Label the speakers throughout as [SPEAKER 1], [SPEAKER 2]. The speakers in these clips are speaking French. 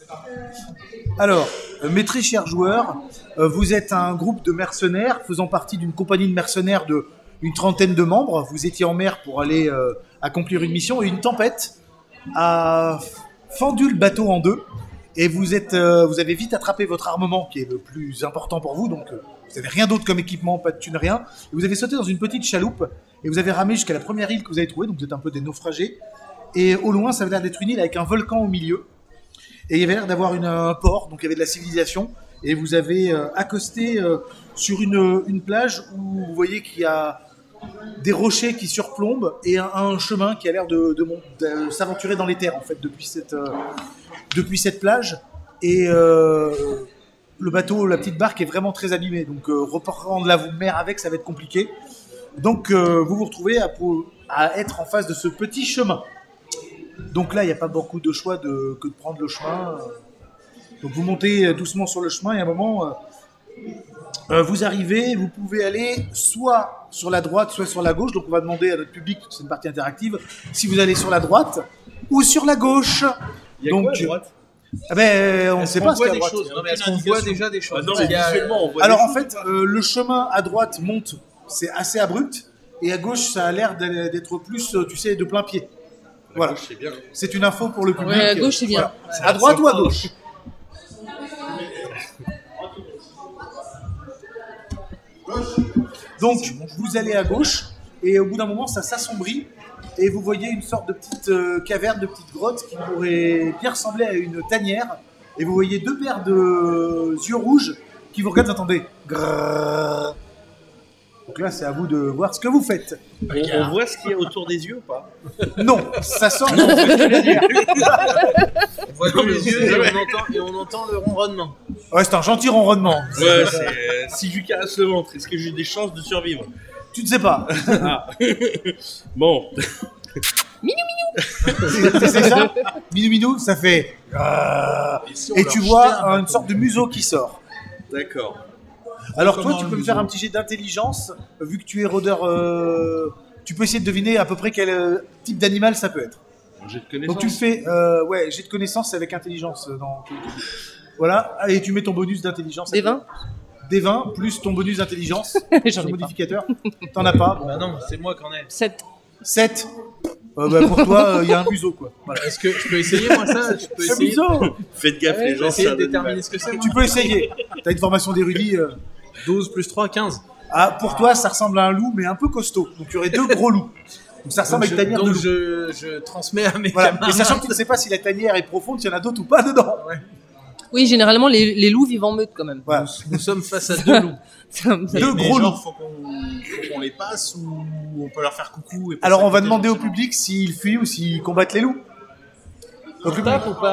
[SPEAKER 1] Alors, mes très chers joueurs, vous êtes un groupe de mercenaires faisant partie d'une compagnie de mercenaires de une trentaine de membres. Vous étiez en mer pour aller accomplir une mission et une tempête a fendu le bateau en deux. Et vous avez vite attrapé votre armement qui est le plus important pour vous, donc vous n'avez rien d'autre comme équipement, pas de thunes, rien. Et vous avez sauté dans une petite chaloupe et vous avez ramé jusqu'à la première île que vous avez trouvée, donc vous êtes un peu des naufragés. Et au loin, ça avait l'air d'être une île avec un volcan au milieu. Et il y avait l'air d'avoir un port, donc il y avait de la civilisation. Et vous avez accosté sur une plage où vous voyez qu'il y a des rochers qui surplombent et un chemin qui a l'air de s'aventurer dans les terres, en fait, depuis cette plage. Et le bateau, la petite barque est vraiment très abîmée. Donc reprendre la mer avec, ça va être compliqué. Donc vous vous retrouvez à être en face de ce petit chemin. Donc là, il n'y a pas beaucoup de choix que de prendre le chemin. Donc vous montez doucement sur le chemin et à un moment, vous arrivez, vous pouvez aller soit sur la droite, soit sur la gauche. Donc on va demander à notre public, c'est une partie interactive, si vous allez sur la droite ou sur la gauche.
[SPEAKER 2] Il y a quoi à droite ?
[SPEAKER 1] On ne sait pas ce qu'il y a à droite.
[SPEAKER 2] Non, mais est-ce qu'on voit déjà des choses ?
[SPEAKER 3] Non, mais visuellement, on voit.
[SPEAKER 1] Alors en fait, le chemin à droite monte, c'est assez abrupt, et à gauche, ça a l'air d'être plus, tu sais, de plein pied. Voilà.
[SPEAKER 3] C'est bien.
[SPEAKER 1] C'est une info pour le public.
[SPEAKER 4] Ouais, à gauche, c'est bien.
[SPEAKER 1] Voilà. À droite ou à gauche ? Donc, vous allez à gauche, et au bout d'un moment, ça s'assombrit, et vous voyez une sorte de petite caverne, de petite grotte qui pourrait bien ressembler à une tanière, et vous voyez deux paires de yeux rouges qui vous regardent, attendez. Grrrr. Donc là, c'est à vous de voir ce que vous faites.
[SPEAKER 3] On voit ce qu'il y a autour des yeux ou pas ?
[SPEAKER 1] Non, ça sort.
[SPEAKER 2] On voit que les yeux et on entend le ronronnement.
[SPEAKER 1] Ouais, c'est un gentil ronronnement.
[SPEAKER 3] Ouais, si je lui caresse le ventre, est-ce que j'ai des chances de survivre ?
[SPEAKER 1] Tu ne sais pas.
[SPEAKER 3] Ah. Bon.
[SPEAKER 1] C'est ça ? Minou, ça fait. Et tu vois une sorte de museau qui sort.
[SPEAKER 3] D'accord.
[SPEAKER 1] Alors toi, tu peux me faire un petit jet d'intelligence, vu que tu es rôdeur. Tu peux essayer de deviner à peu près quel type d'animal ça peut être.
[SPEAKER 3] J'ai de connaissance.
[SPEAKER 1] Donc tu le fais, jet de connaissance avec intelligence. Voilà, et tu mets ton bonus d'intelligence.
[SPEAKER 4] Des 20 ?
[SPEAKER 1] Des 20 plus ton bonus d'intelligence.
[SPEAKER 4] J'en
[SPEAKER 1] Ton
[SPEAKER 4] ai
[SPEAKER 1] modificateur. T'en as pas.
[SPEAKER 2] Bah non, c'est moi qui en ai.
[SPEAKER 4] 7.
[SPEAKER 1] 7. Pour toi, il y a un museau, quoi. Voilà.
[SPEAKER 2] Est-ce que je peux essayer, moi, ça ? Je peux
[SPEAKER 1] Ce
[SPEAKER 2] essayer
[SPEAKER 1] museau.
[SPEAKER 3] Faites gaffe, les gens,
[SPEAKER 2] essayer
[SPEAKER 3] ça
[SPEAKER 2] de déterminer ce que c'est.
[SPEAKER 1] Tu peux essayer. T'as une formation d'érudit.
[SPEAKER 2] 12 plus 3, 15.
[SPEAKER 1] Ah, pour toi, ça ressemble à un loup, mais un peu costaud. Donc, il y aurait deux gros loups. Donc, ça ressemble à une tanière de
[SPEAKER 2] Donc
[SPEAKER 1] loup.
[SPEAKER 2] je transmets à mes
[SPEAKER 1] Voilà.
[SPEAKER 2] camarades.
[SPEAKER 1] Et sachant que tu ne sais pas si la tanière est profonde, s'il y en a d'autres ou pas dedans.
[SPEAKER 4] Oui, généralement, les loups vivent en meute quand même.
[SPEAKER 1] Voilà.
[SPEAKER 2] Nous sommes face à deux loups.
[SPEAKER 1] Deux gros loups.
[SPEAKER 5] Faut qu'on les passe ou on peut leur faire coucou.
[SPEAKER 1] Alors, on va demander au public s'ils fuient ou s'ils combattent les loups.
[SPEAKER 2] On tape ou pas ?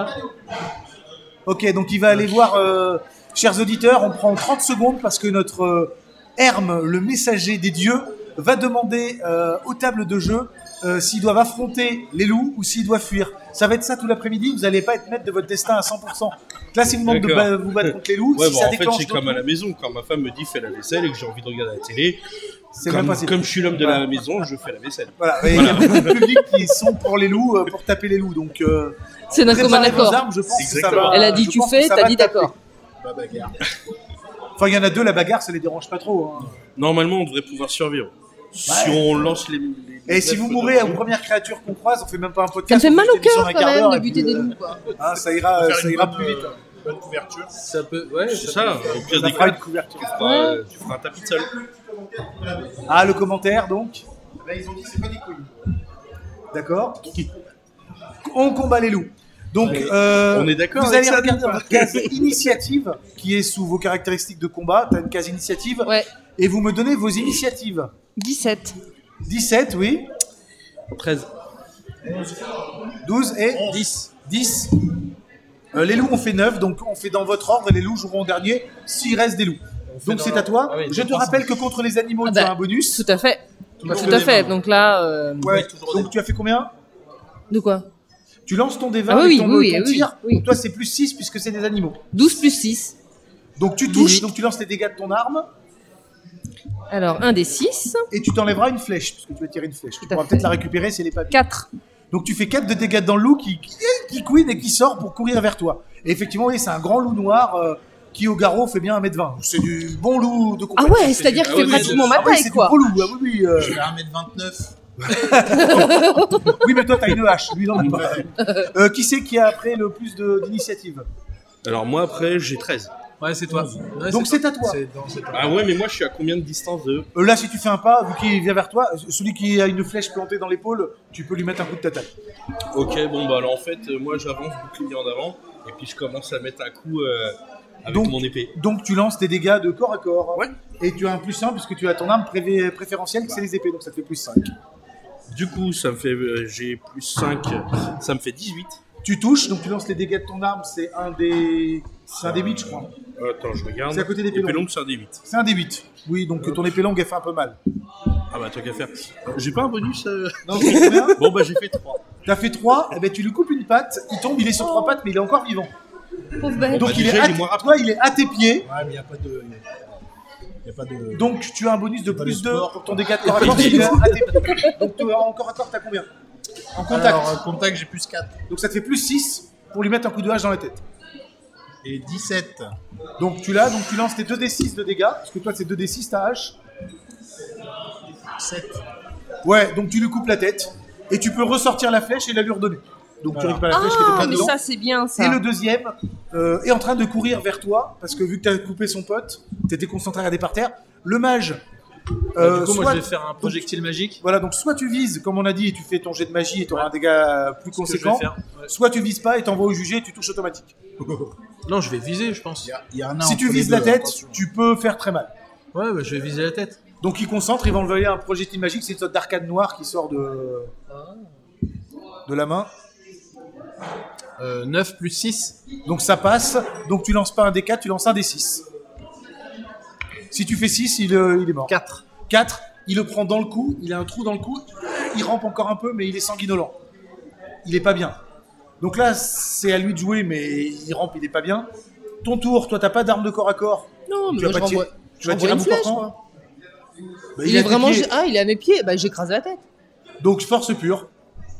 [SPEAKER 1] Ok, donc il va aller voir, chers auditeurs, on prend 30 secondes parce que notre Herme, le messager des dieux, va demander aux tables de jeu s'ils doivent affronter les loups ou s'ils doivent fuir. Ça va être ça tout l'après-midi, vous n'allez pas être maître de votre destin à 100%. Là, si vous demandez de vous battre contre les loups,
[SPEAKER 3] Ouais,
[SPEAKER 1] si
[SPEAKER 3] bon,
[SPEAKER 1] ça
[SPEAKER 3] en fait,
[SPEAKER 1] déclenche...
[SPEAKER 3] c'est comme à la maison. Quand ma femme me dit fais la vaisselle et que j'ai envie de regarder la télé,
[SPEAKER 1] c'est même pas
[SPEAKER 3] comme je suis l'homme de la maison, je fais la vaisselle.
[SPEAKER 1] Voilà, et il y a beaucoup de publics qui sont pour les loups, pour taper les loups. Donc,
[SPEAKER 4] C'est d'un commun
[SPEAKER 1] préparez vos
[SPEAKER 4] accord.
[SPEAKER 1] armes, je pense que ça
[SPEAKER 3] Exactement.
[SPEAKER 1] va...
[SPEAKER 4] Elle a dit
[SPEAKER 1] je
[SPEAKER 4] tu
[SPEAKER 1] pense
[SPEAKER 4] fais,
[SPEAKER 1] que ça
[SPEAKER 4] t'as
[SPEAKER 1] va
[SPEAKER 4] dit
[SPEAKER 1] taper.
[SPEAKER 4] d'accord.
[SPEAKER 5] La bagarre.
[SPEAKER 1] Enfin, il y en a deux, la bagarre, ça les dérange pas trop. Hein.
[SPEAKER 3] Normalement, on devrait pouvoir survivre. Si on lance les
[SPEAKER 1] Et si vous mourrez aux premières créatures qu'on croise, on fait même pas un
[SPEAKER 4] Ça
[SPEAKER 1] podcast.
[SPEAKER 4] me fait mal
[SPEAKER 1] on
[SPEAKER 4] au
[SPEAKER 1] fait une émission
[SPEAKER 4] cœur
[SPEAKER 1] d'un
[SPEAKER 4] quand
[SPEAKER 1] quart
[SPEAKER 4] même
[SPEAKER 1] d'heure
[SPEAKER 4] de
[SPEAKER 1] et
[SPEAKER 4] buter
[SPEAKER 1] puis,
[SPEAKER 4] des loups, quoi.
[SPEAKER 1] hein, ça ira plus vite.
[SPEAKER 5] Bonne couverture.
[SPEAKER 2] Ça peut. Ouais,
[SPEAKER 3] C'est ça, au pire
[SPEAKER 1] Ça
[SPEAKER 3] des
[SPEAKER 1] fera
[SPEAKER 3] cas,
[SPEAKER 1] une couverture.
[SPEAKER 3] tu feras un tapis de sol.
[SPEAKER 1] Ah, le commentaire, donc. Là, ils ont dit que c'est pas des couilles. D'accord. On combat les loups. Donc,
[SPEAKER 3] On est d'accord
[SPEAKER 1] vous
[SPEAKER 3] avec
[SPEAKER 1] allez
[SPEAKER 3] ça,
[SPEAKER 1] regarder
[SPEAKER 3] ou
[SPEAKER 1] dans
[SPEAKER 3] pas
[SPEAKER 1] votre case initiative, qui est sous vos caractéristiques de combat. T'as une case initiative.
[SPEAKER 4] Ouais.
[SPEAKER 1] Et vous me donnez vos initiatives.
[SPEAKER 4] 17.
[SPEAKER 1] 17, oui.
[SPEAKER 3] 13.
[SPEAKER 1] 12 et
[SPEAKER 2] 10.
[SPEAKER 1] 10. Les loups, on fait 9, donc on fait dans votre ordre et les loups joueront en dernier s'il reste des loups. Donc c'est à toi.
[SPEAKER 2] Ah oui,
[SPEAKER 1] Je te rappelle que contre les animaux,
[SPEAKER 4] Ah
[SPEAKER 1] tu as
[SPEAKER 4] bah,
[SPEAKER 1] un bonus.
[SPEAKER 4] Tout à fait.
[SPEAKER 5] Toujours
[SPEAKER 4] Tout à
[SPEAKER 5] des
[SPEAKER 4] fait.
[SPEAKER 5] mains.
[SPEAKER 4] Donc là,
[SPEAKER 1] Ouais.
[SPEAKER 5] toujours des
[SPEAKER 1] Donc tu as fait combien?
[SPEAKER 4] de quoi?
[SPEAKER 1] Tu lances ton D20
[SPEAKER 4] Ah oui,
[SPEAKER 1] et ton,
[SPEAKER 4] oui,
[SPEAKER 1] ton
[SPEAKER 4] oui,
[SPEAKER 1] tir.
[SPEAKER 4] oui.
[SPEAKER 1] Donc toi, c'est plus 6 puisque c'est des animaux.
[SPEAKER 4] 12 plus 6.
[SPEAKER 1] Donc tu touches,
[SPEAKER 4] 18.
[SPEAKER 1] donc tu lances les dégâts de ton arme
[SPEAKER 4] Alors, un des 6.
[SPEAKER 1] et tu t'enlèveras une flèche puisque tu vas tirer une flèche. Tu
[SPEAKER 4] Tout à
[SPEAKER 1] pourras
[SPEAKER 4] fait.
[SPEAKER 1] peut-être la récupérer si elle n'est pas vide.
[SPEAKER 4] 4.
[SPEAKER 1] Donc tu fais 4 de dégâts dans le loup qui couine et qui sort pour courir vers toi. Et effectivement, oui, c'est un grand loup noir qui au garrot fait bien 1m20. C'est du bon loup de
[SPEAKER 4] Ah
[SPEAKER 1] compagnie.
[SPEAKER 4] ouais, c'est-à-dire qu'il fait
[SPEAKER 2] ouais,
[SPEAKER 4] pratiquement ma
[SPEAKER 1] Ah oui,
[SPEAKER 4] taille,
[SPEAKER 1] c'est
[SPEAKER 4] quoi.
[SPEAKER 1] du gros loup. Ah oui, oui,
[SPEAKER 5] Je fais 1m29.
[SPEAKER 1] oui, mais toi, t'as une hache. Lui, non, il pas. Qui c'est qui a après le plus d'initiative?
[SPEAKER 3] Alors moi après j'ai 13.
[SPEAKER 2] Ouais, c'est toi. Ouais,
[SPEAKER 1] Donc c'est à toi.
[SPEAKER 2] C'est toi.
[SPEAKER 3] Ah ouais mais moi je suis à combien de distance de...
[SPEAKER 1] Là, si tu fais un pas, vu qu'il vient vers toi, celui qui a une flèche plantée dans l'épaule, tu peux lui mettre un coup de tatane.
[SPEAKER 3] Ok bon bah alors en fait moi j'avance bouclier en avant et puis je commence à mettre un coup avec
[SPEAKER 1] Donc-
[SPEAKER 3] mon épée.
[SPEAKER 1] Donc tu lances tes dégâts de corps à corps.
[SPEAKER 3] Ouais.
[SPEAKER 1] Et tu as un plus 1 puisque tu as ton arme préférentielle, c'est les épées, donc ça te fait plus 5.
[SPEAKER 3] Du coup ça me fait j'ai plus 5, ça me fait 18.
[SPEAKER 1] Tu touches, donc tu lances les dégâts de ton arme, c'est un des 8, je crois.
[SPEAKER 3] Attends je regarde.
[SPEAKER 1] C'est à côté des
[SPEAKER 3] Épée
[SPEAKER 1] pélons.
[SPEAKER 3] longue c'est un des 8.
[SPEAKER 1] C'est un des 8. Oui, donc ton épée longue, elle fait un peu mal.
[SPEAKER 3] Ah bah tant qu'à faire. J'ai pas un bonus
[SPEAKER 1] Non, c'est combien?
[SPEAKER 3] Bon bah j'ai fait 3.
[SPEAKER 1] T'as fait 3, eh ben, tu lui coupes une patte, il tombe, il est sur 3 pattes, mais il est encore vivant.
[SPEAKER 4] Pauvre bête.
[SPEAKER 1] Donc
[SPEAKER 3] bah,
[SPEAKER 1] il,
[SPEAKER 3] déjà,
[SPEAKER 1] est
[SPEAKER 3] il est moins rapide.
[SPEAKER 1] toi, il est à tes pieds,
[SPEAKER 5] Ouais, mais il n'y a pas de. Y a pas de.
[SPEAKER 1] donc tu as un bonus de
[SPEAKER 5] pas
[SPEAKER 1] plus
[SPEAKER 5] de
[SPEAKER 1] 2
[SPEAKER 5] sport.
[SPEAKER 1] pour ton dégât de corps à corps, il est à tes pieds. Donc toi, en corps à corps, t'as combien? En contact.
[SPEAKER 5] Alors, contact, j'ai plus 4.
[SPEAKER 1] Donc ça te fait plus 6 pour lui mettre un coup de hache dans la tête.
[SPEAKER 5] Et 17.
[SPEAKER 1] Donc tu l'as, donc tu lances tes 2d6 de dégâts, parce que toi c'est 2d6 ta hache.
[SPEAKER 5] 7.
[SPEAKER 1] Ouais, donc tu lui coupes la tête, et tu peux ressortir la flèche et la lui redonner. Donc tu
[SPEAKER 5] Voilà.
[SPEAKER 1] récupères la flèche qui était
[SPEAKER 4] Ah,
[SPEAKER 1] pas
[SPEAKER 4] mais
[SPEAKER 1] dedans.
[SPEAKER 4] ça, c'est bien, ça.
[SPEAKER 1] Et le deuxième est en train de courir vers toi, parce que vu que tu as coupé son pote, tu étais concentré à regarder par terre. Le mage,
[SPEAKER 2] Du coup, moi,
[SPEAKER 1] soit,
[SPEAKER 2] je vais faire un projectile magique.
[SPEAKER 1] voilà, donc soit tu vises, comme on a dit, et tu fais ton jet de magie et tu auras un dégât plus
[SPEAKER 2] Ce que je vais
[SPEAKER 1] conséquent,
[SPEAKER 2] faire. Ouais.
[SPEAKER 1] soit tu vises pas et t'envoies au jugé et tu touches automatique.
[SPEAKER 2] Non, je vais viser, je pense.
[SPEAKER 5] Il y a un nain
[SPEAKER 1] Si tu
[SPEAKER 5] entre les
[SPEAKER 1] vises la
[SPEAKER 5] deux,
[SPEAKER 1] tête,
[SPEAKER 5] attention.
[SPEAKER 1] tu peux faire très mal.
[SPEAKER 2] Ouais, bah, je vais viser la tête.
[SPEAKER 1] Donc il concentre, il va envoyer un projectile magique, c'est une sorte d'arcade noire qui sort de la main.
[SPEAKER 2] 9 plus 6.
[SPEAKER 1] Donc ça passe, donc tu lances pas un D4, tu lances un D6. Si tu fais 6, il est mort.
[SPEAKER 2] 4.
[SPEAKER 1] 4, il le prend dans le cou, il a un trou dans le cou, il rampe encore un peu, mais il est sanguinolent. Il est pas bien. Donc là, c'est à lui de jouer, mais il rampe, il est pas bien. Ton tour, toi, t'as pas d'arme de corps à corps.
[SPEAKER 4] Non, mais
[SPEAKER 1] Tu vas
[SPEAKER 4] moi,
[SPEAKER 1] pas
[SPEAKER 4] je renvoie.
[SPEAKER 1] tirer- tu
[SPEAKER 4] je
[SPEAKER 1] vas
[SPEAKER 4] renvoie
[SPEAKER 1] tirer à
[SPEAKER 4] une
[SPEAKER 1] bout
[SPEAKER 4] flèche,
[SPEAKER 1] portant.
[SPEAKER 4] moi.
[SPEAKER 1] Bah,
[SPEAKER 4] Il est
[SPEAKER 1] a tes
[SPEAKER 4] vraiment.
[SPEAKER 1] pieds.
[SPEAKER 4] Ah, il est à mes pieds. Bah, j'écrase la tête.
[SPEAKER 1] Donc force pure.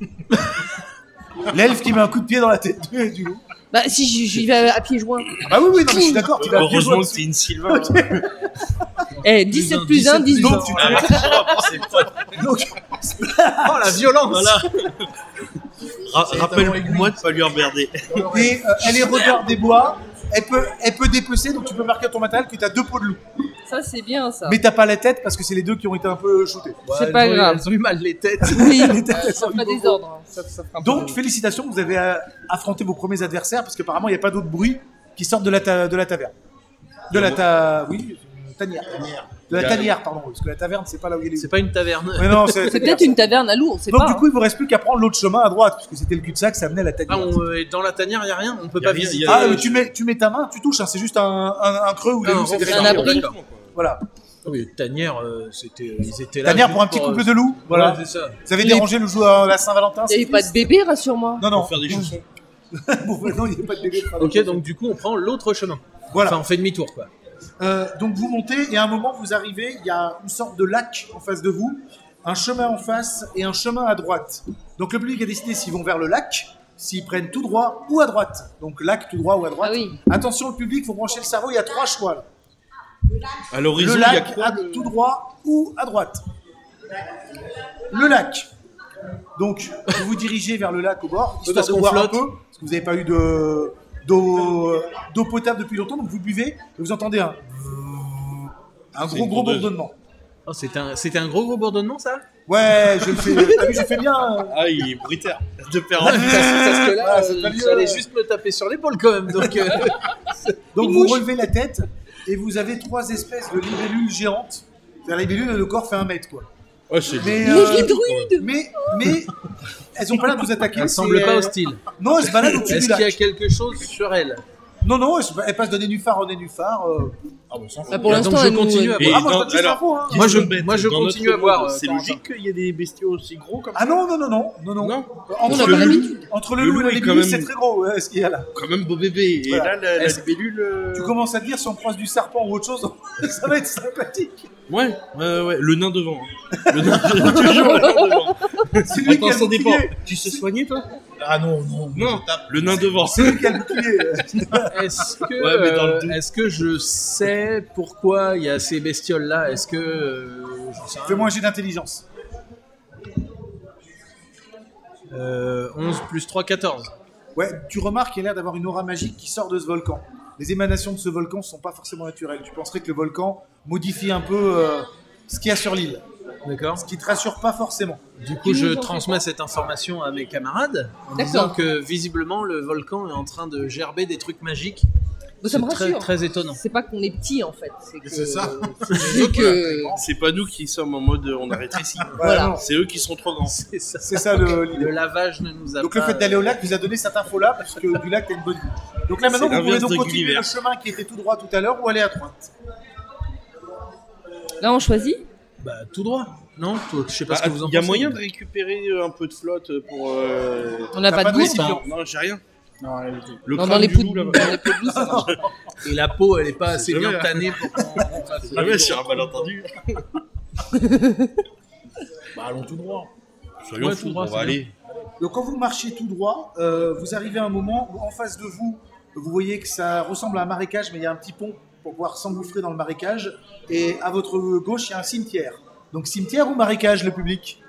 [SPEAKER 1] L'elfe qui met un coup de pied dans la tête du loup.
[SPEAKER 4] Bah, si j'y vais à pieds joints.
[SPEAKER 1] Ah bah oui, oui, non, mais je suis d'accord, tu vas à pieds
[SPEAKER 3] Heureusement
[SPEAKER 1] joints.
[SPEAKER 3] que c'est une Sylvain.
[SPEAKER 4] Eh, 17 plus 1, 18.
[SPEAKER 1] Donc tu Donc,
[SPEAKER 2] Oh, la violence.
[SPEAKER 3] Voilà. Rappelle-moi de pas lui emmerder.
[SPEAKER 1] et elle est regard des bois, elle peut dépecer, donc tu peux marquer à ton matériel que tu as 2 peaux de loup.
[SPEAKER 4] Ça, c'est bien, ça.
[SPEAKER 1] Mais t'as pas la tête parce que c'est les deux qui ont été un peu shootés.
[SPEAKER 4] C'est pas grave.
[SPEAKER 2] Elles ont eu mal les têtes.
[SPEAKER 4] Oui,
[SPEAKER 1] Les têtes, elles
[SPEAKER 4] ça
[SPEAKER 1] sont
[SPEAKER 4] fera
[SPEAKER 1] du
[SPEAKER 4] des
[SPEAKER 1] bobo.
[SPEAKER 4] ordres. Ça fera un peu
[SPEAKER 1] Donc
[SPEAKER 4] de-
[SPEAKER 1] félicitations, vous avez affronté vos premiers adversaires parce qu'apparemment il n'y a pas d'autres bruits qui sortent de la taverne. Oui, tanière. De la tanière, pardon, parce que la taverne c'est pas là où il est.
[SPEAKER 2] C'est pas une taverne.
[SPEAKER 1] Mais non,
[SPEAKER 4] C'est peut-être une taverne à loup, on sait
[SPEAKER 1] Donc
[SPEAKER 4] pas.
[SPEAKER 1] du coup il vous reste plus qu'à prendre l'autre chemin à droite, parce que c'était le cul-de-sac, ça amenait à la tanière.
[SPEAKER 2] Dans la tanière, il n'y a rien. On peut
[SPEAKER 3] Y a
[SPEAKER 2] pas
[SPEAKER 3] rien,
[SPEAKER 2] visiter.
[SPEAKER 3] y a-
[SPEAKER 1] Ah, mais tu mets ta main, tu touches, hein, c'est juste un creux où les
[SPEAKER 2] Ah,
[SPEAKER 1] loups
[SPEAKER 2] un
[SPEAKER 1] s'étaient
[SPEAKER 2] reflet.
[SPEAKER 4] Un
[SPEAKER 1] répartis.
[SPEAKER 4] abri.
[SPEAKER 2] D'accord.
[SPEAKER 1] Voilà.
[SPEAKER 2] Oui, tanière, ils étaient là.
[SPEAKER 1] Tanière
[SPEAKER 2] juste
[SPEAKER 1] pour un petit couple de loups. Voilà.
[SPEAKER 2] Ouais, c'est ça.
[SPEAKER 1] Vous avez
[SPEAKER 4] Les-
[SPEAKER 1] dérangé le jour à la Saint-Valentin.
[SPEAKER 4] Il n'y avait pas de bébé, rassure-moi.
[SPEAKER 1] Non, non.
[SPEAKER 3] Pour faire des chaussons.
[SPEAKER 1] Bon, non, il n'y a pas de bébé.
[SPEAKER 2] Ok, donc du coup, on prend l'autre chemin.
[SPEAKER 1] Voilà.
[SPEAKER 2] Enfin, on fait demi-tour, quoi.
[SPEAKER 1] Donc vous montez et à un moment vous arrivez, il y a une sorte de lac en face de vous, un chemin en face et un chemin à droite. Donc le public a décidé s'ils vont vers le lac, s'ils prennent tout droit ou à droite. Donc lac tout droit ou à droite.
[SPEAKER 4] Ah oui.
[SPEAKER 1] Attention le public, il faut brancher le cerveau, il y a 3 choix. Là.
[SPEAKER 3] À l'horizon,
[SPEAKER 1] Le
[SPEAKER 3] il y a
[SPEAKER 1] lac
[SPEAKER 3] quoi
[SPEAKER 1] tout droit ou à droite. Le lac. Donc vous vous dirigez vers le lac au bord, histoire
[SPEAKER 2] parce
[SPEAKER 1] de
[SPEAKER 2] qu'on
[SPEAKER 1] boire un
[SPEAKER 2] flotte.
[SPEAKER 1] peu, parce que vous n'avez pas eu d'eau potable depuis longtemps, donc vous buvez et vous entendez un
[SPEAKER 3] C'est
[SPEAKER 1] gros
[SPEAKER 3] une
[SPEAKER 1] gros
[SPEAKER 3] tondeuse.
[SPEAKER 1] bourdonnement.
[SPEAKER 2] Oh, c'était un gros bourdonnement, ça.
[SPEAKER 1] Ouais, je le fais. T'as vu, je fais bien.
[SPEAKER 3] Ah, il est brutaire. De père en
[SPEAKER 2] Parce que là,
[SPEAKER 1] Ah, c'est pas mieux,
[SPEAKER 2] j'allais
[SPEAKER 1] ouais.
[SPEAKER 2] juste me taper sur l'épaule quand même. Donc,
[SPEAKER 1] Donc vous relevez la tête et vous avez 3 espèces de libellules géantes. C'est-à-dire la libellule, le corps fait 1 mètre quoi.
[SPEAKER 3] Ouais, c'est
[SPEAKER 1] Mais,
[SPEAKER 4] Les druides.
[SPEAKER 1] mais elles ont pas l'air de vous attaquer.
[SPEAKER 2] elle semble
[SPEAKER 1] c'est-
[SPEAKER 2] pas hostile.
[SPEAKER 1] Non, elles se baladent au-dessus
[SPEAKER 2] Est-ce
[SPEAKER 1] du
[SPEAKER 2] qu'il y a
[SPEAKER 1] lac.
[SPEAKER 2] quelque chose sur elle?
[SPEAKER 1] Non, elle passe de nénuphar en nénuphar.
[SPEAKER 5] on s'en fout.
[SPEAKER 4] Bah, pour
[SPEAKER 2] Donc
[SPEAKER 4] l'instant,
[SPEAKER 2] je
[SPEAKER 4] elle nous-
[SPEAKER 2] continue à
[SPEAKER 3] Et
[SPEAKER 2] voir.
[SPEAKER 1] moi, je
[SPEAKER 3] dans-
[SPEAKER 1] te dis
[SPEAKER 3] alors,
[SPEAKER 1] l'info, hein.
[SPEAKER 2] Moi, je-
[SPEAKER 3] bête,
[SPEAKER 2] moi, je
[SPEAKER 3] dans
[SPEAKER 2] continue
[SPEAKER 3] notre
[SPEAKER 2] à voir,
[SPEAKER 3] monde, C'est
[SPEAKER 2] Corentin.
[SPEAKER 3] logique qu'il y ait des bestiaux aussi gros comme ça.
[SPEAKER 1] Ah non.
[SPEAKER 3] Non.
[SPEAKER 1] Entre,
[SPEAKER 4] On a
[SPEAKER 1] le
[SPEAKER 4] pas
[SPEAKER 1] loup,
[SPEAKER 4] l'habitude.
[SPEAKER 1] entre le
[SPEAKER 3] Le
[SPEAKER 1] loup et
[SPEAKER 3] loup
[SPEAKER 1] la
[SPEAKER 3] est
[SPEAKER 1] libellule,
[SPEAKER 3] quand même-
[SPEAKER 1] c'est très gros, ce qu'il y a là.
[SPEAKER 3] Quand même beau bébé. Et
[SPEAKER 1] Voilà.
[SPEAKER 3] là, la
[SPEAKER 2] Est-ce-
[SPEAKER 3] libellule.
[SPEAKER 1] Tu commences à te dire si on croise du serpent ou autre chose, ça va être sympathique.
[SPEAKER 3] Ouais. Le nain devant. Le nain toujours le nain devant.
[SPEAKER 1] C'est lui qui
[SPEAKER 3] Attends,
[SPEAKER 1] a
[SPEAKER 3] ça
[SPEAKER 1] le
[SPEAKER 3] dépend.
[SPEAKER 1] bouclier.
[SPEAKER 3] Tu sais soigner, toi?
[SPEAKER 5] Ah non.
[SPEAKER 3] Non, le nain devant.
[SPEAKER 1] C'est lui qui a le bouclier.
[SPEAKER 2] Est-ce que,
[SPEAKER 3] Ouais, mais dans le doute.
[SPEAKER 2] est-ce que je sais pourquoi il y a ces bestioles-là? Est-ce que j'en sais rien.
[SPEAKER 1] Fais-moi un jet d'intelligence.
[SPEAKER 2] 11 plus 3, 14.
[SPEAKER 1] Ouais, tu remarques qu'il y a l'air d'avoir une aura magique qui sort de ce volcan. Les émanations de ce volcan ne sont pas forcément naturelles. Tu penserais que le volcan modifie un peu ce qu'il y a sur l'île.
[SPEAKER 2] D'accord.
[SPEAKER 1] Ce qui te rassure pas forcément.
[SPEAKER 2] Du coup, je transmets cette information à mes camarades en
[SPEAKER 4] D'accord.
[SPEAKER 2] disant que visiblement le volcan est en train de gerber des trucs magiques.
[SPEAKER 4] Bah, ça me
[SPEAKER 2] C'est très,
[SPEAKER 4] rassure.
[SPEAKER 2] très étonnant.
[SPEAKER 4] C'est pas qu'on est petit en fait. C'est que.
[SPEAKER 5] C'est ça.
[SPEAKER 4] C'est que.
[SPEAKER 3] C'est pas nous qui sommes en mode on a rétréci.
[SPEAKER 4] Voilà.
[SPEAKER 1] non.
[SPEAKER 3] C'est eux qui sont trop grands.
[SPEAKER 2] C'est ça.
[SPEAKER 1] C'est ça
[SPEAKER 2] Le
[SPEAKER 1] l'idée.
[SPEAKER 2] lavage ne nous a
[SPEAKER 1] Donc
[SPEAKER 2] pas...
[SPEAKER 1] le fait d'aller au lac vous a donné cette info-là parce que du lac t'as une bonne vue. Donc là maintenant
[SPEAKER 3] C'est
[SPEAKER 1] vous pouvez
[SPEAKER 3] l'inverse
[SPEAKER 1] donc
[SPEAKER 3] de
[SPEAKER 1] continuer
[SPEAKER 3] Gulliver.
[SPEAKER 1] le chemin qui était tout droit tout à l'heure ou aller à droite.
[SPEAKER 4] Là, on choisit.
[SPEAKER 2] Bah, tout droit. Non, je sais pas ce que vous en
[SPEAKER 3] Il y a
[SPEAKER 2] pensez.
[SPEAKER 3] moyen de récupérer un peu de flotte pour.
[SPEAKER 4] On n'a
[SPEAKER 1] T'as
[SPEAKER 4] pas
[SPEAKER 1] pas
[SPEAKER 4] de
[SPEAKER 1] de
[SPEAKER 4] gourde.
[SPEAKER 1] récipient.
[SPEAKER 3] Non, j'ai rien.
[SPEAKER 5] Non, rien du tout.
[SPEAKER 3] Le
[SPEAKER 4] Non,
[SPEAKER 3] crâne
[SPEAKER 4] dans les
[SPEAKER 3] du
[SPEAKER 4] pots
[SPEAKER 3] loup,
[SPEAKER 4] de
[SPEAKER 3] là-bas.
[SPEAKER 4] dans les pots de loup, ça marche.
[SPEAKER 2] Et la peau, elle est pas assez
[SPEAKER 3] jamais,
[SPEAKER 2] bien
[SPEAKER 3] hein.
[SPEAKER 2] tannée pour qu'on fasse...
[SPEAKER 3] Jamais sur un malentendu.
[SPEAKER 5] Bah, allons tout droit.
[SPEAKER 3] Soyons
[SPEAKER 2] Ouais,
[SPEAKER 3] fous,
[SPEAKER 2] tout droit,
[SPEAKER 3] on
[SPEAKER 2] c'est
[SPEAKER 3] va
[SPEAKER 2] bien.
[SPEAKER 3] aller.
[SPEAKER 1] Donc quand vous marchez tout droit, vous arrivez à un moment où en face de vous, vous voyez que ça ressemble à un marécage, mais il y a un petit pont pour pouvoir s'engouffrer dans le marécage. Et à votre gauche, il y a un cimetière. Donc cimetière ou marécage, le public?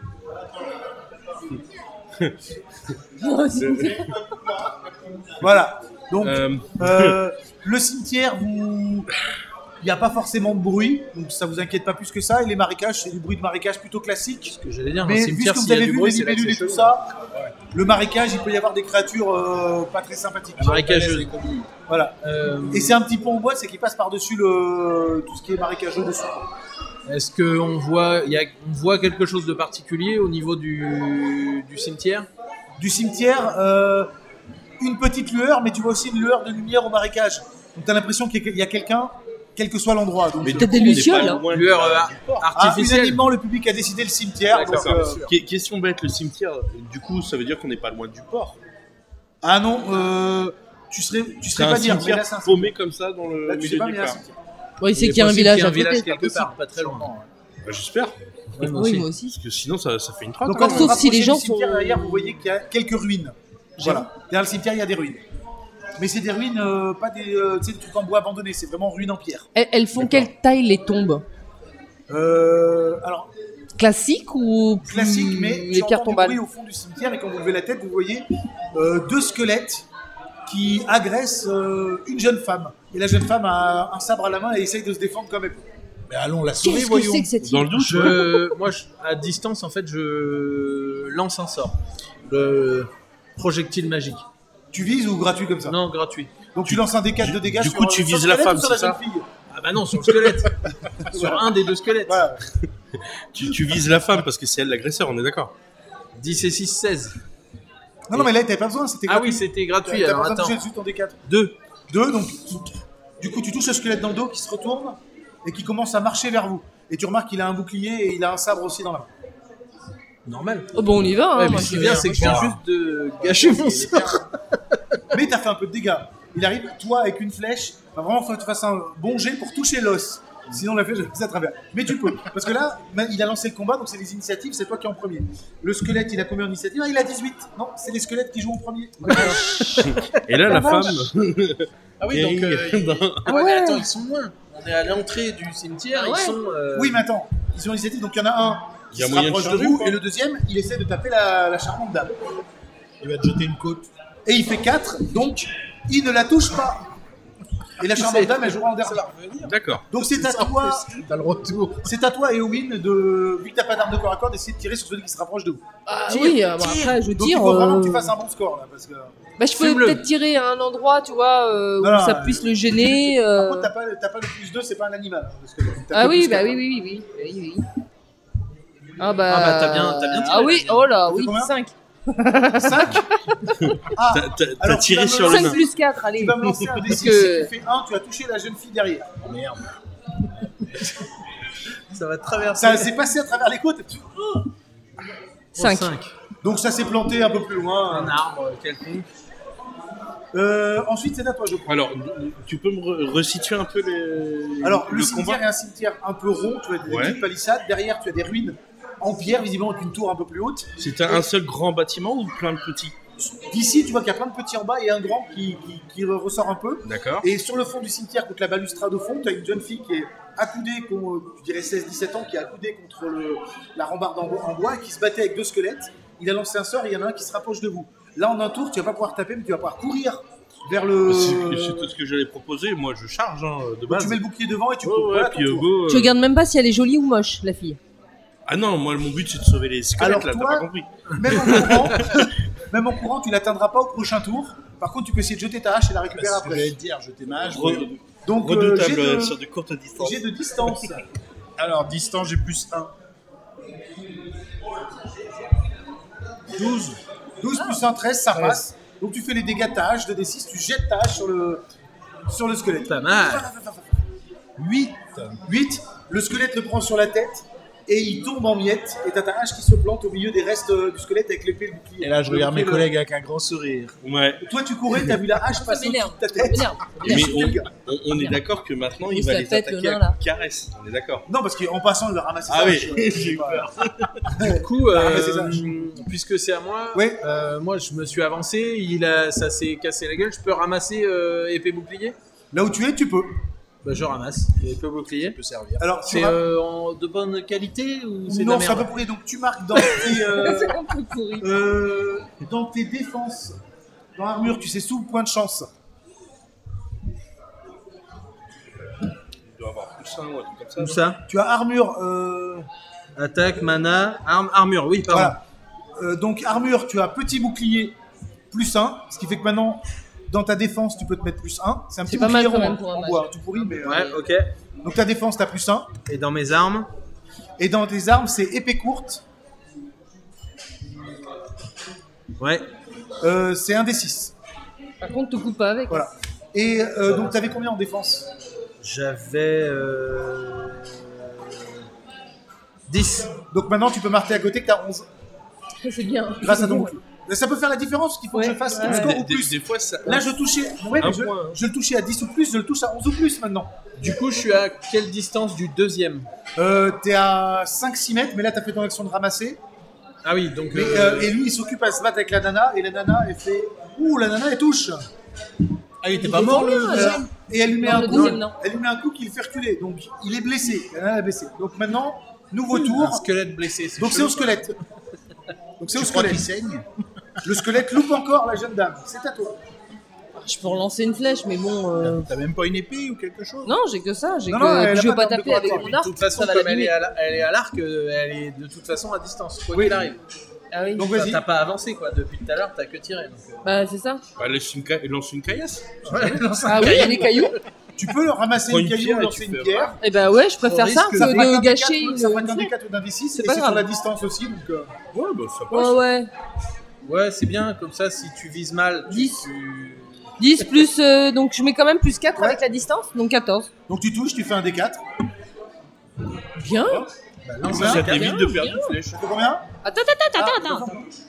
[SPEAKER 1] Voilà. Donc le cimetière, il n'y a pas forcément de bruit, donc ça vous inquiète pas plus que ça. Et les marécages, c'est du bruit de marécage plutôt classique.
[SPEAKER 2] Ce que j'allais dire, un
[SPEAKER 1] Mais
[SPEAKER 2] cimetière,
[SPEAKER 1] puisque
[SPEAKER 2] s'il
[SPEAKER 1] vous
[SPEAKER 2] y a
[SPEAKER 1] avez
[SPEAKER 2] du
[SPEAKER 1] vu
[SPEAKER 2] bruit,
[SPEAKER 1] les
[SPEAKER 2] c'est là que
[SPEAKER 1] libellules et
[SPEAKER 2] c'est
[SPEAKER 1] tout
[SPEAKER 2] chaud.
[SPEAKER 1] ça, le marécage, il peut y avoir des créatures pas très sympathiques.
[SPEAKER 2] Marécageuse.
[SPEAKER 1] Voilà. Et c'est un petit pont en bois, c'est qu'il passe par-dessus tout ce qui est marécageux dessus.
[SPEAKER 2] Est-ce qu'on voit, on voit quelque chose de particulier au niveau du cimetière?
[SPEAKER 1] Du cimetière, une petite lueur, mais tu vois aussi une lueur de lumière au marécage. Donc tu as l'impression qu'il y a quelqu'un, quel que soit l'endroit. Donc,
[SPEAKER 3] Mais
[SPEAKER 4] Peut-être
[SPEAKER 3] du coup,
[SPEAKER 4] des
[SPEAKER 3] on n'est
[SPEAKER 4] lucioles,
[SPEAKER 3] pas
[SPEAKER 4] hein.
[SPEAKER 3] loin de
[SPEAKER 2] Lueur
[SPEAKER 3] la-
[SPEAKER 2] artificielle.
[SPEAKER 1] unanimement, le public a décidé le cimetière.
[SPEAKER 2] D'accord.
[SPEAKER 1] donc,
[SPEAKER 3] Question bête, le cimetière, du coup, ça veut dire qu'on n'est pas loin du port.
[SPEAKER 1] ah non, tu serais
[SPEAKER 3] C'est un
[SPEAKER 1] pas dire, mais
[SPEAKER 3] cimetière
[SPEAKER 1] là, c'est un
[SPEAKER 3] paumé comme ça dans le
[SPEAKER 1] Là, tu sais
[SPEAKER 3] milieu
[SPEAKER 1] pas,
[SPEAKER 3] de
[SPEAKER 1] mais il y a un
[SPEAKER 3] nulle part.
[SPEAKER 1] cimetière.
[SPEAKER 4] Bon, il sait
[SPEAKER 2] Il est
[SPEAKER 4] qu'il y a un
[SPEAKER 2] possible
[SPEAKER 4] village
[SPEAKER 2] qu'il y ait
[SPEAKER 4] à
[SPEAKER 2] un village
[SPEAKER 4] côté.
[SPEAKER 2] quelque part, pas très loin.
[SPEAKER 3] Bah, j'espère,
[SPEAKER 2] Ouais, moi
[SPEAKER 4] Oui,
[SPEAKER 2] aussi.
[SPEAKER 4] moi aussi.
[SPEAKER 3] parce que sinon ça fait une traque.
[SPEAKER 1] Donc
[SPEAKER 3] hein.
[SPEAKER 1] quand vous
[SPEAKER 4] Sauf si les
[SPEAKER 1] rapprochez
[SPEAKER 4] gens
[SPEAKER 1] du cimetière
[SPEAKER 4] sont-
[SPEAKER 1] derrière, vous voyez qu'il y a quelques ruines. Voilà. Derrière le cimetière, il y a des ruines. Mais c'est des ruines, pas des, tu sais, des trucs en bois abandonnés, c'est vraiment ruines en pierre.
[SPEAKER 4] Elles font quelle taille les tombes?
[SPEAKER 1] Alors,
[SPEAKER 4] Classique ou plus-
[SPEAKER 1] classique, mais
[SPEAKER 4] les
[SPEAKER 1] tu
[SPEAKER 4] pierres
[SPEAKER 1] entends du
[SPEAKER 4] tombales?
[SPEAKER 1] bruit au fond du cimetière et quand vous levez la tête, vous voyez deux squelettes qui agressent une jeune femme. Et la jeune femme a un sabre à la main et essaye de se défendre comme elle peut.
[SPEAKER 5] Mais allons la sauver,
[SPEAKER 4] Qu'est-ce que
[SPEAKER 5] voyons.
[SPEAKER 4] c'est que cette
[SPEAKER 3] Dans le
[SPEAKER 4] île?
[SPEAKER 3] doute,
[SPEAKER 2] Moi, à distance, en fait, je lance un sort. Le projectile magique.
[SPEAKER 1] Tu vises ou gratuit comme ça?
[SPEAKER 2] Non, gratuit.
[SPEAKER 1] Donc tu lances un D4 de dégâts
[SPEAKER 3] du
[SPEAKER 1] sur
[SPEAKER 3] coup, tu
[SPEAKER 1] sur
[SPEAKER 3] vises
[SPEAKER 1] le
[SPEAKER 3] la
[SPEAKER 1] squelette
[SPEAKER 3] femme,
[SPEAKER 1] ou sur la
[SPEAKER 3] c'est
[SPEAKER 1] jeune
[SPEAKER 3] ça
[SPEAKER 1] fille.
[SPEAKER 2] Ah bah non, sur le squelette. Sur un des deux squelettes.
[SPEAKER 1] Voilà.
[SPEAKER 3] tu vises la femme parce que c'est elle l'agresseur, on est d'accord.
[SPEAKER 2] 10 et 6, 16.
[SPEAKER 1] Non, mais là, t'avais pas besoin, c'était
[SPEAKER 2] Ah
[SPEAKER 1] gratuit.
[SPEAKER 2] oui, c'était gratuit.
[SPEAKER 1] T'as
[SPEAKER 2] Alors
[SPEAKER 1] pas besoin de
[SPEAKER 2] attends.
[SPEAKER 1] toucher dessus ton D4.
[SPEAKER 2] 2.
[SPEAKER 1] 2, donc du coup tu touches le squelette dans le dos qui se retourne et qui commence à marcher vers vous. Et tu remarques qu'il a un bouclier et il a un sabre aussi dans la main.
[SPEAKER 2] Normal.
[SPEAKER 4] Oh, bon, on y va. Hein,
[SPEAKER 2] Ouais, mais
[SPEAKER 4] moi,
[SPEAKER 2] ce qui
[SPEAKER 4] je-
[SPEAKER 2] est bien, c'est que je viens juste de gâcher mon sort.
[SPEAKER 1] Mais t'as fait un peu de dégâts. Il arrive, toi avec une flèche, va vraiment faut que tu fasses un bon jet pour toucher l'os. Sinon la flèche elle passe à travers. Mais tu peux. Parce que là, il a lancé le combat, donc c'est les initiatives, c'est toi qui es en premier. Le squelette, il a combien d'initiatives? Ah, il a 18. Non, c'est les squelettes qui jouent en premier.
[SPEAKER 3] Et là, la femme.
[SPEAKER 2] Ah oui, donc.
[SPEAKER 4] Ah
[SPEAKER 2] ouais, mais
[SPEAKER 4] ouais.
[SPEAKER 2] attends, ils sont loin. On est à l'entrée du cimetière.
[SPEAKER 4] Ah ouais.
[SPEAKER 2] Ils sont.
[SPEAKER 1] Oui, mais attends, ils ont l'initiative, donc il y en a un
[SPEAKER 3] Il
[SPEAKER 1] qui
[SPEAKER 3] y a
[SPEAKER 1] se
[SPEAKER 3] moyen de
[SPEAKER 1] rapproche de
[SPEAKER 3] changer,
[SPEAKER 1] vous,
[SPEAKER 3] quoi.
[SPEAKER 1] et le deuxième, il essaie de taper la charmante dame.
[SPEAKER 5] Il va te jeter une côte.
[SPEAKER 1] Et il fait 4, donc il ne la touche pas. Et la charmante dame, elle jouera en dernier.
[SPEAKER 3] D'accord.
[SPEAKER 1] Donc c'est à toi,
[SPEAKER 5] T'as le retour.
[SPEAKER 1] c'est à toi, Eowyn, vu que t'as pas d'arme de corps à corps, d'essayer de tirer sur celui qui se rapproche de vous.
[SPEAKER 4] Ah oui, bon, après, je
[SPEAKER 1] Donc
[SPEAKER 4] tire.
[SPEAKER 1] il faut vraiment que tu fasses un bon score là, parce que.
[SPEAKER 4] Bah, je peux
[SPEAKER 2] Fume-le.
[SPEAKER 4] peut-être tirer à un endroit, tu vois, où
[SPEAKER 1] Non, non,
[SPEAKER 4] ça puisse le gêner.
[SPEAKER 1] Par contre, t'as pas le plus 2, c'est pas un animal. Hein, parce que t'as
[SPEAKER 4] Ah
[SPEAKER 1] que
[SPEAKER 4] oui,
[SPEAKER 1] plus
[SPEAKER 4] bah
[SPEAKER 1] quatre.
[SPEAKER 4] oui. Ah bah,
[SPEAKER 2] Ah bah, t'as bien tiré,
[SPEAKER 4] Ah oui,
[SPEAKER 2] là.
[SPEAKER 4] oh là,
[SPEAKER 1] Ça fait
[SPEAKER 4] oui,
[SPEAKER 1] combien
[SPEAKER 4] 5.
[SPEAKER 1] 5. Ah,
[SPEAKER 3] T'as
[SPEAKER 1] alors,
[SPEAKER 3] tiré
[SPEAKER 1] tu vas
[SPEAKER 3] sur
[SPEAKER 1] me
[SPEAKER 3] le
[SPEAKER 4] 5
[SPEAKER 3] nain.
[SPEAKER 4] plus 4,
[SPEAKER 1] tu
[SPEAKER 4] allez.
[SPEAKER 1] vas me lancer un D6.
[SPEAKER 4] que-
[SPEAKER 1] Si tu fais 1, tu as touché la jeune fille derrière.
[SPEAKER 5] Merde.
[SPEAKER 2] Ça va traverser.
[SPEAKER 1] Ça s'est passé à travers les côtes.
[SPEAKER 4] 5.
[SPEAKER 2] 5.
[SPEAKER 1] Donc ça s'est planté un peu plus loin.
[SPEAKER 2] Un arbre quelconque.
[SPEAKER 1] Ensuite, c'est à toi, je crois.
[SPEAKER 3] Alors, tu peux me resituer un peu les...
[SPEAKER 1] Alors, le
[SPEAKER 3] le
[SPEAKER 1] cimetière
[SPEAKER 3] combat
[SPEAKER 1] est un cimetière un peu rond. Tu as des
[SPEAKER 3] Ouais.
[SPEAKER 1] petites palissades. Derrière, tu as des ruines en pierre, visiblement avec une tour un peu plus haute.
[SPEAKER 3] C'était un seul grand bâtiment ou plein de petits?
[SPEAKER 1] D'ici, tu vois qu'il y a plein de petits en bas et un grand qui ressort un peu.
[SPEAKER 3] D'accord.
[SPEAKER 1] Et sur le fond du cimetière, contre la balustrade au fond, tu as une jeune fille qui est accoudée, je dirais 16-17 ans, qui est accoudée contre la rambarde en bois et qui se battait avec 2 squelettes. Il a lancé un sort et il y en a un qui se rapproche de vous. Là, en un tour, tu vas pas pouvoir taper, mais tu vas pouvoir courir vers le.
[SPEAKER 3] C'est tout ce que j'allais proposer. Moi, je charge de
[SPEAKER 1] Donc,
[SPEAKER 3] base.
[SPEAKER 1] tu mets le bouclier devant et tu
[SPEAKER 3] Ouais,
[SPEAKER 1] cours.
[SPEAKER 3] ouais,
[SPEAKER 1] Voilà
[SPEAKER 3] puis
[SPEAKER 1] ton tour.
[SPEAKER 3] go.
[SPEAKER 4] Tu regardes même pas si elle est jolie ou moche, la fille.
[SPEAKER 3] Ah non, moi, mon but, c'est de sauver les squelettes,
[SPEAKER 1] Alors,
[SPEAKER 3] là,
[SPEAKER 1] toi-
[SPEAKER 3] t'as pas compris.
[SPEAKER 1] Même en courant, tu l'atteindras pas au prochain tour. Par contre, tu peux essayer de jeter ta hache et la récupérer
[SPEAKER 5] C'est ce que j'allais
[SPEAKER 1] après.
[SPEAKER 5] te dire, je t'aimage.
[SPEAKER 1] Donc,
[SPEAKER 3] Redoutable sur de courtes distances.
[SPEAKER 1] j'ai de distance.
[SPEAKER 5] Alors, distance, j'ai plus 1. 12.
[SPEAKER 1] 12 plus 1, 13, ça passe. Donc, tu fais les dégâts de ta hache, de D6, tu jettes ta hache sur le squelette.
[SPEAKER 2] Pas mal.
[SPEAKER 1] 8. Le squelette le prend sur la tête et il tombe en miettes. Et t'as ta hache qui se plante au milieu des restes du squelette avec l'épée et le bouclier.
[SPEAKER 5] Et là, je
[SPEAKER 1] Le
[SPEAKER 5] regarde mes
[SPEAKER 1] bouclier,
[SPEAKER 5] collègues avec un grand sourire.
[SPEAKER 3] Ouais.
[SPEAKER 1] Toi, tu courais, t'as vu la hache
[SPEAKER 4] Ça
[SPEAKER 1] passer au-dessus
[SPEAKER 4] m'énerve.
[SPEAKER 1] de ta
[SPEAKER 4] Ça
[SPEAKER 1] tête.
[SPEAKER 4] m'énerve.
[SPEAKER 3] Mais
[SPEAKER 1] Quel gars.
[SPEAKER 3] on est d'accord que maintenant, il
[SPEAKER 4] Pousse
[SPEAKER 3] va
[SPEAKER 4] la
[SPEAKER 3] les
[SPEAKER 4] tête,
[SPEAKER 3] attaquer
[SPEAKER 4] le nain,
[SPEAKER 3] à
[SPEAKER 4] là.
[SPEAKER 3] caresse. On est d'accord.
[SPEAKER 1] Non, parce qu'en passant, il va ramasser
[SPEAKER 3] Ah
[SPEAKER 1] sa
[SPEAKER 3] oui,
[SPEAKER 1] hache.
[SPEAKER 3] j'ai eu peur.
[SPEAKER 2] Du coup,
[SPEAKER 1] Ah, c'est ça.
[SPEAKER 2] puisque c'est à moi,
[SPEAKER 1] Ouais.
[SPEAKER 2] moi je me suis avancé, ça s'est cassé la gueule. Je peux ramasser épée bouclier?
[SPEAKER 1] Là où tu es, tu peux.
[SPEAKER 2] Bah, je ramasse épée bouclier.
[SPEAKER 5] peut servir.
[SPEAKER 1] Alors, tu
[SPEAKER 2] C'est
[SPEAKER 1] ra-
[SPEAKER 2] de bonne qualité ou c'est de
[SPEAKER 1] non,
[SPEAKER 2] la
[SPEAKER 1] c'est à peu
[SPEAKER 2] merde?
[SPEAKER 1] près. Donc, tu marques dans tes,
[SPEAKER 4] C'est un peu pourri.
[SPEAKER 1] dans tes défenses, dans l'armure, tu sais, sous point de chance.
[SPEAKER 3] Il doit avoir plus un ou un truc comme ça.
[SPEAKER 2] Où
[SPEAKER 3] non
[SPEAKER 2] ça?
[SPEAKER 1] Tu as armure.
[SPEAKER 2] Attaque, mana, armure, oui, pardon.
[SPEAKER 1] Voilà. Donc, armure, tu as petit bouclier plus 1, ce qui fait que maintenant, dans ta défense, tu peux te mettre plus 1. C'est un petit
[SPEAKER 4] pas mal
[SPEAKER 1] bouclier
[SPEAKER 4] quand
[SPEAKER 1] rond,
[SPEAKER 4] même pour un
[SPEAKER 1] en
[SPEAKER 4] mage.
[SPEAKER 1] bois, tout pourri, mais.
[SPEAKER 2] Ouais, ok.
[SPEAKER 1] Donc, ta défense, tu as plus 1.
[SPEAKER 2] Et dans mes armes?
[SPEAKER 1] Et dans tes armes, c'est épée courte,
[SPEAKER 2] Ouais.
[SPEAKER 1] c'est un D6.
[SPEAKER 4] Par contre, te coupe pas avec.
[SPEAKER 1] Voilà. Et donc, tu avais combien en défense?
[SPEAKER 2] J'avais 10.
[SPEAKER 1] Donc, maintenant, tu peux marquer à côté que tu as 11,
[SPEAKER 4] C'est bien.
[SPEAKER 1] grâce à ton bouclier. Mais ça peut faire la différence, parce qu'il faut que
[SPEAKER 4] Ouais,
[SPEAKER 1] je fasse
[SPEAKER 4] ouais.
[SPEAKER 1] un score ou
[SPEAKER 3] Des
[SPEAKER 1] plus.
[SPEAKER 3] fois, ça.
[SPEAKER 1] Là, je touchais. Ouais,
[SPEAKER 3] Un
[SPEAKER 1] mais
[SPEAKER 3] point, hein.
[SPEAKER 1] je le touchais à 10 ou plus, je le touche à 11 ou plus maintenant.
[SPEAKER 2] Du coup, je suis à quelle distance du deuxième?
[SPEAKER 1] T'es à 5-6 mètres, mais là, t'as fait ton action de ramasser.
[SPEAKER 2] Ah oui, donc.
[SPEAKER 1] Mais, et lui, il s'occupe à se battre avec la nana, et la nana, elle fait. Ouh, la nana, elle touche.
[SPEAKER 5] Ah, il était
[SPEAKER 4] pas mort, le
[SPEAKER 1] Et elle lui met
[SPEAKER 4] Non,
[SPEAKER 1] un
[SPEAKER 4] le
[SPEAKER 1] coup.
[SPEAKER 4] deuxième, non.
[SPEAKER 1] Elle lui met un coup qui le fait reculer. Donc, il est blessé. La nana est blessée. Donc maintenant, nouveau
[SPEAKER 2] un
[SPEAKER 1] tour.
[SPEAKER 2] squelette blessé.
[SPEAKER 1] Donc c'est
[SPEAKER 2] chelou.
[SPEAKER 1] au squelette. Donc c'est au
[SPEAKER 5] Tu crois qu'il
[SPEAKER 1] squelette.
[SPEAKER 5] saigne?
[SPEAKER 1] Le squelette loupe encore la jeune dame. C'est à toi.
[SPEAKER 4] Je peux relancer une flèche, mais bon.
[SPEAKER 5] T'as même pas une épée ou quelque chose?
[SPEAKER 4] Non, j'ai que ça. J'ai
[SPEAKER 1] Non,
[SPEAKER 4] que.
[SPEAKER 1] non, elle a
[SPEAKER 4] je veux
[SPEAKER 1] pas
[SPEAKER 4] pas
[SPEAKER 1] d'arme de
[SPEAKER 4] taper avec
[SPEAKER 1] corps à
[SPEAKER 4] mon
[SPEAKER 2] De
[SPEAKER 4] arc.
[SPEAKER 2] toute façon,
[SPEAKER 4] ça va
[SPEAKER 2] comme elle
[SPEAKER 4] l'abîmer.
[SPEAKER 2] est à l'arc, elle est de toute façon à distance, quoi
[SPEAKER 1] Oui.
[SPEAKER 2] qu'il arrive.
[SPEAKER 4] Ah oui.
[SPEAKER 1] Donc
[SPEAKER 2] Enfin,
[SPEAKER 1] vas-y.
[SPEAKER 2] t'as pas avancé quoi, depuis tout à l'heure, t'as que tiré. Donc,
[SPEAKER 4] Bah, c'est ça.
[SPEAKER 3] Bah, lance une caillasse.
[SPEAKER 4] Ah oui, il y a des cailloux.
[SPEAKER 1] Tu peux ramasser
[SPEAKER 3] Prends
[SPEAKER 1] une
[SPEAKER 3] une
[SPEAKER 1] caillou,
[SPEAKER 3] pierre et
[SPEAKER 1] lancer
[SPEAKER 3] tu
[SPEAKER 1] une
[SPEAKER 3] fais
[SPEAKER 1] pierre.
[SPEAKER 4] Eh ben ouais, je préfère
[SPEAKER 2] On
[SPEAKER 4] ça
[SPEAKER 2] risque
[SPEAKER 4] que
[SPEAKER 1] Ça fera
[SPEAKER 4] de
[SPEAKER 1] qu'un
[SPEAKER 4] gâcher
[SPEAKER 1] D4,
[SPEAKER 4] une.
[SPEAKER 1] ça fera qu'un D4 ou d'un D6. Et c'est
[SPEAKER 4] pas
[SPEAKER 1] sur
[SPEAKER 4] grave.
[SPEAKER 1] la distance aussi. Donc,
[SPEAKER 3] Ouais, bah ça passe.
[SPEAKER 4] Ouais, ouais.
[SPEAKER 2] Ouais, c'est bien, comme ça, si tu vises mal,
[SPEAKER 4] 10. 10 plus. Donc je mets quand même plus 4
[SPEAKER 1] Ouais.
[SPEAKER 4] avec la distance, donc 14.
[SPEAKER 1] donc tu touches, tu fais un D4.
[SPEAKER 4] Bien.
[SPEAKER 3] Ça t'évite de perdre une flèche.
[SPEAKER 1] Ça fait combien?
[SPEAKER 4] Attends.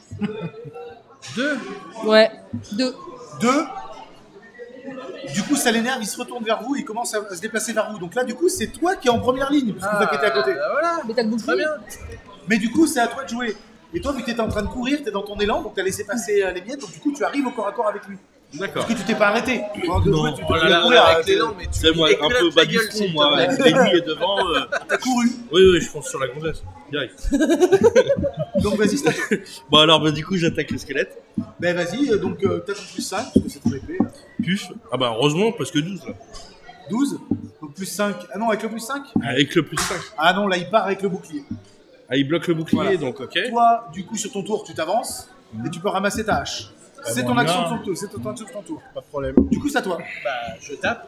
[SPEAKER 2] 2.
[SPEAKER 4] Ouais. 2.
[SPEAKER 1] 2. Du coup, ça l'énerve, il se retourne vers vous, il commence à se déplacer vers vous. Donc là, du coup, c'est toi qui es en première ligne, parce que vous inquiétez à côté.
[SPEAKER 2] Voilà,
[SPEAKER 4] Mais t'as le
[SPEAKER 2] très
[SPEAKER 4] bouclier.
[SPEAKER 2] bien.
[SPEAKER 1] Mais du coup, c'est à toi de jouer. Et toi, vu que t'étais en train de courir, t'es dans ton élan, donc t'as laissé passer les miettes, donc du coup, tu arrives au corps à corps avec lui.
[SPEAKER 3] D'accord.
[SPEAKER 1] Parce que tu t'es pas arrêté.
[SPEAKER 3] Non,
[SPEAKER 1] tu
[SPEAKER 2] Oh
[SPEAKER 1] t'es
[SPEAKER 2] là là,
[SPEAKER 1] courir,
[SPEAKER 2] avec
[SPEAKER 1] t'es-
[SPEAKER 2] l'élan, mais tu
[SPEAKER 3] C'est moi
[SPEAKER 2] lui
[SPEAKER 3] un peu
[SPEAKER 2] éclates
[SPEAKER 3] bas
[SPEAKER 2] la
[SPEAKER 3] du
[SPEAKER 2] gueule,
[SPEAKER 3] front,
[SPEAKER 2] s'il te
[SPEAKER 3] moi.
[SPEAKER 2] plaît.
[SPEAKER 3] L'ennemi est devant.
[SPEAKER 1] t'as couru.
[SPEAKER 3] Oui, je fonce sur la gonzesse. Direct.
[SPEAKER 1] Donc vas-y, c'est à toi.
[SPEAKER 3] Bon, alors, bah, du coup, j'attaque le squelette.
[SPEAKER 1] Ben vas-y, donc t'as ton plus 5, parce que c'est ton épée. là.
[SPEAKER 3] Puf. Ah, bah, heureusement, parce que 12 là.
[SPEAKER 1] 12, donc plus 5. Ah non, avec le plus 5?
[SPEAKER 3] Avec le plus 5.
[SPEAKER 1] Ah non, là, il part avec le bouclier.
[SPEAKER 3] Ah, il bloque le bouclier,
[SPEAKER 1] Voilà.
[SPEAKER 3] donc ok.
[SPEAKER 1] Toi, du coup, sur ton tour, tu t'avances, et tu peux ramasser ta hache. C'est ton
[SPEAKER 5] bon,
[SPEAKER 1] action
[SPEAKER 5] bien.
[SPEAKER 1] de ton tour. C'est ton action de ton tour.
[SPEAKER 5] Pas de problème.
[SPEAKER 1] Du coup, c'est à toi.
[SPEAKER 2] Bah, je tape.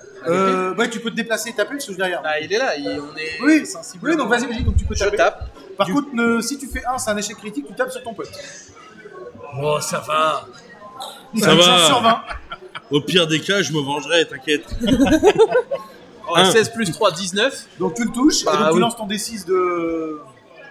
[SPEAKER 1] Ouais, tu peux te déplacer et taper, parce que je suis derrière.
[SPEAKER 2] Bah, il est là, on est
[SPEAKER 1] Oui,
[SPEAKER 2] sensible.
[SPEAKER 1] oui, donc vas-y, donc tu peux
[SPEAKER 2] Je
[SPEAKER 1] taper.
[SPEAKER 2] tape.
[SPEAKER 1] Par contre, si tu fais 1, c'est un échec critique, tu tapes sur ton pote.
[SPEAKER 2] Oh, ça va.
[SPEAKER 3] Ça
[SPEAKER 1] Une
[SPEAKER 3] va.
[SPEAKER 1] chance sur 20.
[SPEAKER 3] Au pire des cas, je me vengerai, t'inquiète.
[SPEAKER 2] Oh,
[SPEAKER 3] Un.
[SPEAKER 2] 16 plus 3, 19.
[SPEAKER 1] Donc tu le touches,
[SPEAKER 2] Bah
[SPEAKER 1] et donc tu
[SPEAKER 2] oui.
[SPEAKER 1] lances ton D6 de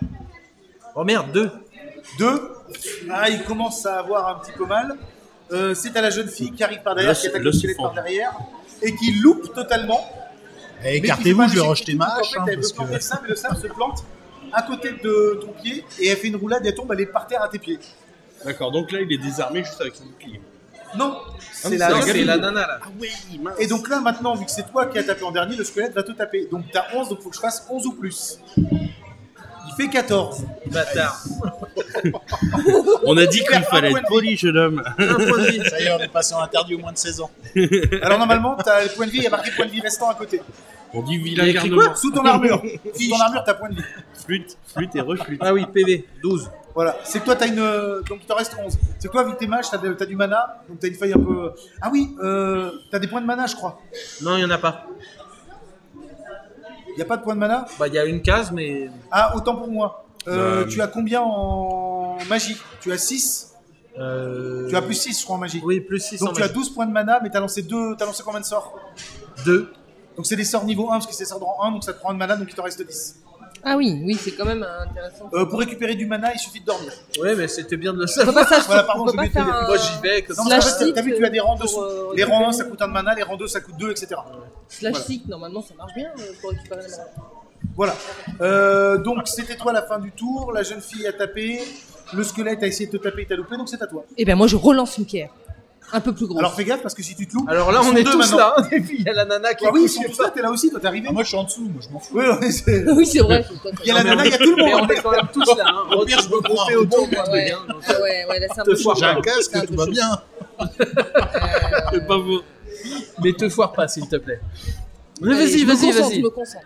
[SPEAKER 2] Oh merde, 2.
[SPEAKER 1] 2. Ah, il commence à avoir un petit peu mal. C'est à la jeune fille qui arrive par derrière, qui attaque le squelette par derrière, et qui loupe totalement.
[SPEAKER 5] Eh,
[SPEAKER 1] Mais qui
[SPEAKER 5] écartez-vous,
[SPEAKER 1] fait pas
[SPEAKER 5] je vais
[SPEAKER 1] d'échec
[SPEAKER 5] rejeter ma
[SPEAKER 1] critique.
[SPEAKER 5] hache.
[SPEAKER 1] En fait, elle veut planter le sabre, et le sabre se plante à côté de ton pied, et elle fait une roulade, et elle tombe, elle est par terre à tes pieds.
[SPEAKER 3] D'accord, donc là, il est désarmé juste avec son bouclier.
[SPEAKER 1] Non, c'est
[SPEAKER 3] mais
[SPEAKER 1] la
[SPEAKER 2] Non,
[SPEAKER 3] la
[SPEAKER 2] c'est
[SPEAKER 1] gamine.
[SPEAKER 2] la nana là.
[SPEAKER 3] Ah oui, mince.
[SPEAKER 1] Et donc là, maintenant, vu que c'est toi qui as tapé en dernier, le squelette va te taper. Donc t'as 11, donc il faut que je fasse 11 ou plus. Il fait 14.
[SPEAKER 2] Bâtard.
[SPEAKER 3] On a dit qu'il
[SPEAKER 1] Un
[SPEAKER 3] fallait
[SPEAKER 1] point
[SPEAKER 3] être
[SPEAKER 1] de
[SPEAKER 3] poli, jeune homme.
[SPEAKER 2] Un point de vie.
[SPEAKER 5] Ça y est, on est passé en interdit au moins de 16 ans.
[SPEAKER 1] Alors normalement, t'as le point de vie, il y a marqué point de vie restant à côté.
[SPEAKER 3] On dit
[SPEAKER 2] Il a écrit
[SPEAKER 3] vilain
[SPEAKER 1] Sous ton armure. Sous ton armure, t'as point de vie.
[SPEAKER 3] Flûte et reflûte.
[SPEAKER 2] Ah oui, PV, 12.
[SPEAKER 1] Voilà. C'est que toi, t'as une. Donc il t'en reste 11. C'est que toi, vu que t'es mage, t'as du mana. Donc t'as une feuille un peu. Ah oui, t'as des points de mana, je crois.
[SPEAKER 2] Non, il n'y en a pas.
[SPEAKER 1] Il y a pas de points de mana.
[SPEAKER 2] Bah, il y a une case, mais.
[SPEAKER 1] Ah, autant pour moi. Tu as combien en magie? Tu as 6. Tu as plus 6, je crois, en magie.
[SPEAKER 2] Oui, plus 6
[SPEAKER 1] Donc
[SPEAKER 2] en
[SPEAKER 1] tu as
[SPEAKER 2] magie.
[SPEAKER 1] 12 points de mana, mais t'as lancé combien de sorts?
[SPEAKER 2] 2.
[SPEAKER 1] Donc c'est des sorts niveau 1, parce que c'est des sorts de rang 1, donc ça te prend un de mana, donc il t'en reste 10.
[SPEAKER 4] Ah oui, c'est quand même intéressant.
[SPEAKER 1] Pour récupérer du mana, il suffit de dormir.
[SPEAKER 2] Ouais, mais c'était bien de le
[SPEAKER 4] On peut
[SPEAKER 2] savoir.
[SPEAKER 4] pas,
[SPEAKER 1] Voilà, pardon,
[SPEAKER 4] on peut
[SPEAKER 1] j'ai
[SPEAKER 4] pas
[SPEAKER 1] oublié de te
[SPEAKER 4] faire
[SPEAKER 1] dire.
[SPEAKER 4] un...
[SPEAKER 2] Moi, j'y vais comme
[SPEAKER 1] Non,
[SPEAKER 2] ça.
[SPEAKER 1] parce
[SPEAKER 4] Slash
[SPEAKER 1] qu'en fait, t'as vu, tu as des rangs
[SPEAKER 4] pour,
[SPEAKER 1] dessous.
[SPEAKER 4] euh,
[SPEAKER 1] Les rangs 1, ça
[SPEAKER 4] récupérer.
[SPEAKER 1] coûte un de mana, les rangs 2, ça coûte 2, etc.
[SPEAKER 4] Slash
[SPEAKER 1] Voilà.
[SPEAKER 4] seek, normalement ça marche bien pour récupérer les mana.
[SPEAKER 1] Voilà. Donc c'était toi la fin du tour, la jeune fille a tapé, le squelette a essayé de te taper, il t'a loupé, donc c'est à toi.
[SPEAKER 4] Eh ben moi je relance une pierre. Un peu plus grosse.
[SPEAKER 1] Alors fais gaffe, parce que si tu te loupes...
[SPEAKER 2] Alors là,
[SPEAKER 1] ils
[SPEAKER 2] on
[SPEAKER 1] sont
[SPEAKER 2] est
[SPEAKER 1] deux
[SPEAKER 2] tous
[SPEAKER 1] maintenant.
[SPEAKER 2] là. Et puis, il y a la nana qui
[SPEAKER 1] Ah oui, ils
[SPEAKER 2] couche.
[SPEAKER 1] sont tous là, t'es là aussi, toi t'es arrivé.
[SPEAKER 5] Ah, moi, je suis en dessous, moi, je m'en fous.
[SPEAKER 1] Oui, oui, c'est...
[SPEAKER 4] oui, c'est vrai.
[SPEAKER 1] Il y a la
[SPEAKER 2] Non,
[SPEAKER 1] nana,
[SPEAKER 2] mais
[SPEAKER 1] il y a tout le
[SPEAKER 2] Mais on
[SPEAKER 1] monde.
[SPEAKER 2] est quand même tous là. Hein.
[SPEAKER 5] Au pire, je me crois.
[SPEAKER 2] autour de
[SPEAKER 4] Ouais,
[SPEAKER 2] truc, hein, donc,
[SPEAKER 4] ouais, là c'est un
[SPEAKER 2] Te
[SPEAKER 4] peu chaud.
[SPEAKER 2] foire
[SPEAKER 5] J'ai un
[SPEAKER 2] pas.
[SPEAKER 5] casque,
[SPEAKER 4] C'est un
[SPEAKER 5] tout
[SPEAKER 4] peu
[SPEAKER 5] va
[SPEAKER 4] chaud.
[SPEAKER 5] bien.
[SPEAKER 3] C'est pas vous.
[SPEAKER 2] Mais te foire pas, s'il te plaît. Mais
[SPEAKER 4] Allez,
[SPEAKER 2] vas-y,
[SPEAKER 4] je me
[SPEAKER 2] vas-y,
[SPEAKER 4] concentre,
[SPEAKER 2] vas-y.
[SPEAKER 4] Je me concentre.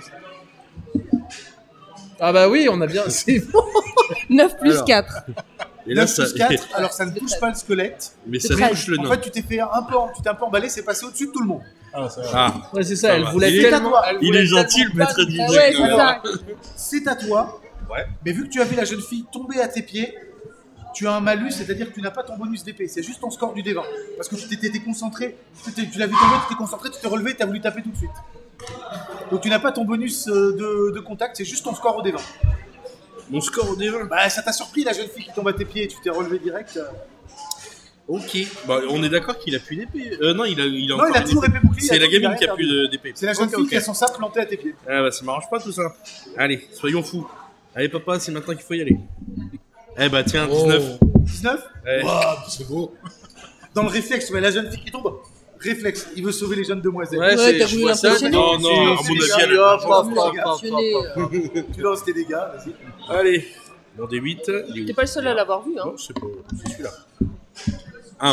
[SPEAKER 2] Ah bah oui, on a bien. C'est bon.
[SPEAKER 4] 9 plus
[SPEAKER 3] Alors.
[SPEAKER 4] 4.
[SPEAKER 3] Et là,
[SPEAKER 1] 9
[SPEAKER 3] ça.
[SPEAKER 1] plus 4, alors ça ne touche pas le squelette.
[SPEAKER 3] Mais ça
[SPEAKER 4] 13.
[SPEAKER 3] touche le
[SPEAKER 1] En
[SPEAKER 3] nom.
[SPEAKER 1] fait, tu t'es un peu emballé, c'est passé au-dessus de tout le monde.
[SPEAKER 5] Ah, ça va.
[SPEAKER 3] Ah,
[SPEAKER 2] Ouais, c'est ça,
[SPEAKER 3] Ça
[SPEAKER 2] elle
[SPEAKER 3] va.
[SPEAKER 2] voulait
[SPEAKER 3] Il est-
[SPEAKER 2] tellement. elle
[SPEAKER 3] il
[SPEAKER 2] voulait
[SPEAKER 3] est gentil, le
[SPEAKER 2] tellement
[SPEAKER 3] maître
[SPEAKER 2] pas
[SPEAKER 3] du
[SPEAKER 2] de-
[SPEAKER 3] jeu.
[SPEAKER 4] Ah ouais, c'est
[SPEAKER 3] Alors.
[SPEAKER 4] ça.
[SPEAKER 1] C'est à toi.
[SPEAKER 3] Ouais.
[SPEAKER 1] Mais vu que tu as vu la jeune fille tomber à tes pieds, tu as un malus, c'est-à-dire que tu n'as pas ton bonus d'épée. C'est juste ton score du D20. Parce que tu t'étais concentré, tu l'as vu tomber, tu t'es concentré, tu t'es relevé, tu as voulu taper tout de suite. Donc tu n'as pas ton bonus de contact, c'est juste ton score au D20.
[SPEAKER 3] Mon score au D20.
[SPEAKER 1] Bah ça t'a surpris la jeune fille qui tombe à tes pieds et tu t'es relevé direct.
[SPEAKER 3] Ok. Bah, on est d'accord qu'il a plus d'épée. Non, il a
[SPEAKER 1] Non, il
[SPEAKER 3] encore
[SPEAKER 1] a
[SPEAKER 3] une
[SPEAKER 1] toujours
[SPEAKER 3] épée.
[SPEAKER 1] épée bouclier.
[SPEAKER 3] C'est
[SPEAKER 1] il a
[SPEAKER 3] la
[SPEAKER 1] toujours
[SPEAKER 3] gamine qui a
[SPEAKER 1] rien
[SPEAKER 3] plus
[SPEAKER 1] perdu.
[SPEAKER 3] d'épée.
[SPEAKER 1] C'est la jeune
[SPEAKER 3] Ok,
[SPEAKER 1] fille
[SPEAKER 3] ok.
[SPEAKER 1] qui a son sabre planté à tes pieds.
[SPEAKER 3] Ah bah ça m'arrange pas tout ça. Allez, soyons fous. Allez papa, c'est maintenant qu'il faut y aller. Eh bah tiens, 19.
[SPEAKER 1] 19.
[SPEAKER 3] Eh,
[SPEAKER 5] Waouh, c'est beau.
[SPEAKER 1] Dans le réflexe, ouais, la jeune fille qui tombe. Réflexe, il veut sauver les jeunes demoiselles.
[SPEAKER 2] Ouais,
[SPEAKER 4] Ouais,
[SPEAKER 2] c'est.
[SPEAKER 4] t'as
[SPEAKER 2] Je
[SPEAKER 4] voulu
[SPEAKER 2] vois ça.
[SPEAKER 4] l'impressionner.
[SPEAKER 3] Non, non, à
[SPEAKER 1] c'est
[SPEAKER 3] mon
[SPEAKER 1] les
[SPEAKER 3] avis,
[SPEAKER 1] gars,
[SPEAKER 3] elle a
[SPEAKER 2] hop, hop,
[SPEAKER 1] hop,
[SPEAKER 2] hop,
[SPEAKER 4] Passionné,
[SPEAKER 1] Tu lances tes dégâts, vas-y.
[SPEAKER 3] Allez. Bon, des 8. Il est où
[SPEAKER 4] T'es pas le seul à l'avoir vu, hein.
[SPEAKER 3] Non, c'est pas. C'est celui-là. 1.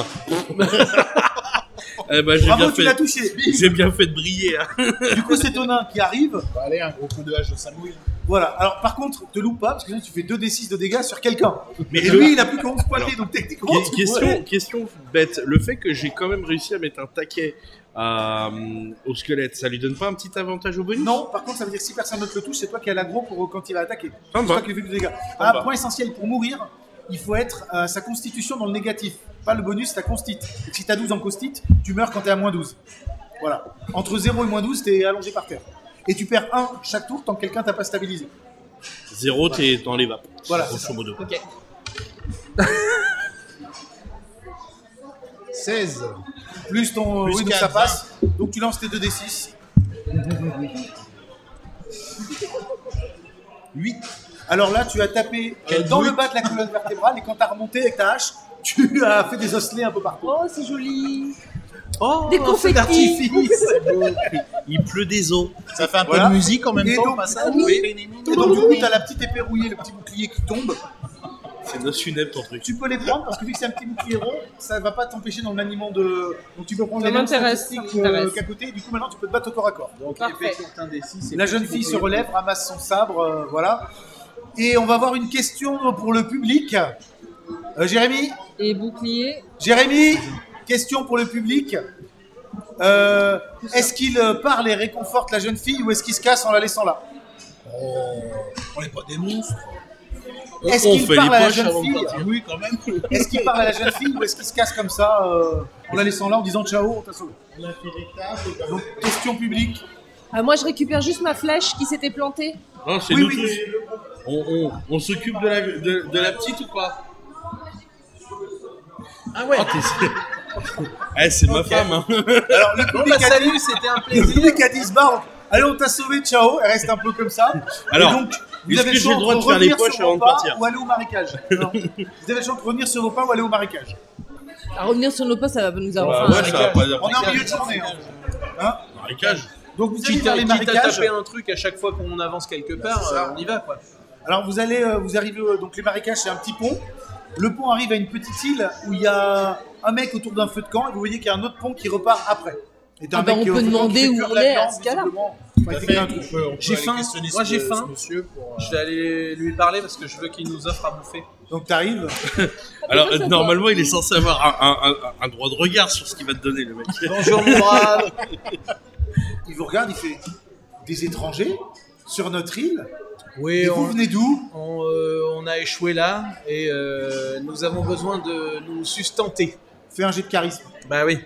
[SPEAKER 3] Eh bah, j'ai
[SPEAKER 1] Bravo,
[SPEAKER 3] bien
[SPEAKER 1] tu l'as
[SPEAKER 3] fait.
[SPEAKER 1] touché.
[SPEAKER 3] J'ai bien fait de briller. Hein.
[SPEAKER 1] Du coup, c'est ton nain qui arrive.
[SPEAKER 5] Bah, allez, un gros coup de hache de Samouille.
[SPEAKER 1] Voilà. Alors, par contre, te loupe pas, parce que sinon tu fais 2d6 de dégâts sur quelqu'un.
[SPEAKER 3] Mais
[SPEAKER 1] Et lui, il a plus que 11 points de vie, donc techniquement. tu
[SPEAKER 3] question,
[SPEAKER 1] pourrais-
[SPEAKER 3] question bête. Le fait que j'ai quand même réussi à mettre un taquet au squelette, ça lui donne pas un petit avantage au bonus?
[SPEAKER 1] Non, par contre, ça veut dire que si personne ne te le touche, c'est toi qui as l'aggro pour quand il va attaquer.
[SPEAKER 3] Ça me
[SPEAKER 1] C'est toi
[SPEAKER 3] va.
[SPEAKER 1] qui lui fais du dégât.
[SPEAKER 3] Ça me va.
[SPEAKER 1] Point essentiel pour mourir, il faut être sa constitution dans le négatif. Pas le bonus, ta constite. Donc, si t'as 12 en constite, tu meurs quand t'es à moins 12. Voilà. Entre 0 et moins 12, t'es allongé par terre. Et tu perds 1 chaque tour tant que quelqu'un t'a pas stabilisé.
[SPEAKER 3] 0, t'es dans les vapes.
[SPEAKER 1] Voilà, c'est
[SPEAKER 3] Grosso
[SPEAKER 1] ça.
[SPEAKER 3] modo.
[SPEAKER 4] Ok.
[SPEAKER 5] 16.
[SPEAKER 1] Plus ton.
[SPEAKER 5] Plus
[SPEAKER 1] oui, donc
[SPEAKER 5] 4,
[SPEAKER 1] ça passe. Donc tu lances tes 2d6. 8. Alors là, tu as tapé dans le bas de la colonne vertébrale et quand tu as remonté avec ta hache, tu as fait des osselets un peu partout.
[SPEAKER 4] Oh, c'est joli.
[SPEAKER 2] Oh,
[SPEAKER 4] Des
[SPEAKER 2] un feu
[SPEAKER 4] confettis.
[SPEAKER 2] d'artifice.
[SPEAKER 3] Il pleut des os.
[SPEAKER 5] Ça fait un
[SPEAKER 1] Voilà.
[SPEAKER 5] peu de musique en même
[SPEAKER 1] Et
[SPEAKER 5] temps,
[SPEAKER 1] donc-
[SPEAKER 5] pas ça
[SPEAKER 1] Et donc du coup, tu as la petite épée rouillée, le petit bouclier qui tombe.
[SPEAKER 3] C'est nos funèbres ton truc.
[SPEAKER 1] Tu peux les prendre parce que vu que c'est un petit bouclier rond, ça va pas t'empêcher dans le maniement de. Donc tu peux prendre
[SPEAKER 4] Ça
[SPEAKER 1] les mêmes
[SPEAKER 4] m'intéresse,
[SPEAKER 1] statistiques
[SPEAKER 4] ça m'intéresse.
[SPEAKER 1] qu'à côté. Du coup, maintenant, tu peux te battre au corps à corps.
[SPEAKER 2] Donc,
[SPEAKER 4] Parfait.
[SPEAKER 2] épée courte, un des 6.
[SPEAKER 1] La jeune fille se relève, ramasse son sabre, voilà. Et on va avoir une question pour le public. Jérémy,
[SPEAKER 4] Et bouclier.
[SPEAKER 1] Jérémy, question pour le public. Est-ce qu'il parle et réconforte la jeune fille ou est-ce qu'il se casse en la laissant là?
[SPEAKER 5] On n'est pas des monstres.
[SPEAKER 1] Est-ce
[SPEAKER 3] On
[SPEAKER 1] qu'il
[SPEAKER 3] fait les
[SPEAKER 1] parle à la
[SPEAKER 3] poches
[SPEAKER 1] jeune
[SPEAKER 3] avant de
[SPEAKER 1] fille
[SPEAKER 3] partir.
[SPEAKER 5] Oui, quand même.
[SPEAKER 1] Est-ce qu'il parle à la jeune fille ou est-ce qu'il se casse comme ça en la laissant là en disant ciao, on t'a sauvé? Donc, question publique.
[SPEAKER 4] Moi, je récupère juste ma flèche qui s'était plantée.
[SPEAKER 3] Non, c'est
[SPEAKER 1] Oui,
[SPEAKER 3] nous
[SPEAKER 1] oui.
[SPEAKER 3] tous. On s'occupe de la petite ou pas?
[SPEAKER 2] Ah ouais.
[SPEAKER 3] C'est ma femme. Hein.
[SPEAKER 1] Alors, le
[SPEAKER 2] Bon,
[SPEAKER 1] public,
[SPEAKER 2] bah,
[SPEAKER 1] a
[SPEAKER 2] salut,
[SPEAKER 1] dit,
[SPEAKER 2] c'était un
[SPEAKER 1] le
[SPEAKER 2] plaisir.
[SPEAKER 1] public a dit se barre. Allez, on t'a sauvé, ciao. Elle reste un peu comme ça.
[SPEAKER 3] Alors,
[SPEAKER 1] Et donc, vous
[SPEAKER 3] est-ce
[SPEAKER 1] avez
[SPEAKER 3] que
[SPEAKER 1] le
[SPEAKER 3] j'ai
[SPEAKER 1] choix
[SPEAKER 3] le droit de
[SPEAKER 1] entre
[SPEAKER 3] faire les
[SPEAKER 1] revenir
[SPEAKER 3] poches
[SPEAKER 1] sur vos
[SPEAKER 3] avant de
[SPEAKER 1] pas
[SPEAKER 3] partir?
[SPEAKER 1] ou aller au marécage. Non. Vous avez le choix de revenir sur vos pas ou aller au marécage.
[SPEAKER 4] À revenir sur nos pas, ça va nous avoir.
[SPEAKER 3] Ouais, ça va pas dire.
[SPEAKER 1] On est en milieu de journée. Hein.
[SPEAKER 3] Marécage.
[SPEAKER 1] Donc, vous allez
[SPEAKER 2] Quitte
[SPEAKER 1] vers
[SPEAKER 2] à
[SPEAKER 1] les
[SPEAKER 2] quitte à
[SPEAKER 1] marécages.
[SPEAKER 2] taper un truc à chaque fois qu'on avance quelque part,
[SPEAKER 1] c'est ça.
[SPEAKER 2] on y va quoi.
[SPEAKER 1] Alors vous allez, vous arrivez, donc les marécages c'est un petit pont. Le pont arrive à une petite île où il y a un mec autour d'un feu de camp et vous voyez qu'il y a un autre pont qui repart après. Et t'as un
[SPEAKER 4] Ah bah,
[SPEAKER 1] mec
[SPEAKER 4] on
[SPEAKER 1] qui est au
[SPEAKER 4] peut
[SPEAKER 1] feu de camp qui
[SPEAKER 4] demander
[SPEAKER 1] fait
[SPEAKER 4] où
[SPEAKER 1] cuire
[SPEAKER 4] on
[SPEAKER 1] la
[SPEAKER 4] est à
[SPEAKER 1] viande,
[SPEAKER 4] ce cas-là.
[SPEAKER 1] visiblement.
[SPEAKER 5] Tout à
[SPEAKER 1] Ouais,
[SPEAKER 5] fait.
[SPEAKER 1] c'est un truc.
[SPEAKER 5] On peut
[SPEAKER 2] J'ai
[SPEAKER 5] aller
[SPEAKER 2] faim.
[SPEAKER 5] questionner
[SPEAKER 2] Moi, j'ai
[SPEAKER 5] ce
[SPEAKER 2] faim.
[SPEAKER 5] monsieur pour,
[SPEAKER 2] Je vais aller lui parler parce que je veux qu'il nous offre à bouffer.
[SPEAKER 1] Donc t'arrives.
[SPEAKER 3] Alors,
[SPEAKER 4] ça,
[SPEAKER 3] normalement, il est censé avoir un droit de regard sur ce qu'il va te donner, le mec.
[SPEAKER 2] Bonjour mon brave.
[SPEAKER 1] Il vous regarde, il fait des étrangers sur notre île.
[SPEAKER 2] Oui,
[SPEAKER 1] Et vous venez d'où?
[SPEAKER 2] on a échoué là et nous avons besoin de nous sustenter.
[SPEAKER 1] Fais un jet de charisme.
[SPEAKER 2] Bah oui.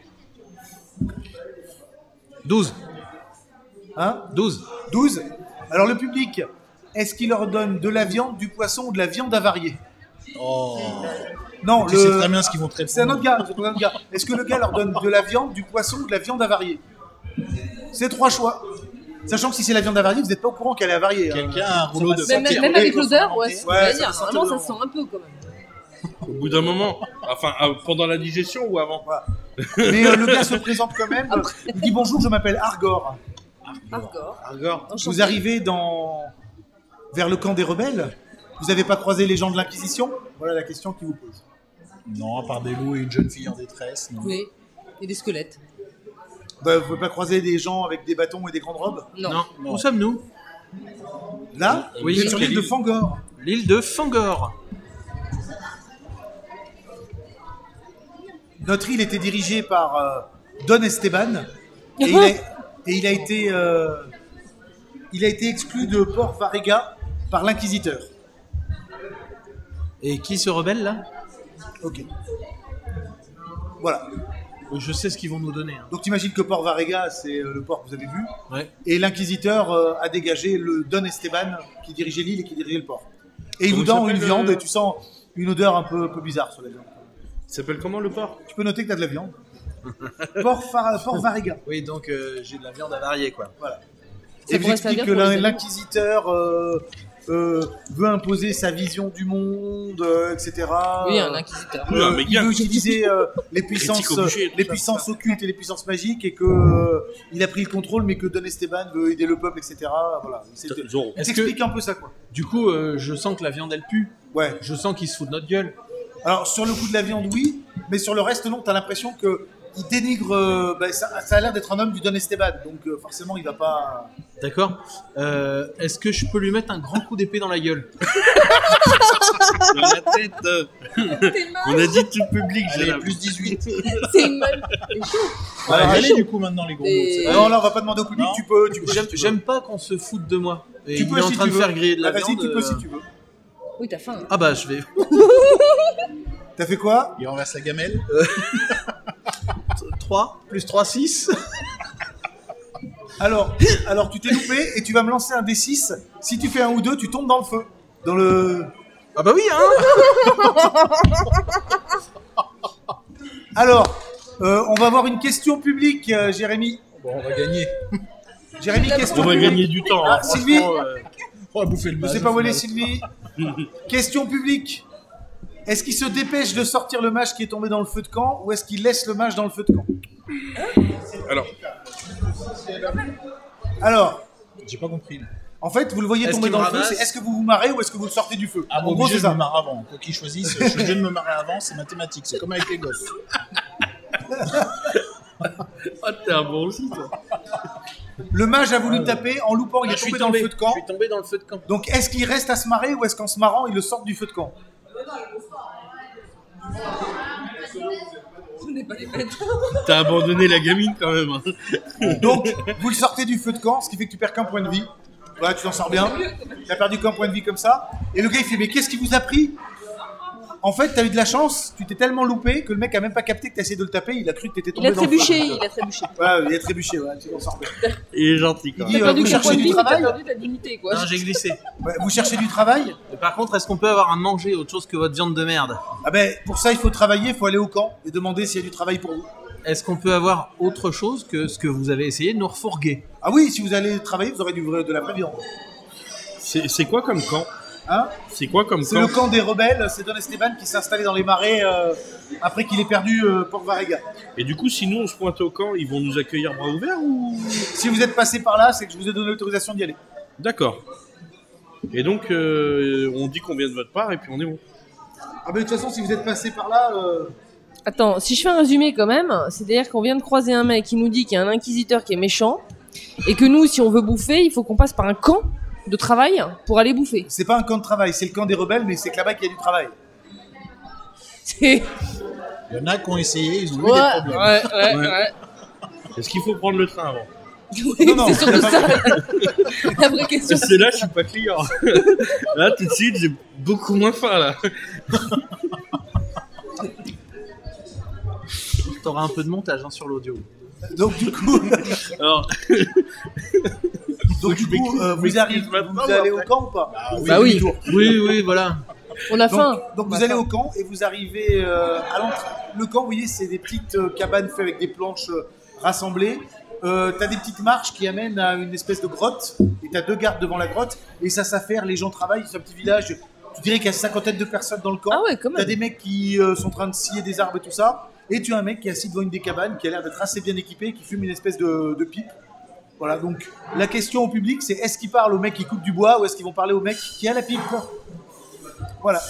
[SPEAKER 2] 12.
[SPEAKER 1] Hein?
[SPEAKER 2] 12.
[SPEAKER 1] 12. Alors le public, est-ce qu'il leur donne de la viande, du poisson ou de la viande avariée?
[SPEAKER 5] Oh.
[SPEAKER 1] Non,
[SPEAKER 5] Tu sais très bien ce qu'ils vont te
[SPEAKER 1] c'est un
[SPEAKER 5] répondre.
[SPEAKER 1] autre gars. C'est un autre gars. Est-ce que le gars leur donne de la viande, du poisson ou de la viande avariée? C'est 3 choix. Sachant que si c'est la viande avariée, vous n'êtes pas au courant qu'elle est avariée. Hein.
[SPEAKER 5] Quelqu'un a un rouleau de
[SPEAKER 4] Même,
[SPEAKER 5] papier.
[SPEAKER 4] même avec l'odeur, ouais, c'est ce que
[SPEAKER 1] Ouais,
[SPEAKER 4] j'allais
[SPEAKER 1] ça
[SPEAKER 4] dire.
[SPEAKER 1] sent
[SPEAKER 4] Normalement,
[SPEAKER 1] le-
[SPEAKER 4] ça sent un peu quand même.
[SPEAKER 3] Au bout d'un moment. Enfin, pendant la digestion ou avant?
[SPEAKER 1] Mais le gars se présente quand même. Il dit bonjour, je m'appelle Argor.
[SPEAKER 4] Hardcore.
[SPEAKER 1] Argor.
[SPEAKER 4] Enchanté.
[SPEAKER 1] Vous arrivez vers le camp des rebelles. Vous n'avez pas croisé les gens de l'Inquisition? Voilà la question qu'il vous pose.
[SPEAKER 5] Non, à part des loups et une jeune fille en détresse. Non.
[SPEAKER 4] Oui. Et des squelettes.
[SPEAKER 1] Bah, vous ne pouvez pas croiser des gens avec des bâtons et des grandes robes?
[SPEAKER 4] Non.
[SPEAKER 2] Où sommes-nous?
[SPEAKER 1] Là,
[SPEAKER 2] Oui,
[SPEAKER 1] vous êtes sur l'île de
[SPEAKER 2] l'île.
[SPEAKER 1] Fangor.
[SPEAKER 2] L'île de Fangor.
[SPEAKER 1] Notre île était dirigée par Don Esteban et il a été exclu de Port Varega par l'inquisiteur.
[SPEAKER 2] Et qui se rebelle là?
[SPEAKER 1] Ok. Voilà.
[SPEAKER 2] Je sais ce qu'ils vont nous donner. Hein.
[SPEAKER 1] Donc t'imagines que Port Varega, c'est le port que vous avez vu,
[SPEAKER 2] Ouais.
[SPEAKER 1] et l'inquisiteur a dégagé le Don Esteban qui dirigeait l'île et qui dirigeait le port. Et il
[SPEAKER 3] Comment
[SPEAKER 1] vous donne
[SPEAKER 3] s'appelle
[SPEAKER 1] une viande et tu sens une odeur un peu bizarre sur la viande.
[SPEAKER 3] Il s'appelle comment le porc?
[SPEAKER 1] Tu peux noter que t'as de la viande. Port Varega.
[SPEAKER 2] Oui, donc j'ai de la viande avariée quoi.
[SPEAKER 1] Voilà.
[SPEAKER 4] Ça
[SPEAKER 1] Et vous
[SPEAKER 4] pourrait
[SPEAKER 1] explique
[SPEAKER 4] servir
[SPEAKER 1] que
[SPEAKER 4] pour les animaux.
[SPEAKER 1] l'inquisiteur veut imposer sa vision du monde, etc.
[SPEAKER 4] Oui, un inquisiteur.
[SPEAKER 3] Oui, un méga.
[SPEAKER 1] Il veut utiliser les puissances,
[SPEAKER 3] Critique obligée,
[SPEAKER 1] les
[SPEAKER 3] tout ça.
[SPEAKER 1] puissances occultes et les puissances magiques et que il a pris le contrôle, mais que Don Esteban veut aider le peuple, etc. Voilà.
[SPEAKER 3] Zoro.
[SPEAKER 1] Il
[SPEAKER 2] Est-ce
[SPEAKER 1] t'explique un peu ça, quoi.
[SPEAKER 2] Du coup, je sens que la viande elle pue.
[SPEAKER 1] Ouais.
[SPEAKER 2] Je sens qu'ils se foutent de notre gueule.
[SPEAKER 1] Alors sur le coup de la viande, oui, mais sur le reste, non. T'as l'impression que il dénigre. Ça a l'air d'être un homme du Don Esteban, donc forcément, il va pas.
[SPEAKER 2] D'accord. Est-ce que je peux lui mettre un grand coup d'épée dans la gueule?
[SPEAKER 3] Dans la tête. On a dit tout public, j'ai
[SPEAKER 5] Allez,
[SPEAKER 3] la
[SPEAKER 5] plus 18.
[SPEAKER 4] C'est une meule. C'est chaud.
[SPEAKER 5] Alors,
[SPEAKER 1] Alors,
[SPEAKER 5] allez
[SPEAKER 4] chaud.
[SPEAKER 5] du coup maintenant les gros mots.
[SPEAKER 4] Et-
[SPEAKER 5] c'est
[SPEAKER 1] Non, là, on va pas demander au public.
[SPEAKER 5] Non.
[SPEAKER 1] Tu peux.
[SPEAKER 2] J'aime pas qu'on se foute de moi. Et
[SPEAKER 1] Tu
[SPEAKER 2] il
[SPEAKER 1] peux
[SPEAKER 2] est en
[SPEAKER 1] si
[SPEAKER 2] train
[SPEAKER 1] tu
[SPEAKER 2] de
[SPEAKER 1] veux.
[SPEAKER 2] faire griller de la
[SPEAKER 1] Ah, vas-y,
[SPEAKER 2] viande.
[SPEAKER 1] tu peux si tu veux.
[SPEAKER 4] Oui, t'as faim.
[SPEAKER 2] Ah bah je vais.
[SPEAKER 1] T'as fait quoi?
[SPEAKER 5] Il renverse la gamelle.
[SPEAKER 2] 3 plus 3, 6.
[SPEAKER 1] Alors, tu t'es loupé et tu vas me lancer un D6. Si tu fais un ou deux, tu tombes dans le feu. Dans le.
[SPEAKER 2] Ah bah oui hein.
[SPEAKER 1] Alors, on va avoir une question publique, Jérémy.
[SPEAKER 5] Bon, on va gagner.
[SPEAKER 1] Jérémy, question
[SPEAKER 3] On va
[SPEAKER 1] publique.
[SPEAKER 3] gagner du temps. Hein.
[SPEAKER 1] Ah, Sylvie,
[SPEAKER 5] On va bouffer le
[SPEAKER 1] je
[SPEAKER 5] mage.
[SPEAKER 1] sais pas où elle est, Sylvie. Question publique. Est-ce qu'il se dépêche de sortir le mage qui est tombé dans le feu de camp ou est-ce qu'il laisse le mage dans le feu de camp? Alors,
[SPEAKER 5] J'ai pas compris.
[SPEAKER 1] en fait, vous le voyez
[SPEAKER 2] Est-ce
[SPEAKER 1] tomber
[SPEAKER 2] qu'il
[SPEAKER 1] dans
[SPEAKER 2] me
[SPEAKER 1] le feu,
[SPEAKER 2] ramasse
[SPEAKER 1] c'est est-ce que vous vous marrez ou est-ce que vous le sortez du feu?
[SPEAKER 5] Ah,
[SPEAKER 1] En
[SPEAKER 5] bon,
[SPEAKER 1] gros,
[SPEAKER 5] obligé
[SPEAKER 1] c'est
[SPEAKER 5] de me
[SPEAKER 1] ça.
[SPEAKER 5] marrer avant. Quoi qu'il choisisse, je suis obligé de me marrer avant, c'est mathématique. C'est comme avec les gosses.
[SPEAKER 3] Ah, t'es un bon aussi, toi.
[SPEAKER 1] Le mage a voulu taper, en loupant, il
[SPEAKER 2] Ah,
[SPEAKER 1] est
[SPEAKER 2] je suis
[SPEAKER 1] tombé dans le
[SPEAKER 2] tombé.
[SPEAKER 1] feu de camp.
[SPEAKER 2] Je suis tombé dans le feu de camp.
[SPEAKER 1] Donc, est-ce qu'il reste à se marrer ou est-ce qu'en se marrant, il le sort du feu de camp?
[SPEAKER 4] Ce n'est pas les bêtes.
[SPEAKER 3] T'as abandonné la gamine quand même. Hein.
[SPEAKER 1] Donc, vous le sortez du feu de camp, ce qui fait que tu perds qu'un point de vie. Ouais, tu t'en sors bien. T'as perdu qu'un point de vie comme ça. Et le gars, il fait, mais qu'est-ce qui vous a pris? En fait, t'as eu de la chance, tu t'es tellement loupé que le mec a même pas capté que t'as essayé de le taper, il a cru que t'étais tombé
[SPEAKER 4] Il a
[SPEAKER 1] dans le
[SPEAKER 4] trébuché,
[SPEAKER 1] feu.
[SPEAKER 4] il a trébuché.
[SPEAKER 1] Ouais, il a trébuché, ouais, tu t'en sors bien.
[SPEAKER 3] Il est gentil, quoi.
[SPEAKER 1] Il dit,
[SPEAKER 4] T'as perdu
[SPEAKER 1] vous
[SPEAKER 4] qu'un
[SPEAKER 1] cherchez
[SPEAKER 4] point de
[SPEAKER 1] du
[SPEAKER 4] vie, mais t'as
[SPEAKER 1] travail
[SPEAKER 4] perdu ta dignité, quoi.
[SPEAKER 2] Non, j'ai glissé.
[SPEAKER 1] Ouais, vous cherchez du travail?
[SPEAKER 2] Et par contre, est-ce qu'on peut avoir à manger autre chose que votre viande de merde?
[SPEAKER 1] Ah ben, pour ça, il faut travailler, il faut aller au camp et demander s'il y a du travail pour vous.
[SPEAKER 2] Est-ce qu'on peut avoir autre chose que ce que vous avez essayé de nous refourguer?
[SPEAKER 1] Ah oui, si vous allez travailler, vous aurez de la vraie viande.
[SPEAKER 3] C'est quoi comme camp?
[SPEAKER 1] Hein?
[SPEAKER 3] C'est quoi comme
[SPEAKER 1] C'est
[SPEAKER 3] camp?
[SPEAKER 1] le camp des rebelles, c'est Don Esteban qui s'est installé dans les marais après qu'il ait perdu Port Varega.
[SPEAKER 3] Et du coup, si nous on se pointe au camp, ils vont nous accueillir bras ouverts ou?
[SPEAKER 1] Si vous êtes passé par là, c'est que je vous ai donné l'autorisation d'y aller.
[SPEAKER 3] D'accord. Et donc, on dit qu'on vient de votre part et puis on est bon.
[SPEAKER 1] Ah ben de toute façon, si vous êtes passé par là...
[SPEAKER 4] Attends, si je fais un résumé quand même, c'est-à-dire qu'on vient de croiser un mec qui nous dit qu'il y a un inquisiteur qui est méchant, et que nous, si on veut bouffer, il faut qu'on passe par un camp de travail pour aller bouffer.
[SPEAKER 1] C'est pas un camp de travail, c'est le camp des rebelles, mais c'est que là-bas qu'il y a du travail.
[SPEAKER 4] C'est...
[SPEAKER 5] Il y en a qui ont essayé, ils ont eu
[SPEAKER 4] Ouais,
[SPEAKER 5] des problèmes.
[SPEAKER 4] ouais.
[SPEAKER 3] Est-ce qu'il faut prendre le train avant?
[SPEAKER 1] Non, non,
[SPEAKER 4] c'est surtout ça. La vraie question.
[SPEAKER 3] C'est là, je suis pas client. Là, tout de suite, j'ai beaucoup moins faim là.
[SPEAKER 2] T'auras un peu de montage sur l'audio.
[SPEAKER 1] Donc du coup,
[SPEAKER 3] Alors,
[SPEAKER 1] vous arrivez, vous allez au camp ou pas?
[SPEAKER 4] Bah oui.
[SPEAKER 2] Oui, voilà.
[SPEAKER 4] On a faim.
[SPEAKER 1] Donc vous allez au camp et vous arrivez à l'entrée. Le camp, vous voyez, c'est des petites cabanes faites avec des planches rassemblées. T'as des petites marches qui amènent à une espèce de grotte et t'as 2 gardes devant la grotte et ça s'affaire, les gens travaillent, c'est un petit village. Tu dirais qu'il y a 50 de personnes dans le camp.
[SPEAKER 4] Ah ouais, quand même.
[SPEAKER 1] T'as des mecs qui sont en train de scier des arbres et tout ça. Et tu as un mec qui est assis devant une des cabanes qui a l'air d'être assez bien équipé, qui fume une espèce de pipe. Voilà, donc la question au public, c'est est-ce qu'ils parlent au mec qui coupe du bois ou est-ce qu'ils vont parler au mec qui a la pipe? Voilà.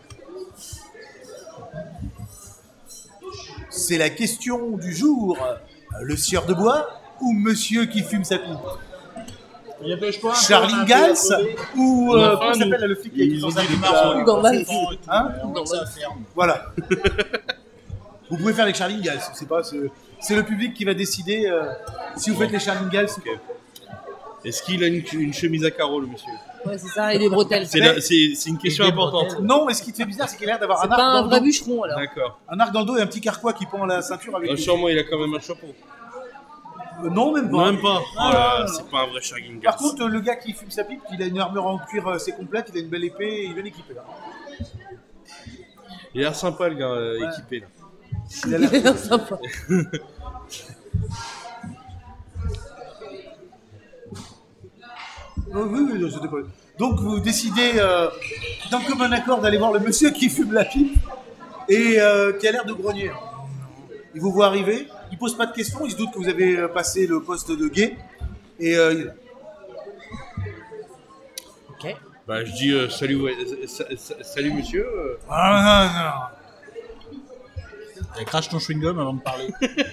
[SPEAKER 1] C'est la question du jour. Le sieur de bois ou monsieur qui fume sa pipe?
[SPEAKER 5] Il y avait, je crois,
[SPEAKER 1] Charlie Gals ou
[SPEAKER 3] On a faim,
[SPEAKER 1] comment s'appelle
[SPEAKER 3] nous.
[SPEAKER 1] là, le flic qui
[SPEAKER 5] Ils ont
[SPEAKER 1] dans sa
[SPEAKER 5] dit
[SPEAKER 1] pipe,
[SPEAKER 5] des
[SPEAKER 1] là
[SPEAKER 5] marches,
[SPEAKER 4] Gandalf.
[SPEAKER 1] Hein?
[SPEAKER 5] on voit que ça ferme.
[SPEAKER 1] Voilà. Vous pouvez faire les Charlie Gals, c'est le public qui va décider si vous faites les Charlie Gals ou pas.
[SPEAKER 3] est-ce qu'il a une chemise à carreaux, le monsieur?
[SPEAKER 4] Ouais, c'est ça, et des bretelles.
[SPEAKER 3] C'est une question importante.
[SPEAKER 1] Non, mais ce qui te fait bizarre, c'est qu'il a l'air d'avoir
[SPEAKER 4] C'est
[SPEAKER 1] un arc
[SPEAKER 4] pas
[SPEAKER 1] dans
[SPEAKER 4] un
[SPEAKER 1] le
[SPEAKER 4] vrai
[SPEAKER 1] dos.
[SPEAKER 4] bûcheron, alors.
[SPEAKER 3] D'accord.
[SPEAKER 1] Un arc dans le dos et un petit carquois qui pend à la ceinture avec des-
[SPEAKER 3] Sûrement, il a quand même un chapeau.
[SPEAKER 1] Non, même pas.
[SPEAKER 3] Non, même pas.
[SPEAKER 1] Non,
[SPEAKER 3] Oh là là,
[SPEAKER 1] non, non.
[SPEAKER 3] c'est pas un vrai Sharingan.
[SPEAKER 1] Par contre, le gars qui fume sa pipe, il a une armure en cuir assez complète, il a une belle épée, il est bien équipé là.
[SPEAKER 3] Il a l'air sympa, le gars équipé là.
[SPEAKER 1] Il a l'air-
[SPEAKER 4] Sympa.
[SPEAKER 1] Oui, c'était pas... Donc vous décidez d'un commun accord d'aller voir le monsieur qui fume la pipe et qui a l'air de grogner. Il vous voit arriver, il pose pas de questions, il se doute que vous avez passé le poste de guet et il est là.
[SPEAKER 3] Bah, je dis salut monsieur.
[SPEAKER 1] Ah,
[SPEAKER 5] Et crache ton chewing-gum avant de parler.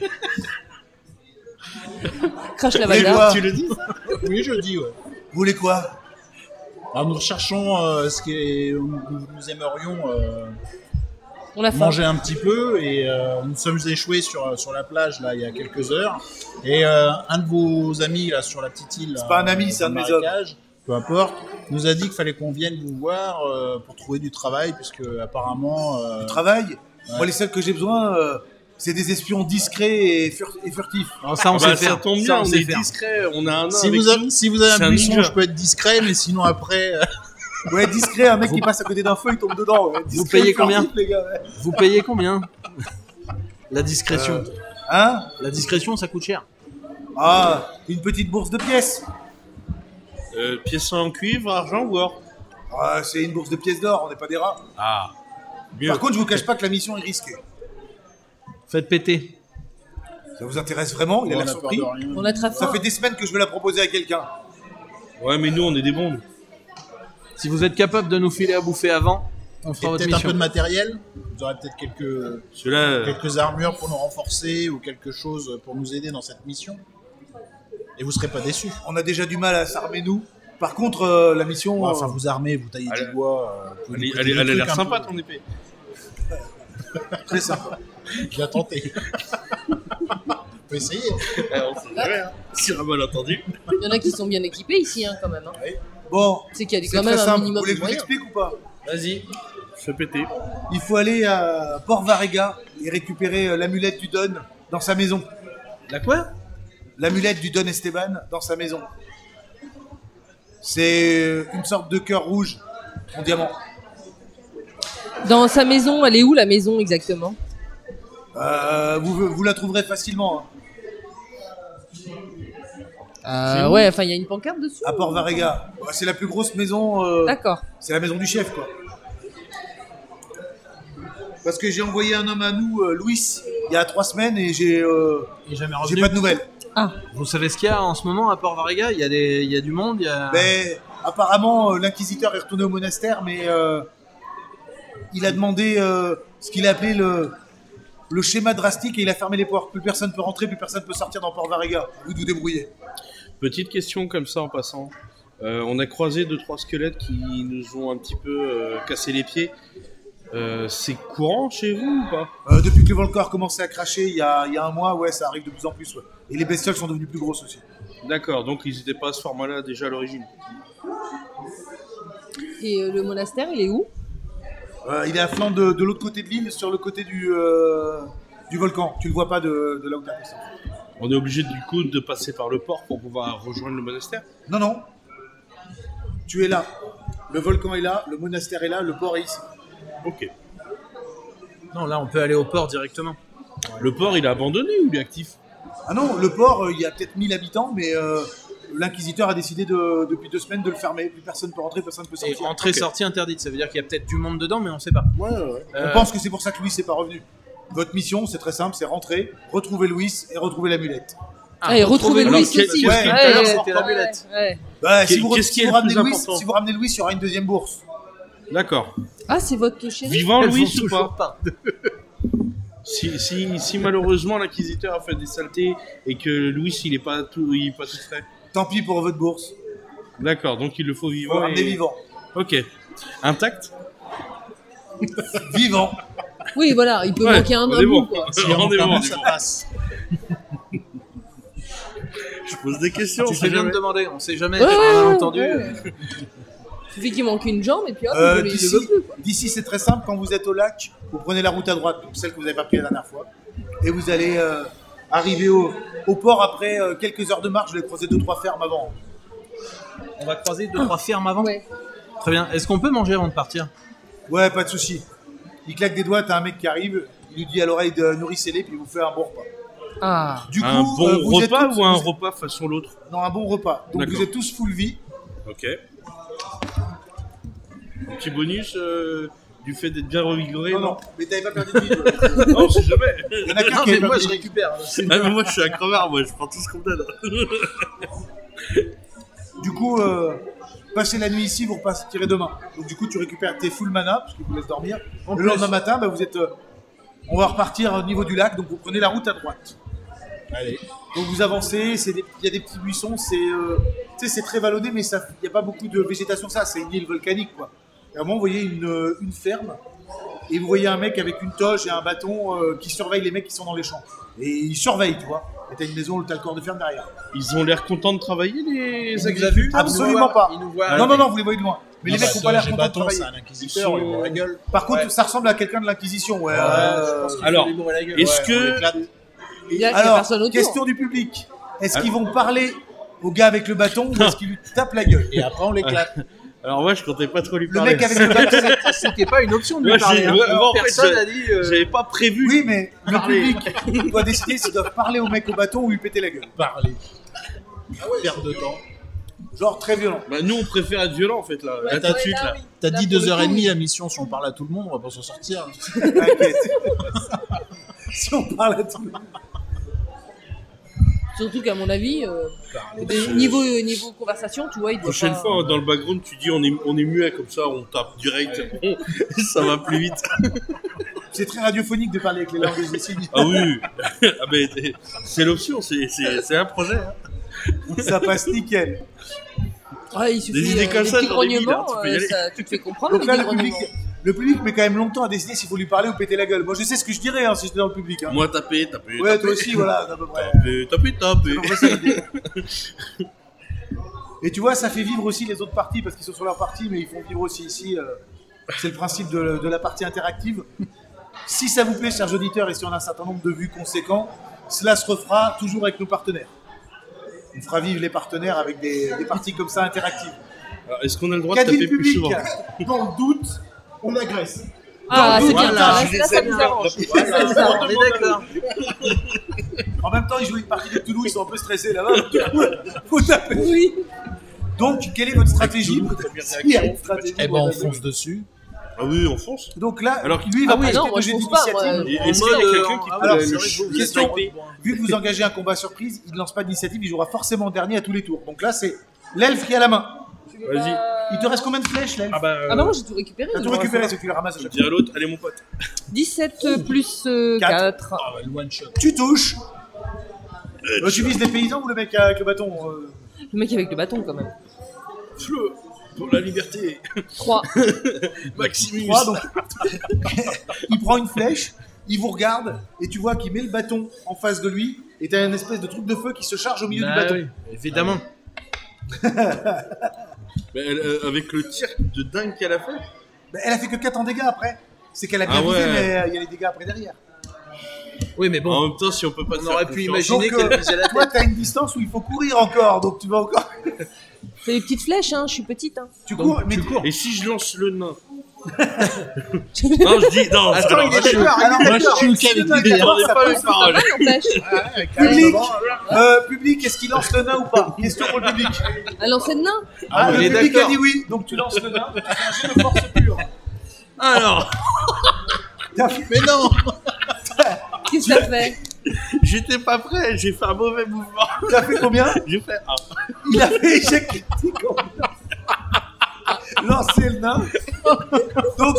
[SPEAKER 4] Crache la
[SPEAKER 1] Mais
[SPEAKER 4] valda.
[SPEAKER 1] quoi
[SPEAKER 3] Tu le dis ça?
[SPEAKER 5] Oui, je dis, ouais.
[SPEAKER 1] vous voulez quoi?
[SPEAKER 5] Alors, nous recherchons ce qui est, nous aimerions
[SPEAKER 4] On a faim.
[SPEAKER 5] manger un petit peu et nous sommes échoués sur la plage là il y a quelques heures et un de vos amis là sur la petite île.
[SPEAKER 1] C'est pas un ami, c'est un de mes hommes.
[SPEAKER 5] marécage, peu importe, nous a dit qu'il fallait qu'on vienne vous voir pour trouver du travail puisque apparemment
[SPEAKER 1] Travail. Moi, les seuls que j'ai besoin, c'est des espions discrets et furtifs.
[SPEAKER 2] Alors ça, on
[SPEAKER 3] Bah,
[SPEAKER 2] sait
[SPEAKER 3] ça
[SPEAKER 2] faire.
[SPEAKER 3] tombe
[SPEAKER 2] Ça,
[SPEAKER 3] bien,
[SPEAKER 2] on
[SPEAKER 3] on
[SPEAKER 2] sait
[SPEAKER 3] est
[SPEAKER 2] faire.
[SPEAKER 3] discret, on a un nain
[SPEAKER 5] si
[SPEAKER 3] avec
[SPEAKER 5] vous,
[SPEAKER 3] nous.
[SPEAKER 5] si vous avez
[SPEAKER 3] C'est
[SPEAKER 5] un
[SPEAKER 3] un
[SPEAKER 5] buisson,
[SPEAKER 3] ninja.
[SPEAKER 5] je peux être discret, mais sinon après,
[SPEAKER 1] Ouais, discret, un mec qui passe à côté d'un feu, il tombe dedans. Ouais. Discret,
[SPEAKER 2] payez
[SPEAKER 1] furtif,
[SPEAKER 2] combien
[SPEAKER 1] les gars, ouais.
[SPEAKER 2] Vous payez combien? La discrétion.
[SPEAKER 1] Hein?
[SPEAKER 2] La discrétion, ça coûte cher.
[SPEAKER 1] Ah, une petite bourse de pièces.
[SPEAKER 3] Pièces en cuivre, argent ou or?
[SPEAKER 1] Ah, c'est une bourse de pièces d'or, on n'est pas des rats.
[SPEAKER 3] Ah, mieux.
[SPEAKER 1] Par contre, je vous cache pas que la mission est risquée.
[SPEAKER 2] Faites péter.
[SPEAKER 1] Ça vous intéresse vraiment? Il a
[SPEAKER 5] on
[SPEAKER 1] l'air
[SPEAKER 5] a peur
[SPEAKER 1] surpris.
[SPEAKER 5] de rien.
[SPEAKER 4] On a très
[SPEAKER 1] Ça
[SPEAKER 4] faim.
[SPEAKER 1] fait des semaines que je veux la proposer à quelqu'un.
[SPEAKER 3] Ouais, mais nous, on est des bons. nous.
[SPEAKER 2] Si vous êtes capable de nous filer à bouffer avant, on
[SPEAKER 5] Et
[SPEAKER 2] fera votre
[SPEAKER 5] peut-être un peu
[SPEAKER 2] mission.
[SPEAKER 5] de matériel. Vous aurez peut-être
[SPEAKER 3] Ceux-là,
[SPEAKER 5] quelques armures pour nous renforcer ou quelque chose pour nous aider dans cette mission. Et vous serez pas déçus.
[SPEAKER 1] On a déjà du mal à s'armer, nous. Par contre, la mission...
[SPEAKER 5] Enfin, vous armez, vous taillez
[SPEAKER 3] allez.
[SPEAKER 5] du bois. vous pouvez nous prêter
[SPEAKER 3] elle
[SPEAKER 5] des
[SPEAKER 3] a l'air
[SPEAKER 5] trucs un
[SPEAKER 3] sympa
[SPEAKER 5] peu.
[SPEAKER 3] ton épée.
[SPEAKER 1] très sympa.
[SPEAKER 5] Bien tenté. peut essayer.
[SPEAKER 3] On sait jamais, hein. Sur un malentendu.
[SPEAKER 4] Il y en a qui sont bien équipés ici, hein, quand même. Hein.
[SPEAKER 1] Bon,
[SPEAKER 4] C'est qu'il y a
[SPEAKER 1] c'est
[SPEAKER 4] quand
[SPEAKER 1] très
[SPEAKER 4] même un
[SPEAKER 1] simple. Vous
[SPEAKER 4] minimum
[SPEAKER 1] voulez
[SPEAKER 4] de
[SPEAKER 1] que je vous
[SPEAKER 4] moyens.
[SPEAKER 1] explique ou pas?
[SPEAKER 2] Vas-y.
[SPEAKER 3] Fais péter.
[SPEAKER 1] Il faut aller à Port Varega et récupérer l'amulette du Don dans sa maison.
[SPEAKER 2] La quoi?
[SPEAKER 1] L'amulette du Don Esteban dans sa maison. C'est une sorte de cœur rouge en diamant.
[SPEAKER 4] Dans sa maison, elle est où la maison exactement?
[SPEAKER 1] Vous la trouverez facilement hein,
[SPEAKER 4] Ouais, enfin il y a une pancarte dessus.
[SPEAKER 1] à Port Varega. Bah, c'est la plus grosse maison.
[SPEAKER 4] D'accord.
[SPEAKER 1] C'est la maison du chef, quoi. Parce que j'ai envoyé un homme à nous, Louis, il y a 3 semaines et j'ai
[SPEAKER 5] jamais
[SPEAKER 1] j'ai
[SPEAKER 5] revenu.
[SPEAKER 1] pas de nouvelles.
[SPEAKER 2] Vous savez ce qu'il y a en ce moment à Port Varega? Il y a du monde, il y a...
[SPEAKER 1] Mais apparemment, l'inquisiteur est retourné au monastère, mais il a demandé ce qu'il a appelé le schéma drastique et il a fermé les portes. Plus personne peut rentrer, plus personne peut sortir dans Port Varega. À vous de vous débrouiller.
[SPEAKER 3] Petite question comme ça en passant. On a croisé 2-3 squelettes qui nous ont un petit peu cassé les pieds. C'est courant chez vous ou pas?
[SPEAKER 1] Depuis que le volcan a commencé à cracher il y a un mois, ouais, ça arrive de plus en plus. Ouais. Et les bestioles sont devenues plus grosses aussi.
[SPEAKER 3] D'accord, donc ils n'étaient pas à ce format-là déjà à l'origine.
[SPEAKER 4] Et le monastère, il est où?
[SPEAKER 1] Il est à flanc de l'autre côté de l'île, sur le côté du volcan. Tu le vois pas de là où tu as.
[SPEAKER 3] On est obligé du coup de passer par le port pour pouvoir rejoindre le monastère?
[SPEAKER 1] Non, non. Tu es là. Le volcan est là, le monastère est là, le port est ici.
[SPEAKER 3] Ok.
[SPEAKER 2] Non, là, on peut aller au port directement.
[SPEAKER 3] Le port il est abandonné ou il est actif?
[SPEAKER 1] Ah non, le port, il y a peut-être 1000 habitants, mais l'inquisiteur a décidé depuis 2 semaines de le fermer. Plus personne peut rentrer, personne peut
[SPEAKER 2] Et
[SPEAKER 1] sortir.
[SPEAKER 2] entrée-sortie interdite, ça veut dire qu'il y a peut-être du monde dedans, mais on sait pas.
[SPEAKER 3] Ouais, ouais.
[SPEAKER 1] On pense que c'est pour ça que Louis n'est pas revenu. Votre mission, c'est très simple, c'est rentrer, retrouver Louis et retrouver l'amulette.
[SPEAKER 4] Et retrouver
[SPEAKER 3] Alors,
[SPEAKER 4] Louis
[SPEAKER 3] qu'est-ce
[SPEAKER 4] aussi.
[SPEAKER 3] qui-
[SPEAKER 1] ouais,
[SPEAKER 2] tout à l'heure, c'était l'amulette.
[SPEAKER 4] Ouais.
[SPEAKER 1] Bah,
[SPEAKER 3] Qu'est-
[SPEAKER 1] si vous
[SPEAKER 3] qu'est-ce qui est le
[SPEAKER 1] ramenez
[SPEAKER 3] plus
[SPEAKER 1] Louis,
[SPEAKER 3] important
[SPEAKER 1] si vous ramenez Louis, il y aura une deuxième bourse.
[SPEAKER 3] D'accord.
[SPEAKER 4] Ah, c'est votre chéri?
[SPEAKER 3] Vivant
[SPEAKER 2] Elles
[SPEAKER 3] Louis
[SPEAKER 2] vont
[SPEAKER 3] ou
[SPEAKER 2] toujours
[SPEAKER 3] pas? Si malheureusement l'inquisiteur a fait des saletés et que Louis il est pas tout frais.
[SPEAKER 1] Tant pis pour votre bourse.
[SPEAKER 3] D'accord, donc il le faut
[SPEAKER 1] Vous
[SPEAKER 3] vivant.
[SPEAKER 1] le ramenez vivant.
[SPEAKER 3] Ok. Intact?
[SPEAKER 1] Vivant.
[SPEAKER 4] Oui, voilà, il peut
[SPEAKER 3] Ouais,
[SPEAKER 4] manquer un
[SPEAKER 3] on est
[SPEAKER 4] bout,
[SPEAKER 3] bon.
[SPEAKER 4] quoi.
[SPEAKER 5] Si
[SPEAKER 3] On
[SPEAKER 5] on
[SPEAKER 3] est
[SPEAKER 5] est
[SPEAKER 3] bon, on est
[SPEAKER 5] ça
[SPEAKER 3] bon.
[SPEAKER 5] passe.
[SPEAKER 3] Je pose des questions.
[SPEAKER 2] Tu
[SPEAKER 3] on
[SPEAKER 2] fais
[SPEAKER 3] sait
[SPEAKER 2] bien de
[SPEAKER 3] jamais.
[SPEAKER 2] demander, on sait jamais,
[SPEAKER 4] Ouais,
[SPEAKER 2] tu
[SPEAKER 4] ouais,
[SPEAKER 2] as
[SPEAKER 4] ouais,
[SPEAKER 2] entendu.
[SPEAKER 4] ouais. Il suffit qu'il manque une jambe et puis hop, il le
[SPEAKER 1] D'ici,
[SPEAKER 4] veut plus. Quoi.
[SPEAKER 1] d'ici, c'est très simple. Quand vous êtes au lac, vous prenez la route à droite, donc celle que vous n'avez pas prise la dernière fois, et vous allez arriver au port après quelques heures de marche. Je vais croiser 2-3 fermes avant.
[SPEAKER 2] On va croiser 2-3 fermes avant.
[SPEAKER 4] Ouais.
[SPEAKER 2] Très bien. Est-ce qu'on peut manger avant de partir?
[SPEAKER 1] Ouais, pas de souci. Il claque des doigts, t'as un mec qui arrive, il lui dit à l'oreille de nourrissez-les, puis il vous fait un bon repas.
[SPEAKER 4] Ah.
[SPEAKER 1] Du
[SPEAKER 3] Un
[SPEAKER 1] coup,
[SPEAKER 3] bon
[SPEAKER 1] vous êtes
[SPEAKER 3] repas
[SPEAKER 1] tous-
[SPEAKER 3] ou un
[SPEAKER 1] vous êtes-
[SPEAKER 3] repas façon l'autre?
[SPEAKER 1] Non, un bon repas. Donc
[SPEAKER 3] D'accord.
[SPEAKER 1] vous êtes tous full vie.
[SPEAKER 3] Ok. Un petit bonus du fait d'être bien revigoré?
[SPEAKER 1] Non, non, mais t'avais pas perdu de vie. toi.
[SPEAKER 3] Non, on sait jamais.
[SPEAKER 1] Il y en a qu'un
[SPEAKER 2] Non,
[SPEAKER 1] qui
[SPEAKER 2] mais
[SPEAKER 1] avait
[SPEAKER 2] moi
[SPEAKER 1] perdu
[SPEAKER 2] je
[SPEAKER 1] de vie.
[SPEAKER 2] récupère.
[SPEAKER 3] Ah, mais moi je suis un crevard, moi je prends tout ce qu'on me donne.
[SPEAKER 1] Du coup, passez la nuit ici, vous repartirez demain. Donc du coup, tu récupères tes full mana, parce qu'il vous laisse dormir. Le lendemain matin, bah, vous êtes, on va repartir au niveau du lac, donc vous prenez la route à droite.
[SPEAKER 5] Allez.
[SPEAKER 1] Donc vous avancez, il y a des petits buissons, tu sais, c'est très vallonné, mais il n'y a pas beaucoup de végétation, ça, c'est une île volcanique, quoi. Et à un moment, vous voyez une ferme, et vous voyez un mec avec une toge et un bâton qui surveille les mecs qui sont dans les champs. Et il surveille, tu vois. Et t'as une maison, t'as le corps de ferme derrière.
[SPEAKER 3] Ils ont l'air contents de travailler, les
[SPEAKER 2] nous a
[SPEAKER 3] exécutants?
[SPEAKER 2] vus
[SPEAKER 1] Absolument pas.
[SPEAKER 2] Il nous voit.
[SPEAKER 1] Non, non, non, vous les voyez de loin. Mais les
[SPEAKER 5] Non,
[SPEAKER 1] mecs n'ont pas l'air contents de
[SPEAKER 5] bâton,
[SPEAKER 1] travailler.
[SPEAKER 5] c'est un inquisiteur,
[SPEAKER 3] Ils
[SPEAKER 5] il
[SPEAKER 3] sont-
[SPEAKER 5] ouvre la gueule.
[SPEAKER 1] Par contre,
[SPEAKER 2] Ouais.
[SPEAKER 1] ça ressemble à quelqu'un de l'Inquisition, ouais.
[SPEAKER 2] Je pense qu'il
[SPEAKER 3] alors,
[SPEAKER 2] faut lui bourrer la gueule.
[SPEAKER 3] est-ce
[SPEAKER 5] Ouais,
[SPEAKER 3] que-
[SPEAKER 5] on l'éclate.
[SPEAKER 4] Il y a
[SPEAKER 1] Alors,
[SPEAKER 4] personne autour.
[SPEAKER 1] question du public. Est-ce qu'ils vont parler au gars avec le bâton ou est-ce qu'ils lui tapent la gueule?
[SPEAKER 5] Et après, on l'éclate.
[SPEAKER 3] Alors moi je comptais pas trop lui
[SPEAKER 1] Le
[SPEAKER 3] parler.
[SPEAKER 1] mec avec le bâton.
[SPEAKER 2] C'était pas une option de lui
[SPEAKER 3] Ouais,
[SPEAKER 2] parler.
[SPEAKER 3] j'ai-
[SPEAKER 2] hein.
[SPEAKER 3] ouais, en fait,
[SPEAKER 2] Personne a dit.
[SPEAKER 3] J'avais pas prévu.
[SPEAKER 1] Oui, mais le
[SPEAKER 3] Parler.
[SPEAKER 1] public doit décider s'ils doivent parler au mec au bâton ou lui péter la gueule.
[SPEAKER 5] Parler. Perte de temps.
[SPEAKER 1] Genre très violent.
[SPEAKER 3] Bah, nous on préfère être violent en fait là,
[SPEAKER 5] Ouais,
[SPEAKER 3] là tout de suite là.
[SPEAKER 5] T'as
[SPEAKER 4] Là,
[SPEAKER 5] dit
[SPEAKER 4] pour le
[SPEAKER 5] 2h30
[SPEAKER 4] coup,
[SPEAKER 5] la mission, si on parle à tout le monde, on va pas s'en sortir.
[SPEAKER 1] T'inquiète. Si on parle à tout le monde.
[SPEAKER 4] Surtout qu'à mon avis, niveau conversation, tu vois, il doit
[SPEAKER 3] Prochaine
[SPEAKER 4] pas...
[SPEAKER 3] fois dans le background tu dis on est muet comme ça, on tape direct, ça va plus vite.
[SPEAKER 1] C'est très radiophonique de parler avec les langues des signes.
[SPEAKER 3] Ah oui, ah, mais c'est l'option, c'est un projet. Hein.
[SPEAKER 1] Ça passe nickel.
[SPEAKER 4] Ouais, il suffit
[SPEAKER 3] Des idées comme
[SPEAKER 4] des
[SPEAKER 3] ça,
[SPEAKER 4] petits
[SPEAKER 3] j'en ai mille, hein,
[SPEAKER 4] grognements,
[SPEAKER 3] tu peux y aller.
[SPEAKER 4] ça, tu te fais comprendre
[SPEAKER 1] Donc
[SPEAKER 4] les
[SPEAKER 1] là,
[SPEAKER 4] petits grognements.
[SPEAKER 1] le Le public met quand même longtemps à décider s'il faut lui parler ou péter la gueule. Moi, je sais ce que je dirais si j'étais dans le public. Hein.
[SPEAKER 3] Moi, taper.
[SPEAKER 1] Ouais, toi aussi, voilà, à peu près.
[SPEAKER 3] Taper.
[SPEAKER 1] C'est à peu près ça, l'idée. Et tu vois, ça fait vivre aussi les autres parties parce qu'ils sont sur leur partie, mais ils font vivre aussi ici. C'est le principe de la partie interactive. Si ça vous plaît, chers auditeurs, et si on a un certain nombre de vues conséquents, cela se refera toujours avec nos partenaires. On fera vivre les partenaires avec des parties comme ça interactives.
[SPEAKER 3] Alors, est-ce qu'on a le droit
[SPEAKER 1] Qu'a
[SPEAKER 3] de
[SPEAKER 1] dit
[SPEAKER 3] taper
[SPEAKER 1] le
[SPEAKER 3] plus
[SPEAKER 1] public?
[SPEAKER 3] souvent?
[SPEAKER 1] Dans le doute, on agresse.
[SPEAKER 4] Ah, c'est bien.
[SPEAKER 5] voilà,
[SPEAKER 4] Là, ça nous arrange. Ça nous arrange.
[SPEAKER 2] On est d'accord.
[SPEAKER 1] En même temps, ils jouent une partie de Toulouse, ils sont un peu stressés là-bas. Du coup, faut taper.
[SPEAKER 4] Oui.
[SPEAKER 1] Donc, quelle est votre stratégie? Il y a une stratégie.
[SPEAKER 5] Eh ben, on fonce dessus.
[SPEAKER 3] Ah oui, on fonce.
[SPEAKER 1] Donc là,
[SPEAKER 3] Alors,
[SPEAKER 1] lui, il va
[SPEAKER 4] ah oui,
[SPEAKER 1] pas
[SPEAKER 4] non,
[SPEAKER 1] acheter
[SPEAKER 4] moi,
[SPEAKER 1] de
[SPEAKER 4] je
[SPEAKER 1] jeu
[SPEAKER 4] fonce pas,
[SPEAKER 1] d'initiative.
[SPEAKER 4] moi.
[SPEAKER 3] Et est-ce qu'il y a quelqu'un qui peut
[SPEAKER 1] alors,
[SPEAKER 3] le
[SPEAKER 1] question,
[SPEAKER 3] sniper?
[SPEAKER 1] vu que vous engagez un combat surprise, il ne lance pas d'initiative, il jouera forcément en dernier à tous les tours. Donc là, c'est l'elfe qui a la main.
[SPEAKER 3] Vas-y.
[SPEAKER 1] Il te reste combien de flèches, l'elfe?
[SPEAKER 2] Ah bah,
[SPEAKER 4] Ah bah moi j'ai tout récupéré.
[SPEAKER 1] T'as tout récupéré, c'est que tu les ramasses à
[SPEAKER 3] Je
[SPEAKER 1] chaque
[SPEAKER 3] dis à l'autre, allez mon pote.
[SPEAKER 4] 17 plus 4.
[SPEAKER 5] Ah, le one shot.
[SPEAKER 1] fois. Tu touches. Tu vises les paysans ou le mec avec le bâton
[SPEAKER 4] Le mec avec le bâton quand même.
[SPEAKER 3] Fleu pour la liberté.
[SPEAKER 4] 3.
[SPEAKER 3] Maximus.
[SPEAKER 1] 3, donc il prend une flèche, il vous regarde et tu vois qu'il met le bâton en face de lui et t'as une espèce de truc de feu qui se charge au milieu du bâton.
[SPEAKER 2] oui, évidemment.
[SPEAKER 3] Mais avec le tir de dingue qu'elle a fait.
[SPEAKER 1] Ben, elle a fait que 4 en dégâts après. C'est qu'elle a bien
[SPEAKER 3] Ah
[SPEAKER 1] visé,
[SPEAKER 3] ouais.
[SPEAKER 1] mais il y a les dégâts après derrière.
[SPEAKER 2] Oui, mais
[SPEAKER 3] En
[SPEAKER 2] bon,
[SPEAKER 3] même temps, si on peut pas te
[SPEAKER 2] on
[SPEAKER 3] faire
[SPEAKER 2] aurait pu
[SPEAKER 3] confiance.
[SPEAKER 2] imaginer
[SPEAKER 1] Donc,
[SPEAKER 2] qu'elle visait la
[SPEAKER 1] toi,
[SPEAKER 2] tête.
[SPEAKER 1] t'as une distance où il faut courir encore, donc tu vas encore.
[SPEAKER 4] C'est des petites flèches, hein, je suis petite. Hein.
[SPEAKER 1] Tu cours, mais
[SPEAKER 3] Et si je lance le nain? Non, je dis non.
[SPEAKER 2] Attends,
[SPEAKER 3] alors,
[SPEAKER 2] il est d'accord.
[SPEAKER 1] Alors,
[SPEAKER 5] Moi, je suis qui avec l'idée.
[SPEAKER 3] Attendez
[SPEAKER 1] ça
[SPEAKER 3] pas
[SPEAKER 1] peut-
[SPEAKER 3] mes paroles.
[SPEAKER 4] Ah, n'empêche.
[SPEAKER 1] Public, est-ce qu'il lance le nain ou pas? Question pour le public.
[SPEAKER 4] Un lancer de nain.
[SPEAKER 1] Ah,
[SPEAKER 2] il
[SPEAKER 1] le
[SPEAKER 2] est
[SPEAKER 1] public a
[SPEAKER 2] d'accord.
[SPEAKER 1] dit oui, donc tu lances le nain, tu fais un jeu de force pure.
[SPEAKER 3] Alors,
[SPEAKER 5] Mais non.
[SPEAKER 4] Qu'est-ce que ça fait?
[SPEAKER 3] j'étais pas prêt, j'ai fait un mauvais mouvement.
[SPEAKER 1] T'as fait combien?
[SPEAKER 3] J'ai fait un.
[SPEAKER 1] Il a fait échec critique. Lancer le nain. Donc,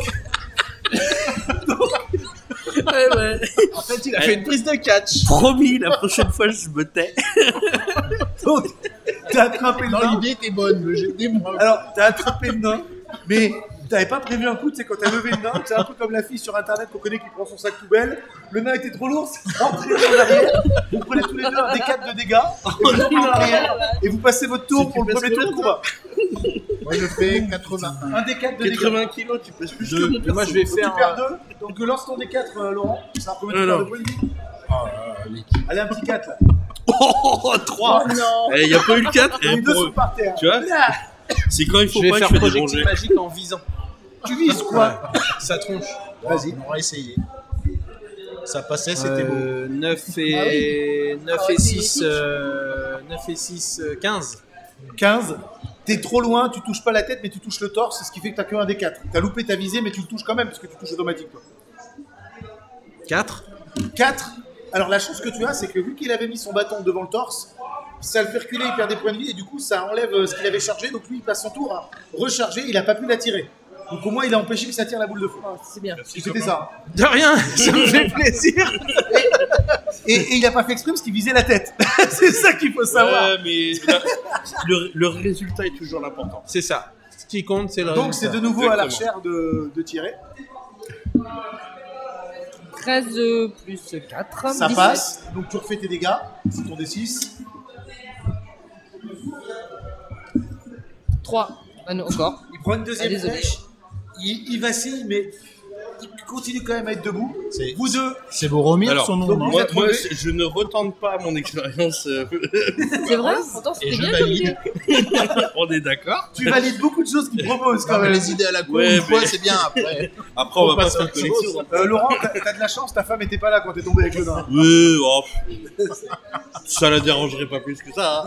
[SPEAKER 2] En fait, il a fait une prise de catch.
[SPEAKER 3] Promis, la prochaine fois, je me tais.
[SPEAKER 1] donc t'as attrapé le
[SPEAKER 5] Non,
[SPEAKER 1] nain.
[SPEAKER 5] l'idée était bonne. Le jet des moi.
[SPEAKER 1] Alors, t'as attrapé le nain, mais t'avais pas prévu un coup, tu sais, quand t'as levé le nain, c'est un peu comme la fille sur internet qu'on connaît qui prend son sac poubelle. Le nain était trop lourd, c'est rentré en arrière. Vous prenez tous les deux un D4 de dégâts, et vous tournez en arrière, et vous passez votre tour pour le premier tour de combat.
[SPEAKER 5] Moi, je fais 81.
[SPEAKER 1] Un D4 de dégâts.
[SPEAKER 3] 80 kilos, tu pèses plus que mon
[SPEAKER 2] Et moi, je vais
[SPEAKER 1] Donc, tu
[SPEAKER 2] faire.
[SPEAKER 1] perds 2, donc lance ton D4, Laurent. Ça remet tu
[SPEAKER 3] Alors.
[SPEAKER 1] perds de points de vie.
[SPEAKER 5] L'équipe.
[SPEAKER 1] Allez, un petit 4 là.
[SPEAKER 3] Oh, 3. Il n'y a pas eu le 4.
[SPEAKER 1] Les deux sont par terre.
[SPEAKER 3] Tu vois, c'est quand il faut
[SPEAKER 2] Je vais
[SPEAKER 3] pas
[SPEAKER 2] faire
[SPEAKER 3] que je fais des
[SPEAKER 2] projectile
[SPEAKER 3] bons
[SPEAKER 2] magique en visant.
[SPEAKER 1] Tu vises quoi?
[SPEAKER 2] Ça tronche.
[SPEAKER 1] Vas-y.
[SPEAKER 5] On aura essayé. Ça passait, c'était beau.
[SPEAKER 2] 9 et 6, 15.
[SPEAKER 1] 15. T'es trop loin, tu touches pas la tête, mais tu touches le torse, ce qui fait que t'as que un D4. T'as loupé ta visée, mais tu le touches quand même, parce que tu touches automatique, toi.
[SPEAKER 2] 4.
[SPEAKER 1] 4. Alors la chance que tu as, c'est que vu qu'il avait mis son bâton devant le torse, ça le fait reculer, il perd des points de vie, et du coup ça enlève ce qu'il avait chargé, donc lui il passe son tour à recharger, il a pas pu la tirer. Donc au moins il a empêché que ça tire la boule de feu.
[SPEAKER 4] Oh, c'est bien.
[SPEAKER 1] C'était ça.
[SPEAKER 2] De rien, ça me fait plaisir.
[SPEAKER 1] Et il a pas fait exprès parce qu'il visait la tête. C'est ça qu'il faut savoir.
[SPEAKER 3] Ouais, mais le résultat est toujours l'important.
[SPEAKER 2] C'est ça. Ce qui compte, c'est le
[SPEAKER 1] Donc
[SPEAKER 2] résultat.
[SPEAKER 1] c'est de nouveau à
[SPEAKER 3] Exactement.
[SPEAKER 1] l'archère de tirer.
[SPEAKER 4] 13 plus 4.
[SPEAKER 1] Ça
[SPEAKER 4] 17.
[SPEAKER 1] passe, donc tu refais tes dégâts, c'est ton D6.
[SPEAKER 4] 3. Ah non, encore.
[SPEAKER 1] Il prend une deuxième
[SPEAKER 4] Ah, désolé.
[SPEAKER 1] flèche, il vacille, mais il continue quand même à être debout.
[SPEAKER 5] C'est-
[SPEAKER 1] Vous deux,
[SPEAKER 5] C'est Boromir,
[SPEAKER 3] Alors,
[SPEAKER 5] son nom,
[SPEAKER 1] donc,
[SPEAKER 5] non
[SPEAKER 3] Moi,
[SPEAKER 1] êtes relevés.
[SPEAKER 3] je ne retente pas mon expérience.
[SPEAKER 4] C'est vrai? Pourtant,
[SPEAKER 5] Et
[SPEAKER 4] c'était
[SPEAKER 5] je
[SPEAKER 4] bien comme
[SPEAKER 5] valide.
[SPEAKER 4] idée.
[SPEAKER 3] On est d'accord.
[SPEAKER 1] tu valides beaucoup de choses qu'il propose quand
[SPEAKER 5] Non, mais
[SPEAKER 1] même.
[SPEAKER 5] les idées à la con,
[SPEAKER 3] Ouais,
[SPEAKER 5] une fois,
[SPEAKER 3] mais-
[SPEAKER 5] c'est bien. Après,
[SPEAKER 3] Après, on va pas
[SPEAKER 5] passe à
[SPEAKER 3] faire
[SPEAKER 5] autre
[SPEAKER 3] collection.
[SPEAKER 5] chose.
[SPEAKER 1] Laurent, t'as de la chance, ta femme était pas là quand t'es tombé avec le nain.
[SPEAKER 3] Oui, oh, ça la dérangerait pas plus que ça.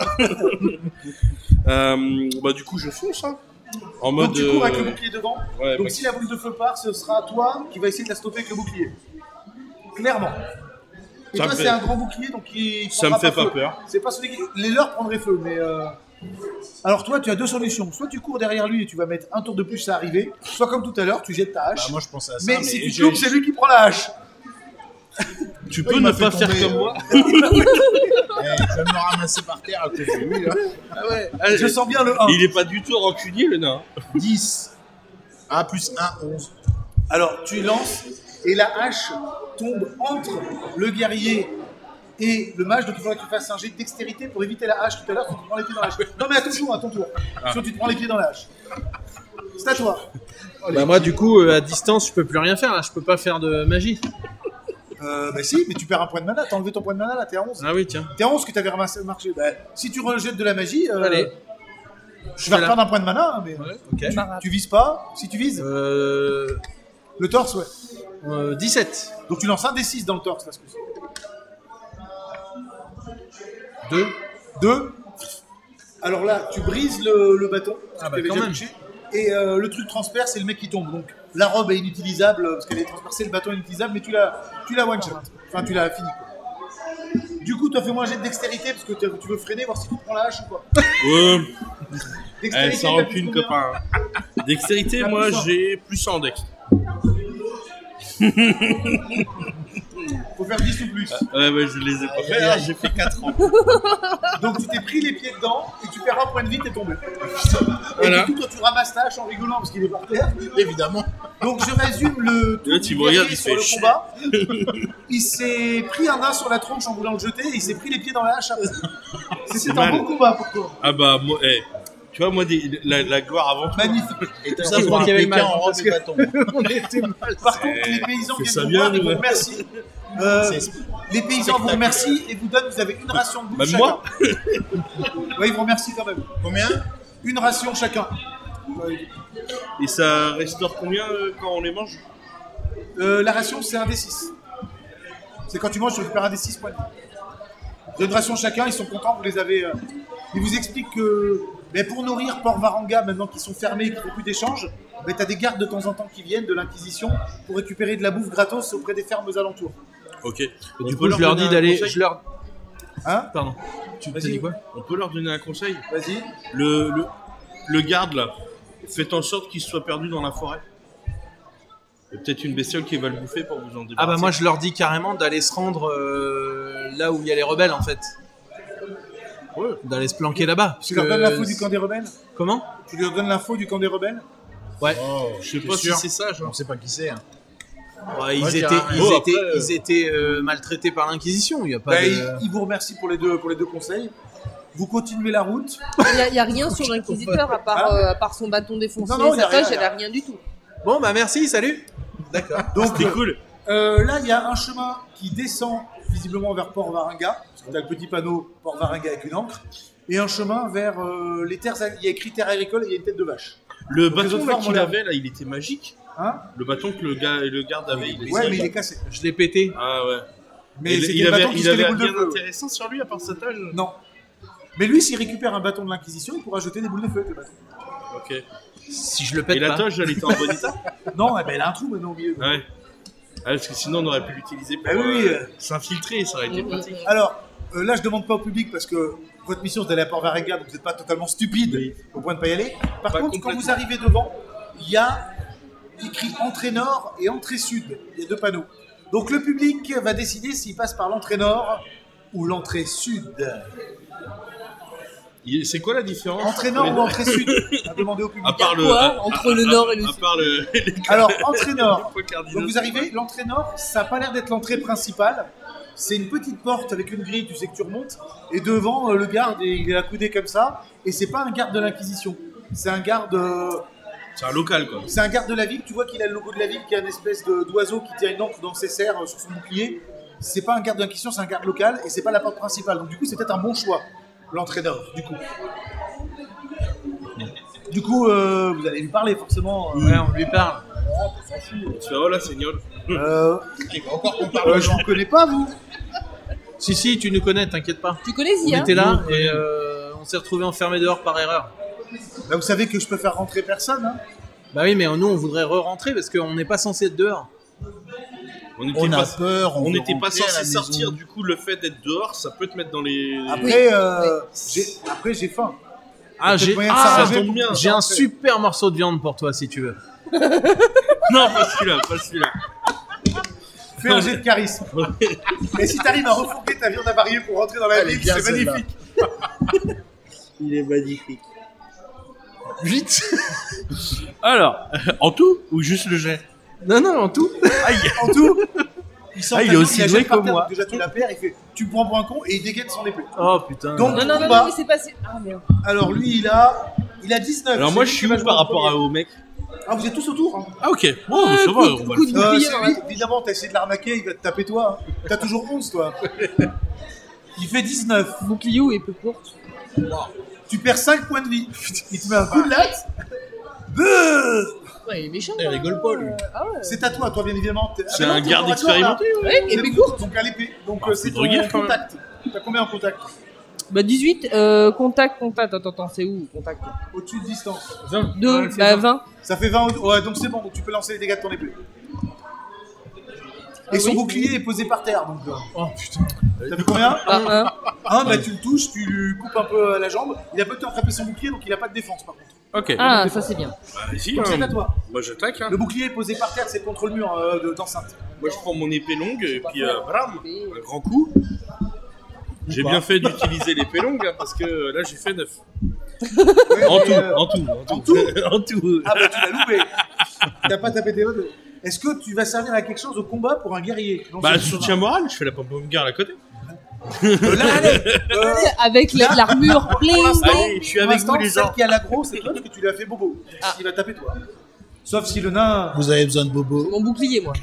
[SPEAKER 3] Hein. Bah du coup, je fonce. Hein. En mode.
[SPEAKER 1] Donc tu cours avec le bouclier devant.
[SPEAKER 3] Ouais,
[SPEAKER 1] Donc
[SPEAKER 3] bah,
[SPEAKER 1] si la boule de feu part, ce sera toi qui va essayer de la stopper avec le bouclier. Clairement. Et
[SPEAKER 3] Ça
[SPEAKER 1] toi,
[SPEAKER 3] me fait-
[SPEAKER 1] c'est un grand bouclier, donc il
[SPEAKER 3] Ça me
[SPEAKER 1] prendra
[SPEAKER 3] fait pas
[SPEAKER 1] feu.
[SPEAKER 3] peur.
[SPEAKER 1] C'est pas celui qui... Les leurs prendraient feu, mais... Alors toi, tu as deux solutions. Soit tu cours derrière lui et tu vas mettre un tour de plus à arriver, soit comme tout à l'heure, tu jettes ta hache.
[SPEAKER 5] Bah, moi, je pensais à ça.
[SPEAKER 1] mais si tu te
[SPEAKER 5] j'ai-
[SPEAKER 1] loupes, c'est lui qui prend la hache.
[SPEAKER 3] Tu
[SPEAKER 5] Ouais,
[SPEAKER 3] peux
[SPEAKER 5] il
[SPEAKER 3] ne
[SPEAKER 5] m'a fait
[SPEAKER 3] pas faire
[SPEAKER 5] tomber,
[SPEAKER 3] comme moi.
[SPEAKER 5] Je vais me ramasser par terre à cause de lui. Là.
[SPEAKER 3] Ah ouais.
[SPEAKER 1] Je sens bien le 1.
[SPEAKER 3] Il est pas du tout rancunier le nain.
[SPEAKER 5] 10. Ah, plus 1, 11.
[SPEAKER 1] Alors, tu lances et la hache tombe entre le guerrier et le mage, donc il faudra que tu fasses un jet de dextérité pour éviter la hache tout à l'heure, si tu te prends les pieds dans la hache. Non mais à ton tour. Sinon tu te prends les pieds dans la hache. C'est à toi.
[SPEAKER 2] Bah moi du coup à distance je peux plus rien faire là, je peux pas faire de magie.
[SPEAKER 1] Bah si, mais tu perds un point de mana, t'as enlevé ton point de mana là, t'es à 11.
[SPEAKER 2] Ah oui tiens.
[SPEAKER 1] T'es à 11 que t'avais ramassé marché. Bah, si tu rejettes de la magie,
[SPEAKER 2] Allez.
[SPEAKER 1] je vais reprendre un point de mana, hein, mais
[SPEAKER 2] Ouais, ok.
[SPEAKER 1] tu vises pas. Si tu vises, le torse, ouais.
[SPEAKER 2] 17.
[SPEAKER 1] Donc tu lances un D6 dans le torse là, ce coup-ci. 2. Alors là, tu brises le bâton.
[SPEAKER 2] Ah bah
[SPEAKER 1] tu l'avais
[SPEAKER 2] quand
[SPEAKER 1] déjà
[SPEAKER 2] même.
[SPEAKER 1] touché. Et le truc transperce, c'est le mec qui tombe. Donc la robe est inutilisable parce qu'elle est transpercée, le bâton est inutilisable, mais tu l'as one shot. Enfin, tu l'as fini quoi. Du coup, tu as fait moins un jet de dextérité parce que tu veux freiner, voir si tu prends la hache ou quoi.
[SPEAKER 3] Ouais.
[SPEAKER 1] Dextérité,
[SPEAKER 3] Ça
[SPEAKER 1] t'as
[SPEAKER 3] rancune,
[SPEAKER 1] plus combien
[SPEAKER 3] copain. Dextérité,
[SPEAKER 1] T'as
[SPEAKER 3] moi
[SPEAKER 1] plus un.
[SPEAKER 3] j'ai plus en dex.
[SPEAKER 1] Faut faire 10 ou plus.
[SPEAKER 3] Ouais, je les ai pas fait, hein, j'ai fait 4 ans.
[SPEAKER 1] Donc tu t'es pris les pieds dedans et tu perds un point de vie, t'es tombé.
[SPEAKER 3] Voilà.
[SPEAKER 1] Et du coup, toi, tu ramasses ta hache en rigolant parce qu'il est par terre.
[SPEAKER 5] Évidemment.
[SPEAKER 1] Donc je résume le
[SPEAKER 3] Là,
[SPEAKER 1] tour
[SPEAKER 3] tu
[SPEAKER 1] du
[SPEAKER 3] me regardes,
[SPEAKER 1] guerrier
[SPEAKER 3] il
[SPEAKER 1] sur
[SPEAKER 3] fait
[SPEAKER 1] le
[SPEAKER 3] chier.
[SPEAKER 1] combat. Il s'est pris un nain sur la tronche en voulant le jeter et il s'est pris les pieds dans la hache. C'est un
[SPEAKER 3] mal.
[SPEAKER 1] bon combat pour toi.
[SPEAKER 3] Ah bah, moi, tu vois, moi, la gloire avant tout.
[SPEAKER 1] Magnifique.
[SPEAKER 5] Et tout
[SPEAKER 2] Je
[SPEAKER 5] ça
[SPEAKER 2] crois
[SPEAKER 5] pour un
[SPEAKER 2] qu'il y avait le
[SPEAKER 5] pékin
[SPEAKER 2] mal,
[SPEAKER 5] en robe
[SPEAKER 2] parce
[SPEAKER 5] et
[SPEAKER 2] que-
[SPEAKER 5] bâton.
[SPEAKER 2] On était mal.
[SPEAKER 1] Par contre, les paysans
[SPEAKER 3] Fais
[SPEAKER 1] viennent
[SPEAKER 3] ça
[SPEAKER 1] vous
[SPEAKER 3] bien,
[SPEAKER 1] voir et
[SPEAKER 3] nous,
[SPEAKER 1] vous
[SPEAKER 3] ouais.
[SPEAKER 1] remercient.
[SPEAKER 5] C'est-
[SPEAKER 1] Les paysans vous remercient et vous donnent, vous avez une ration de bouffe
[SPEAKER 3] Même
[SPEAKER 1] chacun.
[SPEAKER 3] moi
[SPEAKER 1] Oui, ils vous remercient quand même.
[SPEAKER 5] Combien?
[SPEAKER 1] Une ration chacun.
[SPEAKER 3] Et ça restaure combien quand on les mange?
[SPEAKER 1] La ration, c'est un D6. C'est quand tu manges, tu récupères un D6 points de vie. Vous avez une ration chacun, ils sont contents, vous les avez. Ils vous expliquent que pour nourrir Port Varanga, maintenant qu'ils sont fermés et qu'ils ne font plus d'échanges, tu as des gardes de temps en temps qui viennent de l'Inquisition pour récupérer de la bouffe gratos auprès des fermes aux alentours.
[SPEAKER 3] Ok.
[SPEAKER 2] Du coup je leur dis d'aller. Je leur.
[SPEAKER 1] Hein?
[SPEAKER 2] Pardon. Tu t'as
[SPEAKER 1] Vas-y.
[SPEAKER 2] dit quoi?
[SPEAKER 3] On peut leur donner un conseil.
[SPEAKER 1] Vas-y.
[SPEAKER 3] Le garde là, faites en sorte qu'il soit perdu dans la forêt. Il y a peut-être une bestiole qui va le bouffer pour vous en débarrasser.
[SPEAKER 2] Ah bah moi je leur dis carrément d'aller se rendre là où il y a les rebelles en fait.
[SPEAKER 3] Ouais.
[SPEAKER 2] D'aller se planquer là-bas.
[SPEAKER 1] Tu
[SPEAKER 2] parce
[SPEAKER 1] leur
[SPEAKER 2] que-
[SPEAKER 1] donnes l'info du camp des rebelles?
[SPEAKER 2] Comment?
[SPEAKER 1] Tu leur donnes l'info du camp des rebelles?
[SPEAKER 2] Ouais.
[SPEAKER 5] Oh,
[SPEAKER 3] Je sais
[SPEAKER 5] t'es
[SPEAKER 3] pas si
[SPEAKER 5] sûr
[SPEAKER 3] c'est ça, genre.
[SPEAKER 5] On sait pas qui c'est. Hein.
[SPEAKER 2] Ouais,
[SPEAKER 5] Moi,
[SPEAKER 2] ils
[SPEAKER 5] je
[SPEAKER 2] étaient,
[SPEAKER 5] dirais-
[SPEAKER 2] ils
[SPEAKER 3] Oh,
[SPEAKER 2] étaient,
[SPEAKER 3] après,
[SPEAKER 2] ils étaient maltraités par l'Inquisition. Il y a pas
[SPEAKER 1] Bah,
[SPEAKER 2] de...
[SPEAKER 1] ils vous remercient pour les deux conseils. Vous continuez la route.
[SPEAKER 4] Il y a rien sur l'inquisiteur à part son bâton défoncé,
[SPEAKER 1] Non, non, y a
[SPEAKER 4] sa
[SPEAKER 1] rien,
[SPEAKER 4] toche,
[SPEAKER 1] y a
[SPEAKER 4] elle a rien du tout.
[SPEAKER 2] Bon bah merci, salut. D'accord.
[SPEAKER 1] Donc
[SPEAKER 3] C'était cool.
[SPEAKER 1] là, il y a un chemin qui descend visiblement vers Port Varanga, parce que tu as le petit panneau Port Varanga avec une ancre, et un chemin vers les terres. Il y a écrit terre agricole et il y a une tête de vache.
[SPEAKER 3] Le
[SPEAKER 1] Donc, les
[SPEAKER 3] bâton
[SPEAKER 1] autres
[SPEAKER 3] là
[SPEAKER 1] formes ont
[SPEAKER 3] qu'il
[SPEAKER 1] l'air-
[SPEAKER 3] avait, là, il était magique.
[SPEAKER 1] Hein?
[SPEAKER 3] Le bâton que le garde avait, il était
[SPEAKER 1] Ouais, mais
[SPEAKER 3] magique.
[SPEAKER 1] il est cassé.
[SPEAKER 2] Je l'ai pété.
[SPEAKER 3] Ah ouais.
[SPEAKER 1] Mais
[SPEAKER 3] il,
[SPEAKER 1] c'était
[SPEAKER 3] il
[SPEAKER 1] le
[SPEAKER 3] avait,
[SPEAKER 1] bâton qui
[SPEAKER 3] il
[SPEAKER 1] jetait
[SPEAKER 3] avait
[SPEAKER 1] les boules de
[SPEAKER 3] rien
[SPEAKER 1] feu.
[SPEAKER 3] d'intéressant sur lui à part cet âge.
[SPEAKER 1] Non. Mais lui, s'il récupère un bâton de l'Inquisition, il pourra jeter des boules de feu avec le bâton.
[SPEAKER 3] Ok.
[SPEAKER 2] Si je le
[SPEAKER 3] Et
[SPEAKER 2] pète
[SPEAKER 3] la
[SPEAKER 2] pas.
[SPEAKER 3] toge, elle était en bon état.
[SPEAKER 1] Non, eh ben, elle a un trou maintenant au milieu.
[SPEAKER 3] Ouais. Ah, parce que sinon on aurait pu l'utiliser pour
[SPEAKER 1] Ah oui,
[SPEAKER 3] s'infiltrer, ça aurait été pratique.
[SPEAKER 1] Alors, là, je demande pas au public parce que votre mission, c'est d'aller à Port Varanga, donc vous n'êtes pas totalement stupide
[SPEAKER 3] Oui.
[SPEAKER 1] au point de pas y aller. Par
[SPEAKER 3] Pas
[SPEAKER 1] contre, quand
[SPEAKER 3] complètement.
[SPEAKER 1] vous arrivez devant, il y a écrit entrée nord et entrée sud. Il y a deux panneaux. Donc le public va décider s'il passe par l'entrée nord ou l'entrée sud.
[SPEAKER 3] C'est quoi la différence
[SPEAKER 1] Entrée nord ou entrée sud? On a demandé au public.
[SPEAKER 3] À part le.
[SPEAKER 4] Quoi entre le nord et le
[SPEAKER 3] À
[SPEAKER 4] sud?
[SPEAKER 3] part le.
[SPEAKER 1] Alors, entrée nord.
[SPEAKER 3] points cardinaux.
[SPEAKER 1] Donc vous arrivez, l'entrée nord, ça n'a pas l'air d'être l'entrée principale. C'est une petite porte avec une grille, tu sais que tu remontes. Et devant, le garde, il est accoudé comme ça. Et c'est pas un garde de l'Inquisition. C'est un garde...
[SPEAKER 3] C'est un local quoi.
[SPEAKER 1] C'est un garde de la ville, tu vois qu'il a le logo de la ville, qui a une espèce d'oiseau qui tient une encre dans ses serres sur son bouclier. C'est pas un garde de l'Inquisition, c'est un garde local et c'est pas la porte principale. Donc du coup, c'est peut-être un bon choix, l'entrée nord, du coup. Du coup, vous allez lui parler forcément.
[SPEAKER 2] Ouais, on lui parle.
[SPEAKER 3] Tu fais oh là, c'est gnôle.
[SPEAKER 5] Il va encore qu'on parle aux
[SPEAKER 1] Je
[SPEAKER 5] gens.
[SPEAKER 1] vous connais pas, vous.
[SPEAKER 2] Si, tu nous connais, t'inquiète pas.
[SPEAKER 4] Tu connais
[SPEAKER 2] On
[SPEAKER 4] Zia?
[SPEAKER 2] était là et on s'est retrouvés enfermés dehors par erreur.
[SPEAKER 1] Bah, vous savez que je peux faire rentrer personne. Hein.
[SPEAKER 2] Bah oui, mais nous on voudrait re-rentrer parce qu'on n'est pas censé être dehors.
[SPEAKER 3] On n'était
[SPEAKER 5] On
[SPEAKER 3] pas,
[SPEAKER 5] a peur,
[SPEAKER 3] on
[SPEAKER 5] veut
[SPEAKER 3] n'était pas
[SPEAKER 5] rentrer à la
[SPEAKER 3] censé
[SPEAKER 5] maison.
[SPEAKER 3] sortir. Du coup, le fait d'être dehors, ça peut te mettre dans les.
[SPEAKER 1] Après, j'ai faim.
[SPEAKER 2] Ah,
[SPEAKER 1] Peut-être
[SPEAKER 2] j'ai
[SPEAKER 1] moyen de
[SPEAKER 2] ah,
[SPEAKER 1] s'arranger
[SPEAKER 3] tombe
[SPEAKER 1] pour
[SPEAKER 3] bien.
[SPEAKER 1] pouvoir
[SPEAKER 2] j'ai un
[SPEAKER 1] rentrer.
[SPEAKER 2] super morceau de viande pour toi si tu veux.
[SPEAKER 3] Non, pas celui-là, pas celui-là.
[SPEAKER 1] Fais un jet de charisme. Et si t'arrives à refourguer ta viande avariée pour rentrer dans la
[SPEAKER 5] Elle est
[SPEAKER 1] ville,
[SPEAKER 5] bien,
[SPEAKER 1] c'est
[SPEAKER 5] celle-là.
[SPEAKER 1] magnifique.
[SPEAKER 3] Il est magnifique.
[SPEAKER 2] 8.
[SPEAKER 3] Alors, en tout ou juste le jet?
[SPEAKER 2] Non, en tout.
[SPEAKER 1] En tout, il
[SPEAKER 3] il est aussi doué que moi.
[SPEAKER 1] Déjà, tu la perds, il fait tu me prends pour un con et il dégaine son épée.
[SPEAKER 2] Oh putain.
[SPEAKER 1] Donc,
[SPEAKER 4] Non,
[SPEAKER 1] combat.
[SPEAKER 4] mais c'est passé. Ah merde.
[SPEAKER 1] Alors, lui, il a 19.
[SPEAKER 3] Alors
[SPEAKER 1] C'est
[SPEAKER 3] moi
[SPEAKER 1] lui
[SPEAKER 3] je
[SPEAKER 1] qui
[SPEAKER 3] suis
[SPEAKER 1] va
[SPEAKER 3] où
[SPEAKER 1] jouer
[SPEAKER 3] par
[SPEAKER 1] en
[SPEAKER 3] rapport
[SPEAKER 1] premier.
[SPEAKER 3] au mec?
[SPEAKER 1] Ah, vous êtes tous autour hein.
[SPEAKER 3] Ah ok, bon ça va, on va le
[SPEAKER 4] coup de
[SPEAKER 3] faire.
[SPEAKER 4] bouclier
[SPEAKER 1] C'est
[SPEAKER 4] dans
[SPEAKER 1] lui,
[SPEAKER 4] la-
[SPEAKER 1] évidemment, t'as essayé de l'arnaquer, il va te taper toi. T'as toujours 11, toi. Il fait 19.
[SPEAKER 4] Boucliou est peu courte.
[SPEAKER 1] Tu perds 5 points de vie. Il te met un coup de latte. Beuh
[SPEAKER 4] Ouais, il est méchant.
[SPEAKER 5] Il rigole pas, lui.
[SPEAKER 4] Ah ouais.
[SPEAKER 1] C'est à toi, bien évidemment.
[SPEAKER 3] C'est un garde expérimenté.
[SPEAKER 4] Ouais, et
[SPEAKER 1] Épée
[SPEAKER 4] peu courte.
[SPEAKER 1] Donc à l'épée. Donc
[SPEAKER 3] Ah,
[SPEAKER 1] c'est
[SPEAKER 3] faut
[SPEAKER 1] ton
[SPEAKER 3] draguer, quand même.
[SPEAKER 1] contact. T'as combien en contact?
[SPEAKER 4] Bah 18, contact. Attends, c'est où contact?
[SPEAKER 1] Au-dessus de distance.
[SPEAKER 4] 2, bah 20.
[SPEAKER 1] Ça fait 20. Ouais, donc c'est bon. Donc tu peux lancer les dégâts de ton épée. Et son
[SPEAKER 4] oui.
[SPEAKER 1] bouclier est posé par terre. Donc,
[SPEAKER 5] Oh putain.
[SPEAKER 1] t'as fait combien?
[SPEAKER 4] Ah,
[SPEAKER 1] 1, bah tu le touches, tu lui coupes un peu la jambe. Il a pas le temps d'attraper son bouclier, donc il a pas de défense par contre.
[SPEAKER 3] Ok.
[SPEAKER 4] Ah, ça c'est bien.
[SPEAKER 3] Bah, vas-y,
[SPEAKER 1] Donc c'est à
[SPEAKER 3] hein.
[SPEAKER 1] toi.
[SPEAKER 3] Moi j'attaque. Hein.
[SPEAKER 1] Le bouclier est posé par terre, c'est contre le mur d'enceinte.
[SPEAKER 3] Moi je prends mon épée longue et puis bram, un grand coup. J'ai bien fait d'utiliser l'épée longue hein, parce que là j'ai fait 9. En tout. En tout.
[SPEAKER 1] Ah bah tu l'as loupé. T'as pas tapé tes modes. Est-ce que tu vas servir à quelque chose au combat pour un guerrier? Non,
[SPEAKER 3] Bah
[SPEAKER 1] c'est-
[SPEAKER 3] soutien moral, je fais la pom-pom girl à côté.
[SPEAKER 1] Là, allez.
[SPEAKER 4] Avec l'armure bling bling.
[SPEAKER 3] Allez, je suis
[SPEAKER 1] Pour
[SPEAKER 3] avec
[SPEAKER 1] l'instant,
[SPEAKER 3] vous les
[SPEAKER 1] celle
[SPEAKER 3] gens.
[SPEAKER 1] qui a l'aggro, c'est toi parce que tu lui as fait bobo.
[SPEAKER 4] Ah.
[SPEAKER 1] Il va taper toi. Sauf si le nain.
[SPEAKER 5] Vous avez besoin de bobo.
[SPEAKER 4] Mon bouclier, moi.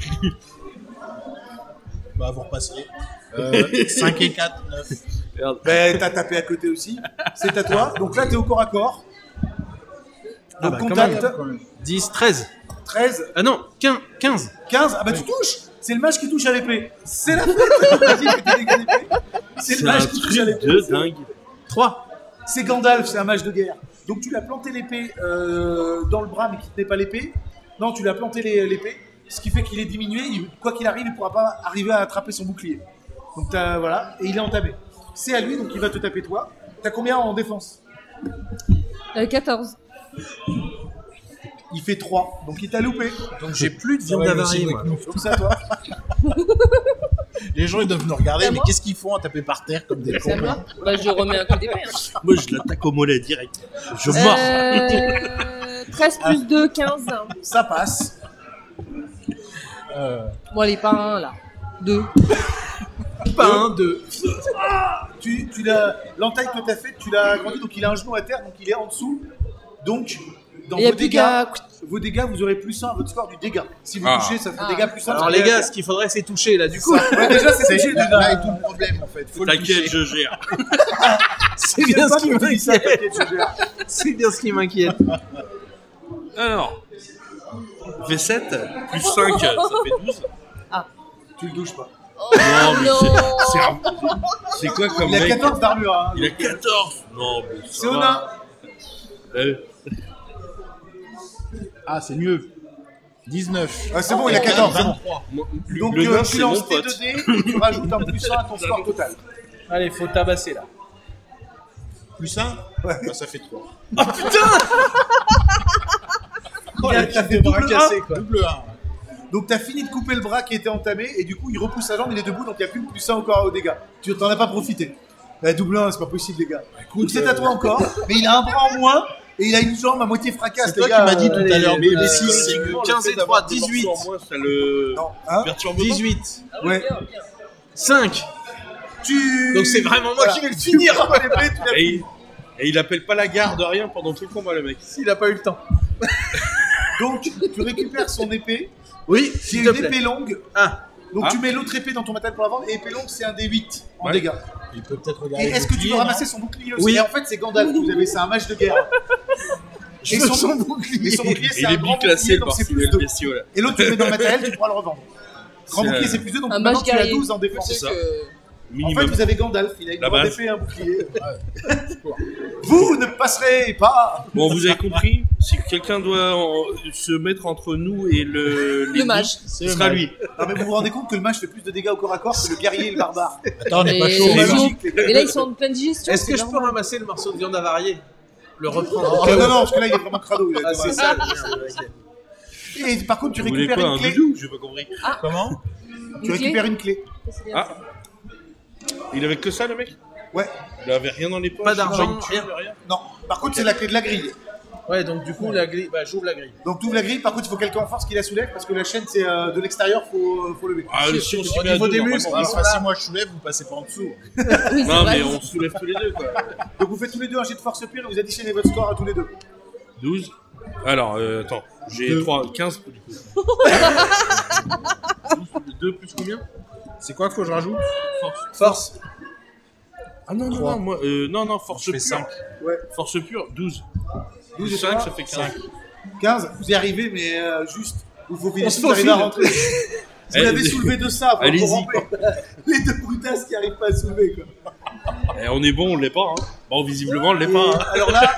[SPEAKER 5] Bah, vous repassez. 5 et 4, 9.
[SPEAKER 1] Ben t'as tapé à côté aussi. C'est à toi. Donc là t'es au corps à corps. Donc
[SPEAKER 2] bah, quand
[SPEAKER 1] contact
[SPEAKER 2] 10, 13.
[SPEAKER 1] 13,
[SPEAKER 2] Ah non, 15.
[SPEAKER 1] 15. Ah bah tu touches. C'est le mage qui touche à l'épée. C'est la fête. Vas-y, fais tes dégâts d'épée. C'est le
[SPEAKER 3] C'est un
[SPEAKER 1] mage qui touche à
[SPEAKER 3] truc
[SPEAKER 1] l'épée.
[SPEAKER 3] de dingue.
[SPEAKER 2] 3.
[SPEAKER 1] C'est Gandalf, c'est un mage de guerre. Donc tu lui as planté l'épée dans le bras mais qui tenait pas l'épée. Non, tu lui as planté l'épée, ce qui fait qu'il est diminué. Quoi qu'il arrive, il pourra pas arriver à attraper son bouclier. Donc voilà, et il est entamé. C'est à lui, donc il va te taper toi. T'as combien en défense?
[SPEAKER 4] 14.
[SPEAKER 1] Il fait 3, donc il t'a loupé.
[SPEAKER 2] Donc j'ai plus de
[SPEAKER 5] Ça
[SPEAKER 2] viande
[SPEAKER 5] va,
[SPEAKER 2] avariée,
[SPEAKER 5] aussi,
[SPEAKER 2] moi.
[SPEAKER 5] avec nous.
[SPEAKER 1] Donc c'est à toi.
[SPEAKER 5] Les gens ils doivent nous regarder,
[SPEAKER 4] C'est à
[SPEAKER 5] mais
[SPEAKER 4] moi
[SPEAKER 5] qu'est-ce qu'ils font à taper par terre comme des
[SPEAKER 4] C'est à
[SPEAKER 5] cons?
[SPEAKER 4] moi. Bah je remets un coup d'épée. Hein.
[SPEAKER 3] Moi je l'attaque au mollet direct. Je mords.
[SPEAKER 4] 13 plus 2, 15.
[SPEAKER 1] Ça passe.
[SPEAKER 4] Bon, allez, pas un là. 2.
[SPEAKER 2] Pas 1, 2.
[SPEAKER 1] L'entaille que t'as faite, tu l'as agrandi, donc il a un genou à terre, donc il est en dessous. Donc, dans
[SPEAKER 4] Et y a
[SPEAKER 1] vos
[SPEAKER 4] plus
[SPEAKER 1] dégâts,
[SPEAKER 4] qu'à-
[SPEAKER 1] vos dégâts, vous aurez plus 1 à votre score du dégât. Si vous
[SPEAKER 3] Ah.
[SPEAKER 1] touchez, ça fait
[SPEAKER 4] Ah.
[SPEAKER 1] dégâts plus 1.
[SPEAKER 2] Alors les gars, ce qu'il faudrait c'est toucher là du coup.
[SPEAKER 1] Ouais, déjà, c'est touché,
[SPEAKER 5] Là,
[SPEAKER 1] déjà.
[SPEAKER 5] là est tout le problème en fait. Faut le
[SPEAKER 3] T'inquiète,
[SPEAKER 5] toucher.
[SPEAKER 3] je gère.
[SPEAKER 2] C'est
[SPEAKER 1] J'aime
[SPEAKER 2] bien
[SPEAKER 1] pas
[SPEAKER 2] ce qui
[SPEAKER 1] quand tu dis ça,
[SPEAKER 2] m'inquiète.
[SPEAKER 1] t'inquiète, je gère.
[SPEAKER 2] C'est bien ce qui m'inquiète.
[SPEAKER 3] Alors, V7 plus 5, ça fait 12.
[SPEAKER 1] Tu le touches pas.
[SPEAKER 3] Non, mais
[SPEAKER 4] non.
[SPEAKER 3] c'est quoi comme
[SPEAKER 1] Il a
[SPEAKER 3] mec
[SPEAKER 1] 14 d'armure. Hein.
[SPEAKER 3] Il a 14. Non, mais
[SPEAKER 1] C'est au nain.
[SPEAKER 5] Ah, c'est mieux. 19.
[SPEAKER 1] Ah, c'est bon, il a 14. c'est bon.
[SPEAKER 5] 23.
[SPEAKER 1] Donc,
[SPEAKER 3] le nain,
[SPEAKER 1] tu
[SPEAKER 3] c'est mon
[SPEAKER 1] lances tes
[SPEAKER 3] pote.
[SPEAKER 1] 2 dés et tu rajoutes un plus 1 à ton score total.
[SPEAKER 2] Allez, faut tabasser là.
[SPEAKER 5] Plus 1
[SPEAKER 1] Ouais.
[SPEAKER 5] Bah, ça fait 3.
[SPEAKER 1] T'as fait
[SPEAKER 2] bras
[SPEAKER 1] double
[SPEAKER 2] cassés
[SPEAKER 1] 1.
[SPEAKER 2] quoi.
[SPEAKER 5] Double 1.
[SPEAKER 1] Donc t'as fini de couper le bras qui était entamé et du coup il repousse sa jambe, il est debout donc il n'y a plus le plus 1 encore aux dégâts. Tu t'en as pas profité. Bah, double 1, c'est pas possible les gars. Donc c'est à toi encore, mais il a un bras en moins et il a une jambe à moitié fracasse.
[SPEAKER 5] C'est toi
[SPEAKER 1] les
[SPEAKER 5] qui
[SPEAKER 1] gars,
[SPEAKER 5] m'as dit tout à l'heure.
[SPEAKER 2] mais
[SPEAKER 5] Mais
[SPEAKER 2] si,
[SPEAKER 5] si,
[SPEAKER 2] c'est
[SPEAKER 5] c'est
[SPEAKER 2] que 15 et 3, 18.
[SPEAKER 3] Moi, ça le
[SPEAKER 1] Non, hein
[SPEAKER 3] perturbe pas.
[SPEAKER 2] 18.
[SPEAKER 1] Ouais.
[SPEAKER 2] 5.
[SPEAKER 1] Tu...
[SPEAKER 2] Donc c'est vraiment moi qui vais le
[SPEAKER 1] Tu
[SPEAKER 2] finir.
[SPEAKER 1] prends l'épée, tu l'as
[SPEAKER 3] Et il appelle pas la garde, rien pendant tout le combat, le mec.
[SPEAKER 2] S'il a pas eu le temps.
[SPEAKER 1] Donc tu récupères son épée,
[SPEAKER 2] Oui,
[SPEAKER 1] qui est
[SPEAKER 2] s'il te
[SPEAKER 1] une
[SPEAKER 2] plaît.
[SPEAKER 1] épée longue.
[SPEAKER 2] Ah.
[SPEAKER 1] Donc
[SPEAKER 3] Ah.
[SPEAKER 1] tu mets l'autre épée dans ton matériel pour la vendre et épée longue c'est un D8 en
[SPEAKER 3] Ouais.
[SPEAKER 1] dégâts.
[SPEAKER 5] Il peut peut-être
[SPEAKER 1] Et
[SPEAKER 5] regarder.
[SPEAKER 1] est-ce que tu veux
[SPEAKER 5] veux
[SPEAKER 1] ramasser son bouclier aussi?
[SPEAKER 2] Oui.
[SPEAKER 1] Et en fait c'est Gandalf que vous avez, c'est un mage de guerre.
[SPEAKER 5] Je
[SPEAKER 1] Et
[SPEAKER 5] veux
[SPEAKER 1] son-
[SPEAKER 5] son
[SPEAKER 1] Et
[SPEAKER 5] bouclier.
[SPEAKER 1] son bouclier c'est
[SPEAKER 3] Il
[SPEAKER 1] un
[SPEAKER 3] est
[SPEAKER 1] grand
[SPEAKER 3] biclassé,
[SPEAKER 1] bouclier
[SPEAKER 3] le
[SPEAKER 1] donc c'est
[SPEAKER 3] parti
[SPEAKER 1] plus
[SPEAKER 3] le
[SPEAKER 1] 2.
[SPEAKER 3] bestiau, là.
[SPEAKER 1] Et l'autre tu le mets dans le matériel, tu pourras le revendre. Grand
[SPEAKER 3] C'est,
[SPEAKER 1] bouclier c'est plus 2 donc
[SPEAKER 4] Un
[SPEAKER 1] maintenant
[SPEAKER 4] mage
[SPEAKER 1] tu as
[SPEAKER 4] guerrier.
[SPEAKER 1] 12 en défense.
[SPEAKER 3] ça.
[SPEAKER 1] En fait,
[SPEAKER 3] Minimum.
[SPEAKER 1] vous avez Gandalf, il a une
[SPEAKER 3] La
[SPEAKER 1] grande
[SPEAKER 3] base.
[SPEAKER 1] épée et un bouclier. Vous ne passerez pas.
[SPEAKER 3] Bon, vous avez compris, si quelqu'un doit se mettre entre nous et
[SPEAKER 4] Le mage.
[SPEAKER 3] ce sera lui.
[SPEAKER 1] Non, mais vous vous rendez compte que le mage fait plus de dégâts au corps à corps que le guerrier et le barbare.
[SPEAKER 5] Attends, on n'est pas
[SPEAKER 4] Et
[SPEAKER 5] chaud.
[SPEAKER 1] C'est
[SPEAKER 4] les
[SPEAKER 5] là.
[SPEAKER 1] magique, les gars.
[SPEAKER 4] Et là, ils sont en pleine digestion.
[SPEAKER 2] Est-ce que
[SPEAKER 4] c'est
[SPEAKER 2] je peux
[SPEAKER 4] normal.
[SPEAKER 2] ramasser le morceau de viande avariée? Le reprendre
[SPEAKER 1] Oh, non, non, parce que là il est vraiment crado. Il a
[SPEAKER 2] Ah,
[SPEAKER 1] tout
[SPEAKER 2] c'est
[SPEAKER 1] raté.
[SPEAKER 2] ça. Merde, ok.
[SPEAKER 1] Et par contre, tu
[SPEAKER 3] Vous voulez
[SPEAKER 1] récupères
[SPEAKER 3] quoi,
[SPEAKER 1] une
[SPEAKER 3] un
[SPEAKER 1] clé.
[SPEAKER 3] doudou? J'ai pas compris.
[SPEAKER 5] Comment
[SPEAKER 1] Tu
[SPEAKER 4] Une
[SPEAKER 1] récupères une clé.
[SPEAKER 4] C'est bien
[SPEAKER 3] Ah.
[SPEAKER 4] ça.
[SPEAKER 3] Il avait que ça, le mec?
[SPEAKER 1] Ouais.
[SPEAKER 3] Il avait rien dans les poches.
[SPEAKER 2] Pas d'argent,
[SPEAKER 3] une thune,
[SPEAKER 2] rien.
[SPEAKER 3] rien.
[SPEAKER 1] Non. Par contre, c'est la clé de la grille.
[SPEAKER 2] Ouais, donc du coup, la grille, j'ouvre la grille.
[SPEAKER 1] Donc tu ouvres la grille, par contre il faut quelqu'un en force qui la soulève parce que la chaîne c'est de l'extérieur, faut lever.
[SPEAKER 3] Ah, si on s'y
[SPEAKER 5] Au
[SPEAKER 3] met à
[SPEAKER 5] niveau
[SPEAKER 3] deux,
[SPEAKER 5] des muscles,
[SPEAKER 3] normalement.
[SPEAKER 5] si moi je soulève, vous passez pas en dessous.
[SPEAKER 4] Oui, c'est
[SPEAKER 3] Non,
[SPEAKER 4] vrai.
[SPEAKER 3] mais on soulève tous les deux, quoi.
[SPEAKER 1] Donc vous faites tous les deux un jet de force pure et vous additionnez votre score à tous les deux.
[SPEAKER 3] 12. Alors, attends, j'ai 15 du coup. 2 plus combien?
[SPEAKER 5] C'est quoi qu'il faut que je rajoute?
[SPEAKER 1] Force.
[SPEAKER 3] Ah non, non, non, moi, non, force
[SPEAKER 5] Je fais
[SPEAKER 3] pure.
[SPEAKER 5] 5.
[SPEAKER 1] Ouais.
[SPEAKER 3] Force pure, 12.
[SPEAKER 1] 12 et
[SPEAKER 3] 5,
[SPEAKER 1] toi
[SPEAKER 3] ça fait 15.
[SPEAKER 1] 15, vous y arrivez, mais juste, il faut finir,
[SPEAKER 2] On se
[SPEAKER 1] vous arrivez à
[SPEAKER 2] faufile.
[SPEAKER 1] rentrer. Vous l'avez soulevé de ça, pour
[SPEAKER 3] Allez-y.
[SPEAKER 1] ramper. Les deux brutasses qui arrivent pas à soulever, quoi.
[SPEAKER 3] Eh, on est bon, on l'est pas. Hein. Bon, visiblement, on l'est pas. Hein.
[SPEAKER 1] Alors là,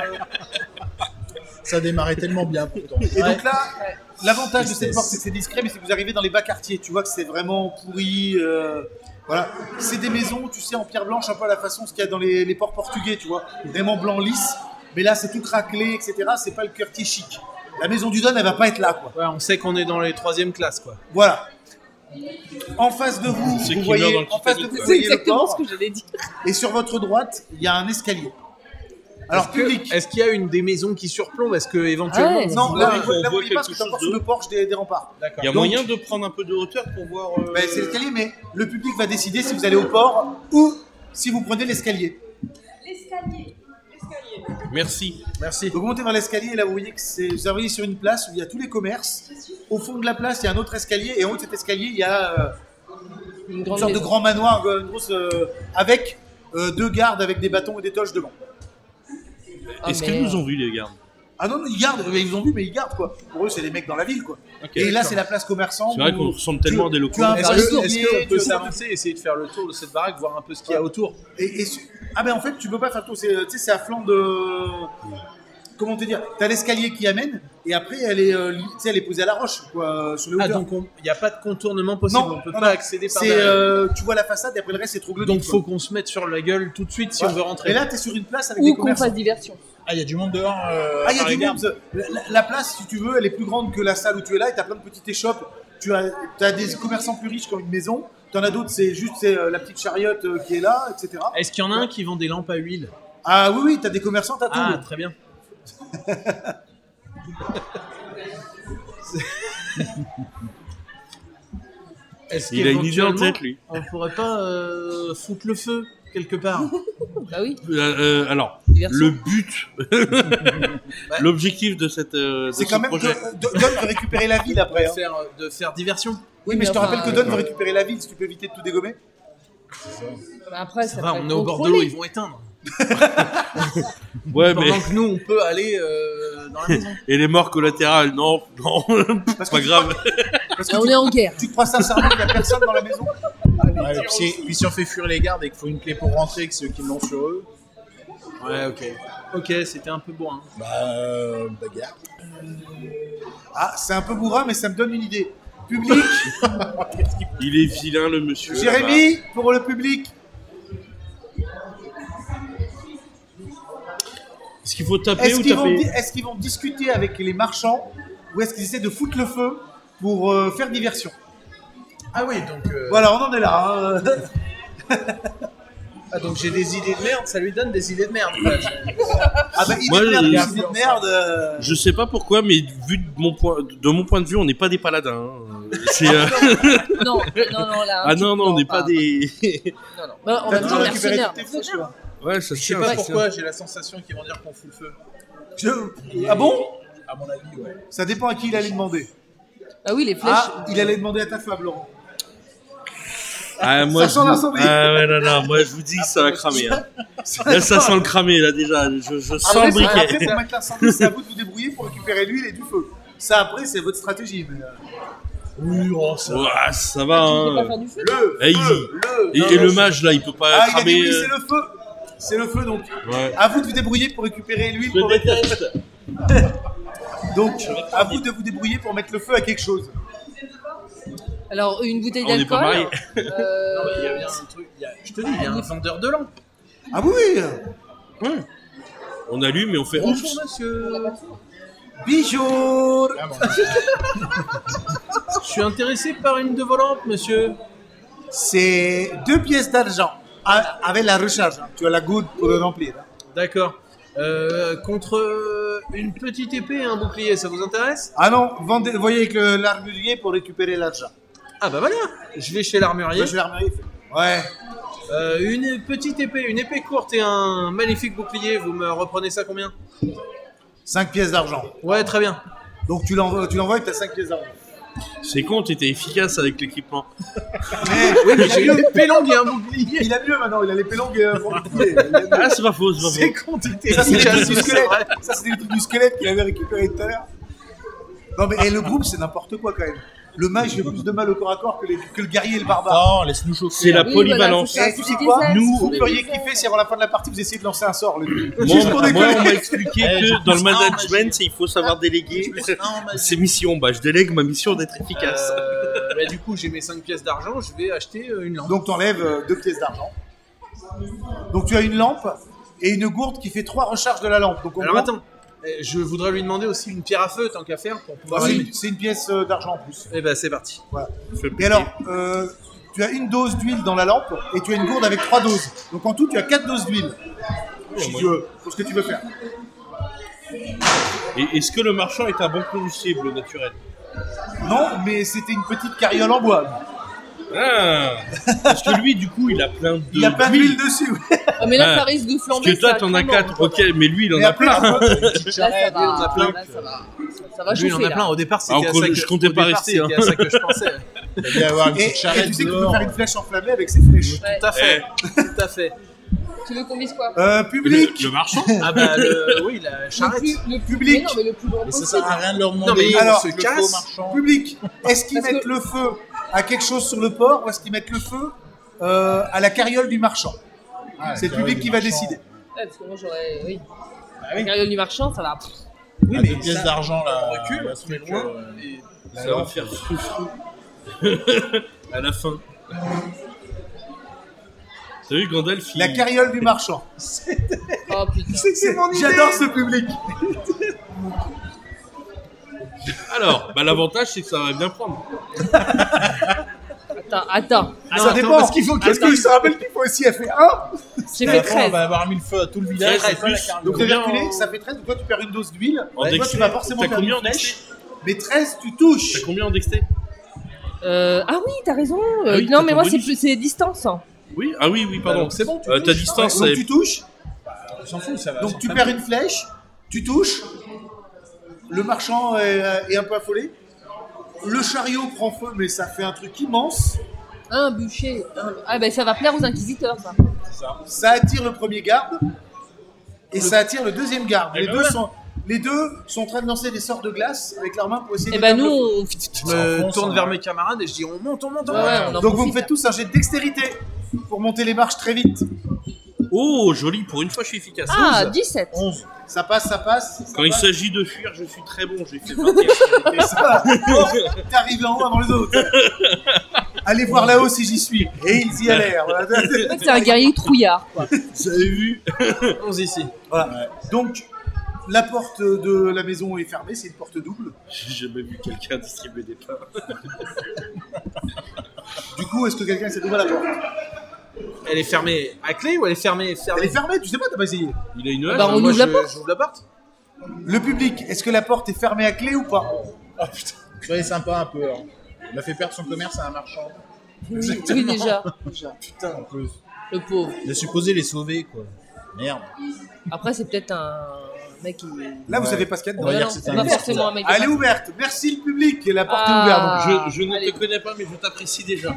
[SPEAKER 5] Ça démarrait tellement bien pourtant.
[SPEAKER 1] et donc là, l'avantage de cette porte, c'est que c'est discret, mais c'est que vous arrivez dans les bas quartiers. Tu vois que c'est vraiment pourri. Voilà. C'est des maisons, tu sais, en pierre blanche, un peu à la façon ce qu'il y a dans les ports portugais, tu vois. Vraiment blanc lisse. Mais là, c'est tout craquelé, etc. C'est pas le quartier chic. La maison du Don, elle va pas être là, quoi.
[SPEAKER 2] Ouais, on sait qu'on est dans les 3e classes, quoi.
[SPEAKER 1] Voilà. En face de vous,
[SPEAKER 3] Ceux
[SPEAKER 1] vous
[SPEAKER 3] qui
[SPEAKER 1] voyez,
[SPEAKER 3] meurent dans le
[SPEAKER 1] en face de
[SPEAKER 3] Titanic,
[SPEAKER 1] vous, vous
[SPEAKER 4] C'est
[SPEAKER 1] voyez le
[SPEAKER 4] exactement ce
[SPEAKER 1] port.
[SPEAKER 4] que j'allais dire.
[SPEAKER 1] Et sur votre droite, il y a un escalier. Alors, public.
[SPEAKER 2] Est-ce qu'il y a une des maisons qui surplombe? Est-ce que éventuellement
[SPEAKER 4] Ah ouais.
[SPEAKER 1] Non,
[SPEAKER 3] on
[SPEAKER 1] là,
[SPEAKER 3] voit
[SPEAKER 1] vous ne
[SPEAKER 3] quelque
[SPEAKER 1] voyez pas parce que c'est
[SPEAKER 3] chose
[SPEAKER 1] encore
[SPEAKER 3] de-
[SPEAKER 1] sous le porche des remparts.
[SPEAKER 2] D'accord.
[SPEAKER 3] Il y a
[SPEAKER 1] Donc-
[SPEAKER 3] moyen de prendre un peu de hauteur pour voir.
[SPEAKER 1] Ben, c'est l'escalier, mais le public va décider si vous allez au port ou si vous prenez l'escalier.
[SPEAKER 3] Merci.
[SPEAKER 2] Merci.
[SPEAKER 1] Donc, vous montez vers l'escalier et là, vous voyez que vous arrivez sur une place où il y a tous les commerces. Au fond de la place, il y a un autre escalier et en haut de cet escalier, il y a
[SPEAKER 4] Une
[SPEAKER 1] une
[SPEAKER 4] grande
[SPEAKER 1] sorte de
[SPEAKER 4] maison.
[SPEAKER 1] grand manoir, une grosse, avec deux gardes avec des bâtons et des toches devant.
[SPEAKER 4] Ah,
[SPEAKER 3] Est-ce
[SPEAKER 4] mais,
[SPEAKER 3] qu'ils nous ont vus, les gardes?
[SPEAKER 1] Ah non, ils gardent, ils vous ont vu, mais ils gardent quoi. Pour eux, c'est des mecs dans la ville quoi.
[SPEAKER 3] Ok,
[SPEAKER 1] Et là,
[SPEAKER 3] d'accord.
[SPEAKER 1] c'est la place commerçante.
[SPEAKER 3] C'est vrai
[SPEAKER 1] où
[SPEAKER 3] qu'on ressemble tellement à des locaux.
[SPEAKER 1] tu as un
[SPEAKER 2] Est-ce
[SPEAKER 1] farcier,
[SPEAKER 2] qu'on peut
[SPEAKER 1] tu as-
[SPEAKER 2] s'avancer, essayer de faire le tour de cette baraque, voir un peu ce qu'il y a autour?
[SPEAKER 1] Ah ben en fait, tu peux pas faire tout. Tu sais, c'est à flanc de. Comment te dire? T'as l'escalier qui amène et après elle est, tu sais, elle est posée à la roche, quoi, sur les
[SPEAKER 2] Ah,
[SPEAKER 1] hauteurs.
[SPEAKER 2] donc il n'y a pas de contournement possible,
[SPEAKER 1] Non,
[SPEAKER 2] on peut
[SPEAKER 1] non,
[SPEAKER 2] pas
[SPEAKER 1] non.
[SPEAKER 2] accéder par
[SPEAKER 1] C'est,
[SPEAKER 2] derrière.
[SPEAKER 1] tu vois la façade et après le reste c'est troglodyte.
[SPEAKER 2] Donc faut qu'on se mette sur la gueule tout de suite si on veut rentrer.
[SPEAKER 1] Et là, t'es sur une place avec des
[SPEAKER 4] Ou qu'on
[SPEAKER 1] commerçants.
[SPEAKER 4] fasse diversion.
[SPEAKER 5] Ah, il y a du monde dehors.
[SPEAKER 1] Ah, il y a
[SPEAKER 5] par
[SPEAKER 1] du
[SPEAKER 5] les gardes.
[SPEAKER 1] monde. La place, si tu veux, elle est plus grande que la salle où tu es là et t'as plein de petites échoppes. Tu as des commerçants plus riches qui ont une maison. T'en as d'autres, c'est juste la petite chariote qui est là, etc.
[SPEAKER 2] Est-ce qu'il y en a un qui vend des lampes à huile?
[SPEAKER 1] Ah oui, oui, t'as des commerçants, t'as tout.
[SPEAKER 2] Ah, très bien. Est-ce
[SPEAKER 3] Il a une idée en
[SPEAKER 2] qu'éventuellement,
[SPEAKER 3] tête, lui.
[SPEAKER 2] on pourrait pas foutre le feu quelque part?
[SPEAKER 4] Bah oui.
[SPEAKER 3] Alors,
[SPEAKER 4] Diversion.
[SPEAKER 3] le but, l'objectif de cette de
[SPEAKER 1] C'est
[SPEAKER 3] ce
[SPEAKER 1] quand même
[SPEAKER 3] projet.
[SPEAKER 1] que Don veut récupérer la ville après. hein.
[SPEAKER 2] De faire diversion.
[SPEAKER 1] Oui, mais je te
[SPEAKER 4] enfin,
[SPEAKER 1] rappelle que Don veut récupérer la ville si tu peux éviter de tout dégommer.
[SPEAKER 4] Bah après, ça,
[SPEAKER 2] Ça va,
[SPEAKER 4] peut
[SPEAKER 2] on
[SPEAKER 4] être
[SPEAKER 2] est au bord de
[SPEAKER 4] contrôlé.
[SPEAKER 2] l'eau, ils vont éteindre.
[SPEAKER 3] Ouais, mais
[SPEAKER 2] Pendant que nous, on peut aller dans la maison.
[SPEAKER 3] et les morts collatérales, non, non,
[SPEAKER 1] Parce
[SPEAKER 3] pas
[SPEAKER 1] que
[SPEAKER 3] grave.
[SPEAKER 1] Parce que
[SPEAKER 4] Là, on est en guerre.
[SPEAKER 1] tu crois sincèrement qu'il n'y a personne dans la maison?
[SPEAKER 5] Ouais, puis si on fait fuir les gardes et qu'il faut une clé pour rentrer, que ceux qui l'ont sur eux,
[SPEAKER 2] Ouais, ok. Ok, c'était un peu bourrin.
[SPEAKER 5] bagarre.
[SPEAKER 1] Ah, c'est un peu bourrin, mais ça me donne une idée. Public,
[SPEAKER 3] Il est vilain, le monsieur.
[SPEAKER 1] Jérémy, pour le public.
[SPEAKER 3] Est-ce qu'il faut taper
[SPEAKER 1] Est-ce
[SPEAKER 3] ou
[SPEAKER 1] qu'ils vont,
[SPEAKER 3] taper
[SPEAKER 1] est-ce qu'ils vont discuter avec les marchands ou est-ce qu'ils essaient de foutre le feu pour faire diversion?
[SPEAKER 2] Ah oui, donc...
[SPEAKER 1] Voilà, on en est là. hein.
[SPEAKER 2] Ah, donc j'ai des idées de merde, ça lui donne des idées de merde.
[SPEAKER 1] Ah bah, il
[SPEAKER 3] Moi,
[SPEAKER 1] est de merde,
[SPEAKER 3] je-
[SPEAKER 1] il est de merde.
[SPEAKER 3] Je sais pas pourquoi, mais vu de mon point de vue, on n'est pas des paladins. hein. C'est,
[SPEAKER 4] Non, non, là.
[SPEAKER 3] ah non, non, on n'est pas des.
[SPEAKER 4] Non, non. Bah, on
[SPEAKER 1] T'as
[SPEAKER 4] va
[SPEAKER 1] toujours
[SPEAKER 4] dire
[SPEAKER 1] récupéré
[SPEAKER 4] mercenaires.
[SPEAKER 1] toutes tes flèches, toi.
[SPEAKER 3] Ouais, ça se
[SPEAKER 2] Je sais
[SPEAKER 3] tient.
[SPEAKER 2] pas
[SPEAKER 3] ça se
[SPEAKER 2] pourquoi, j'ai la sensation qu'ils vont dire qu'on fout le feu.
[SPEAKER 1] Ah bon?
[SPEAKER 5] À mon avis, ouais.
[SPEAKER 1] Ça dépend à qui il allait demander.
[SPEAKER 4] Ah oui, les flèches.
[SPEAKER 1] Ah, il allait demander à ta femme, Laurent.
[SPEAKER 3] tient. Ah, moi,
[SPEAKER 1] Ça sent l'incendie.
[SPEAKER 3] Ah ouais, non, moi je vous dis que ça va cramer. Hein. Là, ça sent le cramer, là déjà. Je sens
[SPEAKER 1] Après,
[SPEAKER 3] le briquet.
[SPEAKER 1] après, pour mettre l'incendie, c'est à vous de vous débrouiller pour récupérer l'huile et du feu. Ça, après, c'est votre stratégie. Mais...
[SPEAKER 5] Oui, oh, ça.
[SPEAKER 3] Ouah, ça va.
[SPEAKER 4] Tu veux pas
[SPEAKER 3] Hein.
[SPEAKER 4] faire du feu?
[SPEAKER 1] Le
[SPEAKER 3] Hey,
[SPEAKER 1] feu,
[SPEAKER 3] Et le mage, là, il peut pas
[SPEAKER 1] Ah, il a dit
[SPEAKER 3] cramer.
[SPEAKER 1] oui, c'est le feu. C'est le feu, donc.
[SPEAKER 3] Ouais.
[SPEAKER 1] À vous de vous débrouiller pour récupérer l'huile.
[SPEAKER 3] Je
[SPEAKER 1] Pour mettre...
[SPEAKER 3] déteste.
[SPEAKER 1] Donc, à vous de vous débrouiller pour mettre le feu à quelque chose.
[SPEAKER 4] Alors, une bouteille
[SPEAKER 3] On n'est pas mariés.
[SPEAKER 4] d'alcool.
[SPEAKER 2] Non, mais il y a bien un truc. Je te dis, il y a un vendeur de lampes.
[SPEAKER 1] Ah oui, oui.
[SPEAKER 3] On allume et on fait
[SPEAKER 2] Bonjour,
[SPEAKER 3] oups.
[SPEAKER 2] monsieur.
[SPEAKER 1] Bonjour.
[SPEAKER 5] Ah, bon.
[SPEAKER 2] Je suis intéressé par une de vos lampes, monsieur.
[SPEAKER 1] C'est 2 pièces d'argent avec la recharge. hein. Tu as la goutte pour le remplir. hein.
[SPEAKER 2] D'accord. Contre une petite épée et un bouclier, ça vous intéresse?
[SPEAKER 1] Ah non, voyez avec l'armurier pour récupérer l'argent.
[SPEAKER 2] Ah bah voilà, je vais chez l'armurier.
[SPEAKER 1] Je vais l'armurier. Ouais.
[SPEAKER 2] Une petite épée, une épée courte et un magnifique bouclier, vous me reprenez ça combien?
[SPEAKER 1] 5 pièces d'argent.
[SPEAKER 2] Ouais, très bien.
[SPEAKER 1] Donc tu l'envoies avec ta 5 pièces d'argent.
[SPEAKER 3] C'est con, t'étais efficace avec l'équipement.
[SPEAKER 2] Oui, mais j'ai une épée longue et un bouclier.
[SPEAKER 1] Il a mieux maintenant, il a l'épée longue pour le bouclier.
[SPEAKER 3] Ah, c'est pas faux, c'est pas faux.
[SPEAKER 2] C'est con, t'étais
[SPEAKER 1] Ça, c'est des
[SPEAKER 2] efficace.
[SPEAKER 1] trucs du squelette. Ça, c'est des trucs du squelette qu'il avait récupéré tout à l'heure. Non, mais le groupe, c'est n'importe quoi quand même. Le mage fait plus de mal au corps à corps que le guerrier et le barbare.
[SPEAKER 5] Non, laisse-nous chauffer.
[SPEAKER 3] C'est la
[SPEAKER 4] Oui,
[SPEAKER 3] polyvalence.
[SPEAKER 4] voilà,
[SPEAKER 1] Et
[SPEAKER 4] faut
[SPEAKER 1] tu sais
[SPEAKER 4] des
[SPEAKER 1] quoi
[SPEAKER 4] ailes,
[SPEAKER 1] Nous,
[SPEAKER 4] faut
[SPEAKER 1] vous
[SPEAKER 4] des
[SPEAKER 1] feriez
[SPEAKER 4] ailes.
[SPEAKER 1] kiffer si avant la fin de la partie, vous essayez de lancer un sort.
[SPEAKER 3] Moi,
[SPEAKER 1] Juste pour déconner.
[SPEAKER 3] on m'a expliqué
[SPEAKER 5] Eh,
[SPEAKER 3] que dans le
[SPEAKER 5] je-
[SPEAKER 3] management, il faut savoir déléguer
[SPEAKER 5] Non,
[SPEAKER 3] ses missions. Bah, je délègue ma mission d'être efficace.
[SPEAKER 2] Bah, du coup, j'ai mes 5 pièces d'argent, je vais acheter une lampe.
[SPEAKER 1] Donc tu enlèves 2 pièces d'argent. Donc tu as une lampe et une gourde qui fait 3 recharges de la lampe. Donc, en
[SPEAKER 2] Alors
[SPEAKER 1] gros,
[SPEAKER 2] attends, je voudrais lui demander aussi une pierre à feu tant qu'à faire pour pouvoir allumer.
[SPEAKER 1] c'est une pièce d'argent en plus.
[SPEAKER 2] Eh ben c'est parti.
[SPEAKER 1] Voilà.
[SPEAKER 3] Fais
[SPEAKER 1] Et
[SPEAKER 3] plier.
[SPEAKER 1] alors, tu as une dose d'huile dans la lampe et tu as une gourde avec 3 doses. Donc en tout, tu as 4 doses d'huile. Si tu veux, pour ce que tu veux faire.
[SPEAKER 3] Et est-ce que le marchand est un bon combustible naturel?
[SPEAKER 1] Non, mais c'était une petite carriole en bois.
[SPEAKER 3] Ah, parce que lui, du coup, il a plein de.
[SPEAKER 1] Il y a plein d'huile dessus. ouais.
[SPEAKER 4] Ah, mais là,
[SPEAKER 3] Ah.
[SPEAKER 4] ça risque de
[SPEAKER 3] Parce
[SPEAKER 4] flamber.
[SPEAKER 3] que toi,
[SPEAKER 4] ça,
[SPEAKER 3] t'en as
[SPEAKER 4] clairement.
[SPEAKER 3] 4, ok, mais lui, il en
[SPEAKER 1] Et
[SPEAKER 3] a
[SPEAKER 1] après,
[SPEAKER 3] plein.
[SPEAKER 1] la
[SPEAKER 4] Là, ça
[SPEAKER 2] on en a
[SPEAKER 4] va.
[SPEAKER 2] plein.
[SPEAKER 4] Là, ça va
[SPEAKER 2] Lui, il
[SPEAKER 4] chauffer.
[SPEAKER 2] en a plein.
[SPEAKER 4] là.
[SPEAKER 2] Au départ, c'était
[SPEAKER 3] Ah,
[SPEAKER 2] à ça que
[SPEAKER 3] je comptais
[SPEAKER 2] au
[SPEAKER 3] pas
[SPEAKER 2] départ,
[SPEAKER 3] rester, hein.
[SPEAKER 2] c'était à ça que je pensais.
[SPEAKER 5] Il va y avoir une
[SPEAKER 1] Et,
[SPEAKER 5] petite charrette
[SPEAKER 1] tu sais que tu peux
[SPEAKER 5] dehors.
[SPEAKER 1] faire une flèche enflammée avec ses flèches.
[SPEAKER 4] Ouais.
[SPEAKER 2] Tout à fait. Tout à fait.
[SPEAKER 4] Tu veux qu'on dise quoi?
[SPEAKER 1] Public.
[SPEAKER 3] Le marchand?
[SPEAKER 2] Ah bah oui, la charrette.
[SPEAKER 4] Le
[SPEAKER 1] Public.
[SPEAKER 4] Mais non, mais le plus grand
[SPEAKER 5] Mais ça
[SPEAKER 4] possible.
[SPEAKER 5] sert à rien de leur
[SPEAKER 2] Non,
[SPEAKER 5] demander.
[SPEAKER 2] mais
[SPEAKER 1] alors,
[SPEAKER 2] on se
[SPEAKER 5] le
[SPEAKER 2] casse.
[SPEAKER 5] faux marchand.
[SPEAKER 1] Public. Est-ce qu'ils
[SPEAKER 4] Parce
[SPEAKER 1] mettent
[SPEAKER 4] que-
[SPEAKER 1] le feu à quelque chose sur le port ou est-ce qu'ils mettent le feu à la carriole du marchand?
[SPEAKER 5] Ah,
[SPEAKER 1] C'est le
[SPEAKER 5] carriole
[SPEAKER 1] public
[SPEAKER 5] du
[SPEAKER 1] qui va
[SPEAKER 5] marchand.
[SPEAKER 1] décider.
[SPEAKER 4] Ouais, parce que moi, j'aurais. Oui.
[SPEAKER 5] Bah
[SPEAKER 4] La
[SPEAKER 5] oui.
[SPEAKER 4] carriole du marchand, ça va.
[SPEAKER 2] Oui,
[SPEAKER 5] Ah,
[SPEAKER 2] mais
[SPEAKER 5] 2 pièces
[SPEAKER 2] ça,
[SPEAKER 5] d'argent là.
[SPEAKER 2] on recule,
[SPEAKER 5] la
[SPEAKER 2] on se met
[SPEAKER 5] truc,
[SPEAKER 2] loin.
[SPEAKER 5] et
[SPEAKER 3] Ça va faire frou-frou. À la fin. T'as vu, Gandalf,
[SPEAKER 1] La carriole du marchand.
[SPEAKER 4] Oh putain.
[SPEAKER 1] C'est mon idée. J'adore ce public.
[SPEAKER 3] Alors, bah, l'avantage, c'est que ça va bien prendre.
[SPEAKER 4] Attends.
[SPEAKER 1] Ça dépend.
[SPEAKER 2] parce qu'il faut
[SPEAKER 1] Parce qu'il se rappelle qu'il faut aussi FA1.
[SPEAKER 4] J'ai
[SPEAKER 5] après,
[SPEAKER 4] fait
[SPEAKER 5] on
[SPEAKER 4] 13.
[SPEAKER 5] va avoir mis le feu à tout le village.
[SPEAKER 3] Treize
[SPEAKER 5] c'est pas la
[SPEAKER 3] plus.
[SPEAKER 5] carriole.
[SPEAKER 1] Donc
[SPEAKER 3] Combien
[SPEAKER 1] t'as calculé,
[SPEAKER 3] en-
[SPEAKER 1] ça fait 13. Donc toi, tu perds une dose d'huile.
[SPEAKER 3] En
[SPEAKER 1] Toi,
[SPEAKER 3] dexté.
[SPEAKER 1] tu vas forcément
[SPEAKER 3] T'as
[SPEAKER 1] perdre
[SPEAKER 3] combien
[SPEAKER 1] une
[SPEAKER 3] en
[SPEAKER 1] flèche.
[SPEAKER 3] dexté?
[SPEAKER 1] Mais 13, tu touches.
[SPEAKER 3] T'as combien en dexté?
[SPEAKER 4] Ah oui, t'as raison.
[SPEAKER 3] Ah oui,
[SPEAKER 4] non,
[SPEAKER 3] t'as
[SPEAKER 4] mais
[SPEAKER 3] ton
[SPEAKER 4] moi,
[SPEAKER 3] bonus.
[SPEAKER 4] c'est distance.
[SPEAKER 3] Oui, ah oui, pardon.
[SPEAKER 2] donc c'est bon, tu
[SPEAKER 3] Ta
[SPEAKER 2] touches.
[SPEAKER 3] distance,
[SPEAKER 1] Donc
[SPEAKER 3] c'est.
[SPEAKER 1] tu touches.
[SPEAKER 5] On s'en fout, ça va.
[SPEAKER 1] Donc tu perds une flèche. Tu touches. Le marchand est un peu affolé. Le chariot prend feu, mais ça fait un truc immense.
[SPEAKER 4] Un bûcher. Ah ben ça va plaire aux inquisiteurs, ça.
[SPEAKER 1] Ça attire le premier garde. Et ça attire le deuxième garde. Les deux sont en train de lancer des sorts de glace avec leurs mains pour essayer
[SPEAKER 4] Et
[SPEAKER 1] de
[SPEAKER 4] ben
[SPEAKER 1] faire
[SPEAKER 4] nous,
[SPEAKER 1] le feu.
[SPEAKER 4] on...
[SPEAKER 2] Je me
[SPEAKER 5] s'enfonce,
[SPEAKER 2] tourne
[SPEAKER 5] hein.
[SPEAKER 2] vers mes camarades et je dis on monte, on monte, on
[SPEAKER 4] Ouais,
[SPEAKER 2] monte.
[SPEAKER 4] ouais, on en
[SPEAKER 1] Donc vous me
[SPEAKER 4] profite.
[SPEAKER 1] faites tous un jet de dextérité pour monter les marches très vite.
[SPEAKER 3] Oh, joli, pour une fois, je suis efficace.
[SPEAKER 4] Ah,
[SPEAKER 1] 12.
[SPEAKER 4] 17.
[SPEAKER 5] 11.
[SPEAKER 1] Ça passe, ça passe.
[SPEAKER 3] Quand il s'agit de fuir, je suis très bon. J'ai fait 21.
[SPEAKER 1] Et ça, t'es arrivé en haut avant les autres. Allez voir là-haut si j'y suis. Et ils y allèrent. Voilà.
[SPEAKER 4] En fait, c'est un guerrier trouillard, quoi.
[SPEAKER 3] Vous avez vu?
[SPEAKER 2] 11 ici.
[SPEAKER 1] Voilà. Donc, la porte de la maison est fermée, c'est une porte double.
[SPEAKER 3] J'ai jamais vu quelqu'un distribuer des pains.
[SPEAKER 1] Du coup, est-ce que quelqu'un essaie d'ouvrir la porte?
[SPEAKER 2] Elle est fermée à clé ou elle est fermée
[SPEAKER 1] Elle est fermée, tu sais pas, t'as pas essayé.
[SPEAKER 3] Il a une
[SPEAKER 4] Bah,
[SPEAKER 3] hache.
[SPEAKER 4] on
[SPEAKER 2] Moi,
[SPEAKER 4] ouvre la porte.
[SPEAKER 2] J'ouvre la porte.
[SPEAKER 1] Le public, est-ce que la porte est fermée à clé ou pas?
[SPEAKER 5] Oh putain. Soyez sympa un peu. Hein. Il a fait perdre son commerce à un marchand.
[SPEAKER 4] Oui, oui, déjà.
[SPEAKER 5] Putain, en plus.
[SPEAKER 4] Le pauvre.
[SPEAKER 5] Il est supposé les sauver, quoi. Merde.
[SPEAKER 4] Après, c'est peut-être un mec qui...
[SPEAKER 1] Là, vous
[SPEAKER 5] Ouais.
[SPEAKER 1] savez pas ce qu'il y a
[SPEAKER 5] On
[SPEAKER 1] dedans.
[SPEAKER 5] va dire
[SPEAKER 4] non,
[SPEAKER 5] que
[SPEAKER 4] c'est
[SPEAKER 5] c'est
[SPEAKER 4] pas
[SPEAKER 5] un
[SPEAKER 4] forcément un mec.
[SPEAKER 1] Elle est ouverte. Merci le public. Et la porte est
[SPEAKER 4] Ah.
[SPEAKER 1] ouverte. Donc,
[SPEAKER 3] Je ne
[SPEAKER 4] Allez.
[SPEAKER 3] te connais pas, mais je t'apprécie déjà.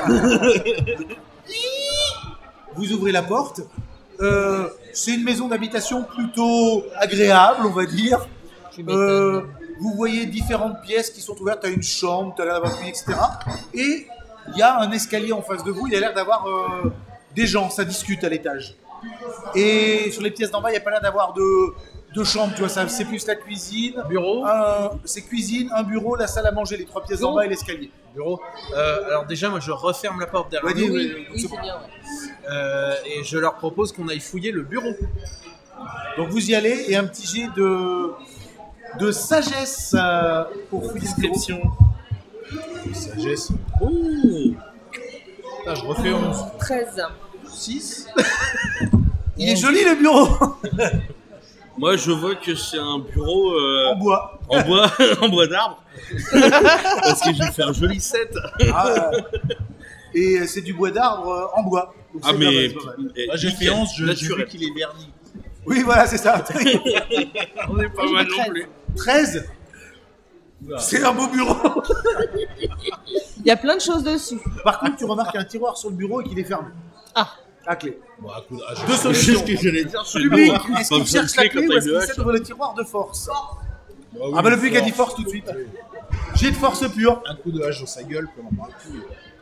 [SPEAKER 1] vous ouvrez la porte. C'est une maison d'habitation plutôt agréable, on va dire.
[SPEAKER 4] Tu m'étonnes.
[SPEAKER 1] Vous voyez différentes pièces qui sont ouvertes. Tu as une chambre, tu as l'air d'avoir une cuisine, etc. Et il y a un escalier en face de vous. Il y a l'air d'avoir des gens. Ça discute à l'étage. Et sur les pièces d'en bas, il n'y a pas l'air d'avoir de chambre. Tu vois, c'est plus la cuisine.
[SPEAKER 2] Bureau.
[SPEAKER 1] C'est cuisine, un bureau, la salle à manger, les 3 pièces d'en bas et l'escalier.
[SPEAKER 2] Bureau. Alors déjà, moi, je referme la porte derrière
[SPEAKER 1] Ouais,
[SPEAKER 2] nous
[SPEAKER 1] dis-
[SPEAKER 4] Oui, oui, c'est bien, ouais.
[SPEAKER 2] et je leur propose qu'on aille fouiller le bureau.
[SPEAKER 1] Donc vous y allez et un petit jet de sagesse pour fouiller le bureau.
[SPEAKER 3] Description.
[SPEAKER 5] Sagesse.
[SPEAKER 3] Oh,
[SPEAKER 5] Putain, je refais 11.
[SPEAKER 4] 13.
[SPEAKER 2] 6.
[SPEAKER 1] Il est joli le bureau.
[SPEAKER 3] Moi, je vois que c'est un bureau
[SPEAKER 1] En bois.
[SPEAKER 3] en bois d'arbre. Parce que j'ai fait un joli set.
[SPEAKER 1] Ah, et c'est du bois d'arbre en bois. Donc
[SPEAKER 3] Ah,
[SPEAKER 1] c'est
[SPEAKER 3] mais.
[SPEAKER 1] pas mal.
[SPEAKER 5] Moi, j'ai fait 11, j'ai vu
[SPEAKER 3] naturel.
[SPEAKER 5] qu'il est verni.
[SPEAKER 1] Oui, voilà, c'est ça.
[SPEAKER 3] On est pas
[SPEAKER 4] Moi, j'ai
[SPEAKER 3] mal
[SPEAKER 4] fait
[SPEAKER 3] non
[SPEAKER 4] 13.
[SPEAKER 3] plus.
[SPEAKER 1] 13. C'est un beau bureau.
[SPEAKER 4] Il y a plein de choses dessus.
[SPEAKER 1] Par contre, tu remarques qu'il y a un tiroir sur le bureau et qu'il est fermé.
[SPEAKER 4] Ah.
[SPEAKER 1] À clé.
[SPEAKER 5] Bon, à coup de-
[SPEAKER 1] Deux
[SPEAKER 3] C'est
[SPEAKER 1] solutions.
[SPEAKER 3] ce que j'allais dire. C'est
[SPEAKER 1] Public,
[SPEAKER 3] beau.
[SPEAKER 1] est-ce
[SPEAKER 3] Pas
[SPEAKER 1] qu'il
[SPEAKER 3] besoin de
[SPEAKER 1] cherche la
[SPEAKER 3] clé
[SPEAKER 1] clé
[SPEAKER 3] quand
[SPEAKER 1] ou
[SPEAKER 3] t'as
[SPEAKER 1] est-ce
[SPEAKER 3] une
[SPEAKER 1] qu'il
[SPEAKER 3] hache.
[SPEAKER 1] essaie d'ouvrir le tiroir de force?
[SPEAKER 5] Bah oui,
[SPEAKER 1] Ah bah le public a
[SPEAKER 5] force.
[SPEAKER 1] dit force tout de suite. J'ai de force pure.
[SPEAKER 5] Un coup de hache dans sa gueule, puis on en parle plus.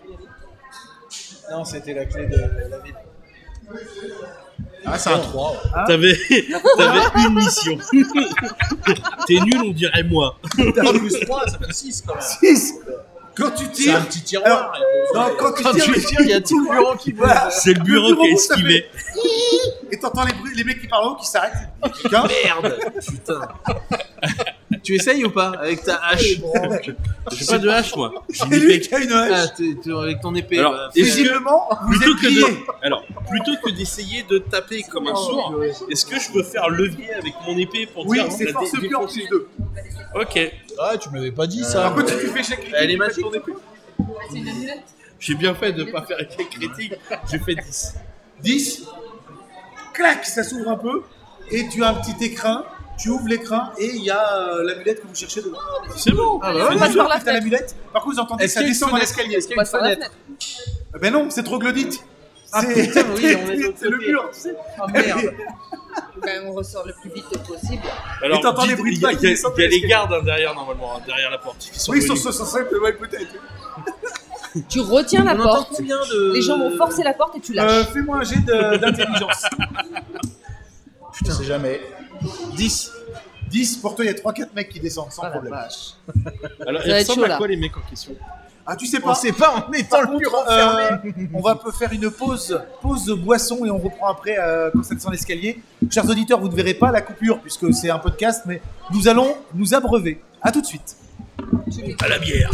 [SPEAKER 2] Non, c'était la clé de la ville.
[SPEAKER 5] Ah, c'est un 3. Ouais.
[SPEAKER 3] T'avais une mission. T'es nul, on dirait moi.
[SPEAKER 5] Ah, plus 3, ça fait 6 quand même.
[SPEAKER 1] 6. Quand tu
[SPEAKER 5] C'est un
[SPEAKER 1] tires.
[SPEAKER 5] petit tiroir.
[SPEAKER 1] Non, quand tu
[SPEAKER 2] Quand
[SPEAKER 1] tires,
[SPEAKER 2] tu tires, il y a tout le bureau qui bouge.
[SPEAKER 1] Voilà.
[SPEAKER 3] C'est le bureau
[SPEAKER 1] Le bureau,
[SPEAKER 3] qui a
[SPEAKER 1] ça
[SPEAKER 3] esquivé.
[SPEAKER 1] Et t'entends les mecs qui parlent en haut qui s'arrêtent. Quelqu'un.
[SPEAKER 2] Merde. Putain. Tu essayes ou pas avec ta hache?
[SPEAKER 3] J'ai pas de hache, moi. J'ai
[SPEAKER 1] Et
[SPEAKER 3] une
[SPEAKER 1] lui
[SPEAKER 3] épée.
[SPEAKER 1] qui a une
[SPEAKER 2] Ah,
[SPEAKER 1] hache.
[SPEAKER 2] avec ton épée.
[SPEAKER 3] Alors,
[SPEAKER 2] bah,
[SPEAKER 3] est-ce que-
[SPEAKER 1] Visiblement, vous
[SPEAKER 3] Plutôt
[SPEAKER 1] êtes
[SPEAKER 3] que,
[SPEAKER 1] pliés.
[SPEAKER 3] plutôt que d'essayer de taper comme un sourd, est-ce que je peux faire levier avec mon épée pour
[SPEAKER 1] Oui,
[SPEAKER 3] dire
[SPEAKER 1] c'est
[SPEAKER 3] la
[SPEAKER 1] force pure
[SPEAKER 3] défoncer
[SPEAKER 1] plus 2.
[SPEAKER 3] Ok,
[SPEAKER 5] Ah, tu me l'avais pas dit ça.
[SPEAKER 1] Par contre, si tu fais chaque
[SPEAKER 2] Elle est
[SPEAKER 1] critique,
[SPEAKER 2] magique.
[SPEAKER 1] ton épée.
[SPEAKER 3] j'ai bien fait de pas faire échec critique, j'ai fait 10.
[SPEAKER 1] 10. Clac, ça s'ouvre un peu. Et tu as un petit écrin. Tu ouvres l'écrin et il y a l'amulette que vous cherchez dedans.
[SPEAKER 3] C'est bon.
[SPEAKER 2] Ah bah
[SPEAKER 1] C'est
[SPEAKER 2] ouais.
[SPEAKER 4] On passe par la
[SPEAKER 1] t'as
[SPEAKER 4] fenêtre.
[SPEAKER 1] l'amulette. Par contre, vous entendez que
[SPEAKER 2] Est-ce
[SPEAKER 1] ça
[SPEAKER 2] qu'il y a une
[SPEAKER 1] descend dans
[SPEAKER 2] fenêtre?
[SPEAKER 1] l'escalier.
[SPEAKER 2] Est-ce qu'il y
[SPEAKER 4] On
[SPEAKER 2] a
[SPEAKER 4] passe
[SPEAKER 2] une
[SPEAKER 4] par la
[SPEAKER 2] fenêtre?
[SPEAKER 4] fenêtre.
[SPEAKER 1] Ben non, c'est troglodyte.
[SPEAKER 2] Ah
[SPEAKER 1] C'est
[SPEAKER 2] putain, oui, on est de l'autre
[SPEAKER 1] c'est le
[SPEAKER 2] côté.
[SPEAKER 1] mur, tu sais.
[SPEAKER 2] Ah merde.
[SPEAKER 4] Ben, on ressort le plus vite possible.
[SPEAKER 3] Alors,
[SPEAKER 1] Et t'entends les
[SPEAKER 3] dites-
[SPEAKER 1] bruits de
[SPEAKER 3] il y a-
[SPEAKER 1] pas qui
[SPEAKER 3] il y a,
[SPEAKER 1] descendent
[SPEAKER 3] il y a
[SPEAKER 1] dans
[SPEAKER 3] les
[SPEAKER 1] l'escalier.
[SPEAKER 3] gardes hein, derrière, normalement, hein, derrière la porte. Qui sont
[SPEAKER 1] Oui,
[SPEAKER 3] venus.
[SPEAKER 1] sur ce sens, ouais, peut-être.
[SPEAKER 4] Tu retiens la
[SPEAKER 2] On entend
[SPEAKER 4] porte.
[SPEAKER 2] combien de...
[SPEAKER 4] Les gens vont forcer la porte et tu lâches.
[SPEAKER 1] Fais-moi un jet d'intelligence.
[SPEAKER 5] Je sais jamais.
[SPEAKER 2] 10.
[SPEAKER 1] 10, pour toi, il y a 3-4 mecs qui descendent sans
[SPEAKER 4] Ah, la
[SPEAKER 1] problème.
[SPEAKER 4] vache.
[SPEAKER 3] Alors,
[SPEAKER 4] Ça
[SPEAKER 3] ils
[SPEAKER 4] va être
[SPEAKER 3] ressemblent
[SPEAKER 4] chaud,
[SPEAKER 3] à
[SPEAKER 4] là.
[SPEAKER 3] quoi les mecs en question?
[SPEAKER 1] Ah, tu sais
[SPEAKER 2] On
[SPEAKER 1] pas.
[SPEAKER 2] sait pas, on est dans
[SPEAKER 1] Par
[SPEAKER 2] le
[SPEAKER 1] contre,
[SPEAKER 2] bureau fermé.
[SPEAKER 1] on va faire une pause boisson et on reprend après quand ça descend l'escalier. Chers auditeurs, vous ne verrez pas la coupure puisque c'est un podcast, mais nous allons nous abreuver. À tout de suite.
[SPEAKER 3] À la bière.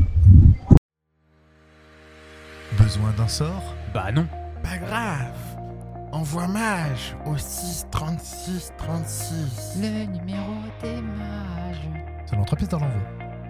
[SPEAKER 6] Besoin d'un sort?
[SPEAKER 7] Bah non.
[SPEAKER 8] Pas grave. Envoie mage au 6 36 36.
[SPEAKER 9] Le numéro des mages.
[SPEAKER 6] Selon 3 pièces dans l'envoi.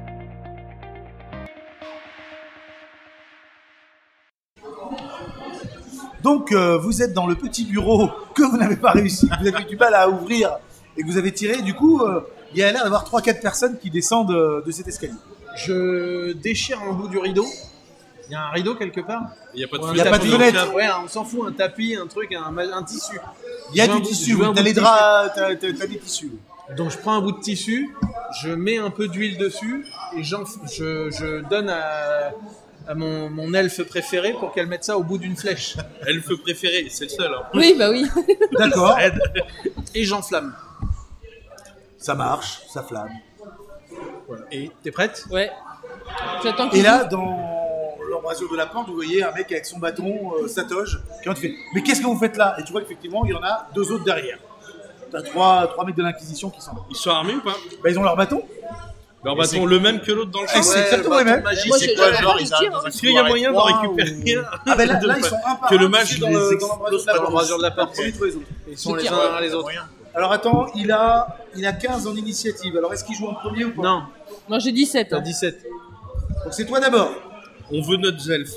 [SPEAKER 1] Donc, vous êtes dans le petit bureau que vous n'avez pas réussi, que vous avez eu du mal à ouvrir et que vous avez tiré. Du coup, il y a l'air d'avoir 3-4 personnes qui descendent de cet escalier.
[SPEAKER 2] Je déchire un bout du rideau. Il y a un rideau quelque part?
[SPEAKER 3] Il n'y a pas de
[SPEAKER 2] Ouais,
[SPEAKER 1] Il y a pas de
[SPEAKER 3] fenêtre.
[SPEAKER 1] fenêtre.
[SPEAKER 2] Ouais, on s'en fout, un tapis, un truc, un tissu.
[SPEAKER 1] Il y a
[SPEAKER 2] Je veux
[SPEAKER 1] du
[SPEAKER 2] un bout-
[SPEAKER 1] tissu,
[SPEAKER 2] je veux un
[SPEAKER 1] t'as
[SPEAKER 2] bout
[SPEAKER 1] les
[SPEAKER 2] de
[SPEAKER 1] draps, t'as des tissus.
[SPEAKER 2] Donc je prends un bout de tissu, je mets un peu d'huile dessus et je donne à mon elfe préféré pour qu'elle mette ça au bout d'une flèche.
[SPEAKER 3] Elfe préféré, c'est le seul. Hein.
[SPEAKER 4] Oui, bah oui.
[SPEAKER 1] D'accord,
[SPEAKER 2] Et j'enflamme.
[SPEAKER 1] ça marche, ça flamme.
[SPEAKER 2] Voilà. Et t'es prête?
[SPEAKER 4] Ouais. J'attends
[SPEAKER 1] Et
[SPEAKER 4] qu'il
[SPEAKER 1] là, dans l'embrasure de la porte, vous voyez un mec avec son bâton, sa toge, qui rentre, il fait « Mais qu'est-ce que vous faites là ?» Et tu vois qu'effectivement, il y en a 2 autres derrière. T'as 3 mecs de l'Inquisition qui sont là.
[SPEAKER 3] Ils sont armés ou pas?
[SPEAKER 1] Bah, ils ont leur bâton.
[SPEAKER 3] Leur bâton le même que l'autre dans le
[SPEAKER 1] Eh,
[SPEAKER 3] champ.
[SPEAKER 1] c'est exactement les mêmes.
[SPEAKER 2] Magie,
[SPEAKER 4] Moi,
[SPEAKER 2] c'est
[SPEAKER 4] j'ai
[SPEAKER 2] quoi
[SPEAKER 4] jamais
[SPEAKER 2] genre
[SPEAKER 4] entendu
[SPEAKER 2] ils arrivent
[SPEAKER 4] dire,
[SPEAKER 2] dans un
[SPEAKER 3] Est-ce qu'il y a moyen de
[SPEAKER 2] couloir
[SPEAKER 3] récupérer un
[SPEAKER 1] Ah ben là ils sont un par
[SPEAKER 3] Que
[SPEAKER 1] un
[SPEAKER 3] le mage
[SPEAKER 1] dessus dans
[SPEAKER 3] les
[SPEAKER 1] dans
[SPEAKER 3] explose
[SPEAKER 1] l'embrasure de
[SPEAKER 2] pas
[SPEAKER 1] la
[SPEAKER 2] dans l'embrasure de la porte.
[SPEAKER 1] Premier tour les autres.
[SPEAKER 2] Ils sont les
[SPEAKER 4] tire.
[SPEAKER 2] uns les autres.
[SPEAKER 1] Alors attends, il a 15 en initiative. Alors est-ce qu'il joue en premier ou pas?
[SPEAKER 2] Non,
[SPEAKER 4] Moi j'ai 17.
[SPEAKER 2] t'as
[SPEAKER 4] hein.
[SPEAKER 2] 17.
[SPEAKER 1] Donc c'est toi d'abord.
[SPEAKER 3] On veut notre elfe.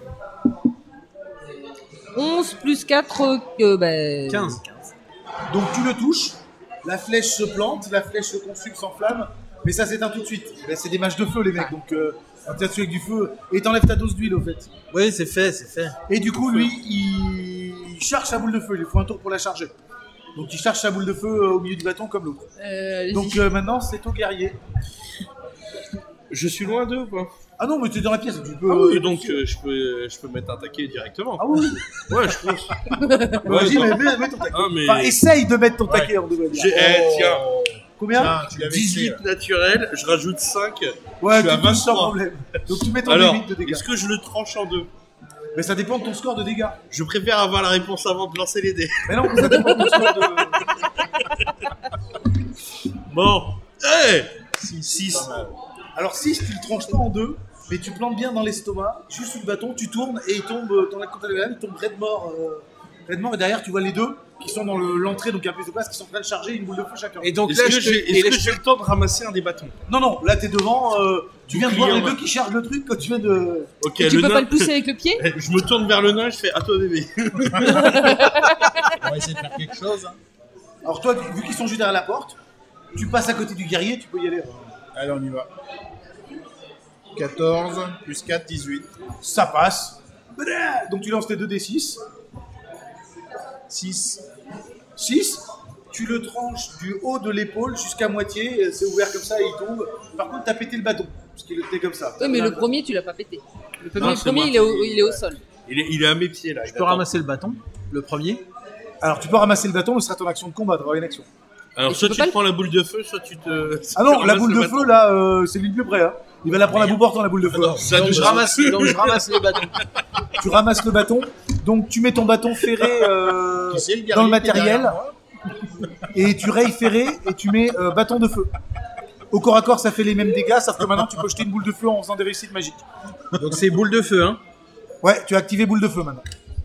[SPEAKER 4] 11 plus 4,
[SPEAKER 2] 15.
[SPEAKER 1] Donc tu le touches, la flèche se plante, la flèche se consume, s'enflamme, mais ça s'éteint tout de suite. Là, c'est des mages de feu les mecs, donc on tire dessus avec du feu et t'enlèves ta dose d'huile au fait.
[SPEAKER 2] Oui, c'est fait, c'est fait.
[SPEAKER 1] Et du coup lui, il charge sa boule de feu, il lui faut un tour pour la charger. Donc il charge sa boule de feu au milieu du bâton comme l'autre. Donc maintenant c'est au guerrier.
[SPEAKER 3] Je suis loin d'eux ou pas?
[SPEAKER 1] Ah non mais tu es dans la pièce, tu peux...
[SPEAKER 3] Ah oui, donc je peux mettre un taquet directement.
[SPEAKER 1] Ah oui,
[SPEAKER 3] Ouais, je pense.
[SPEAKER 1] vas-y, mets ton taquet.
[SPEAKER 3] Ah, mais...
[SPEAKER 1] Enfin, essaye de mettre ton taquet, on devrait dire.
[SPEAKER 3] Tiens,
[SPEAKER 1] Combien?
[SPEAKER 5] Tiens, tu l'avais
[SPEAKER 3] 18 naturel, je rajoute 5.
[SPEAKER 1] Ouais,
[SPEAKER 3] je suis à
[SPEAKER 1] tu touches sans
[SPEAKER 3] 23.
[SPEAKER 1] problème. Donc tu mets ton
[SPEAKER 3] Alors,
[SPEAKER 1] limite de dégâts.
[SPEAKER 3] est-ce que je le tranche en deux?
[SPEAKER 1] Mais ça dépend de ton score de dégâts.
[SPEAKER 3] Je préfère avoir la réponse avant de lancer les dés.
[SPEAKER 1] Mais non, ça dépend de ton score de...
[SPEAKER 3] Bon, hey 6.
[SPEAKER 1] Alors 6, tu le tranches pas en deux, mais tu plantes bien dans l'estomac, juste sous le bâton, tu tournes et il tombe, quand t'as le il tombe raide mort T'as de mort, et derrière, tu vois les deux qui sont dans l'entrée, donc il y a plus de place, qui sont en train de charger une boule de feu chacun.
[SPEAKER 2] Et donc
[SPEAKER 3] Est-ce
[SPEAKER 2] là,
[SPEAKER 3] que j'ai le temps de ramasser un des bâtons?
[SPEAKER 1] Non, là, t'es devant, tu viens de voir les
[SPEAKER 3] Bouclier en
[SPEAKER 1] deux qui chargent le truc quand tu viens de...
[SPEAKER 3] Ok,
[SPEAKER 4] Et tu
[SPEAKER 3] le
[SPEAKER 4] peux
[SPEAKER 3] nain.
[SPEAKER 4] pas le pousser avec le pied?
[SPEAKER 3] Je me tourne vers le nain, je fais à toi bébé.
[SPEAKER 5] On va essayer de faire quelque chose. Hein.
[SPEAKER 1] Alors toi, vu qu'ils sont juste derrière la porte, tu passes à côté du guerrier, tu peux y aller.
[SPEAKER 5] Allez, on y va. 14 plus 4, 18.
[SPEAKER 1] Ça passe. Donc tu lances tes 2d6.
[SPEAKER 5] 6.
[SPEAKER 1] 6. Tu le tranches du haut de l'épaule jusqu'à moitié, c'est ouvert comme ça et il tombe. Par contre, t'as pété le bâton, parce qu'il était comme ça.
[SPEAKER 4] Oui, mais le premier, tu l'as pas pété. Le
[SPEAKER 3] Non,
[SPEAKER 4] premier,
[SPEAKER 3] c'est moi
[SPEAKER 4] il est au sol.
[SPEAKER 3] Il est à mes pieds là.
[SPEAKER 2] je peux ramasser le bâton, le premier.
[SPEAKER 1] Alors tu peux ramasser le bâton, ce sera ton action de combat, tu auras une action.
[SPEAKER 3] Alors
[SPEAKER 4] Et
[SPEAKER 3] soit
[SPEAKER 4] tu peux
[SPEAKER 3] tu
[SPEAKER 4] pas le-
[SPEAKER 3] prends la boule de feu, soit tu te.
[SPEAKER 1] Ah non, la boule de feu, là, c'est lui le plus près. Hein. Il va la prendre à bout portant, la boule de feu.
[SPEAKER 3] Ça
[SPEAKER 2] Donc
[SPEAKER 3] nous
[SPEAKER 2] je ramasse les bâtons.
[SPEAKER 1] Tu ramasses le bâton, donc tu mets ton bâton ferré
[SPEAKER 5] Qui c'est, le guerrier
[SPEAKER 1] dans le
[SPEAKER 5] qui est
[SPEAKER 1] matériel,
[SPEAKER 5] derrière moi
[SPEAKER 1] et tu rayes ferré, et tu mets bâton de feu. Au corps à corps, ça fait les mêmes dégâts, sauf que maintenant tu peux jeter une boule de feu en faisant des réussites magiques.
[SPEAKER 2] Donc c'est boule de feu, hein.
[SPEAKER 1] Ouais, tu as activé boule de feu maintenant.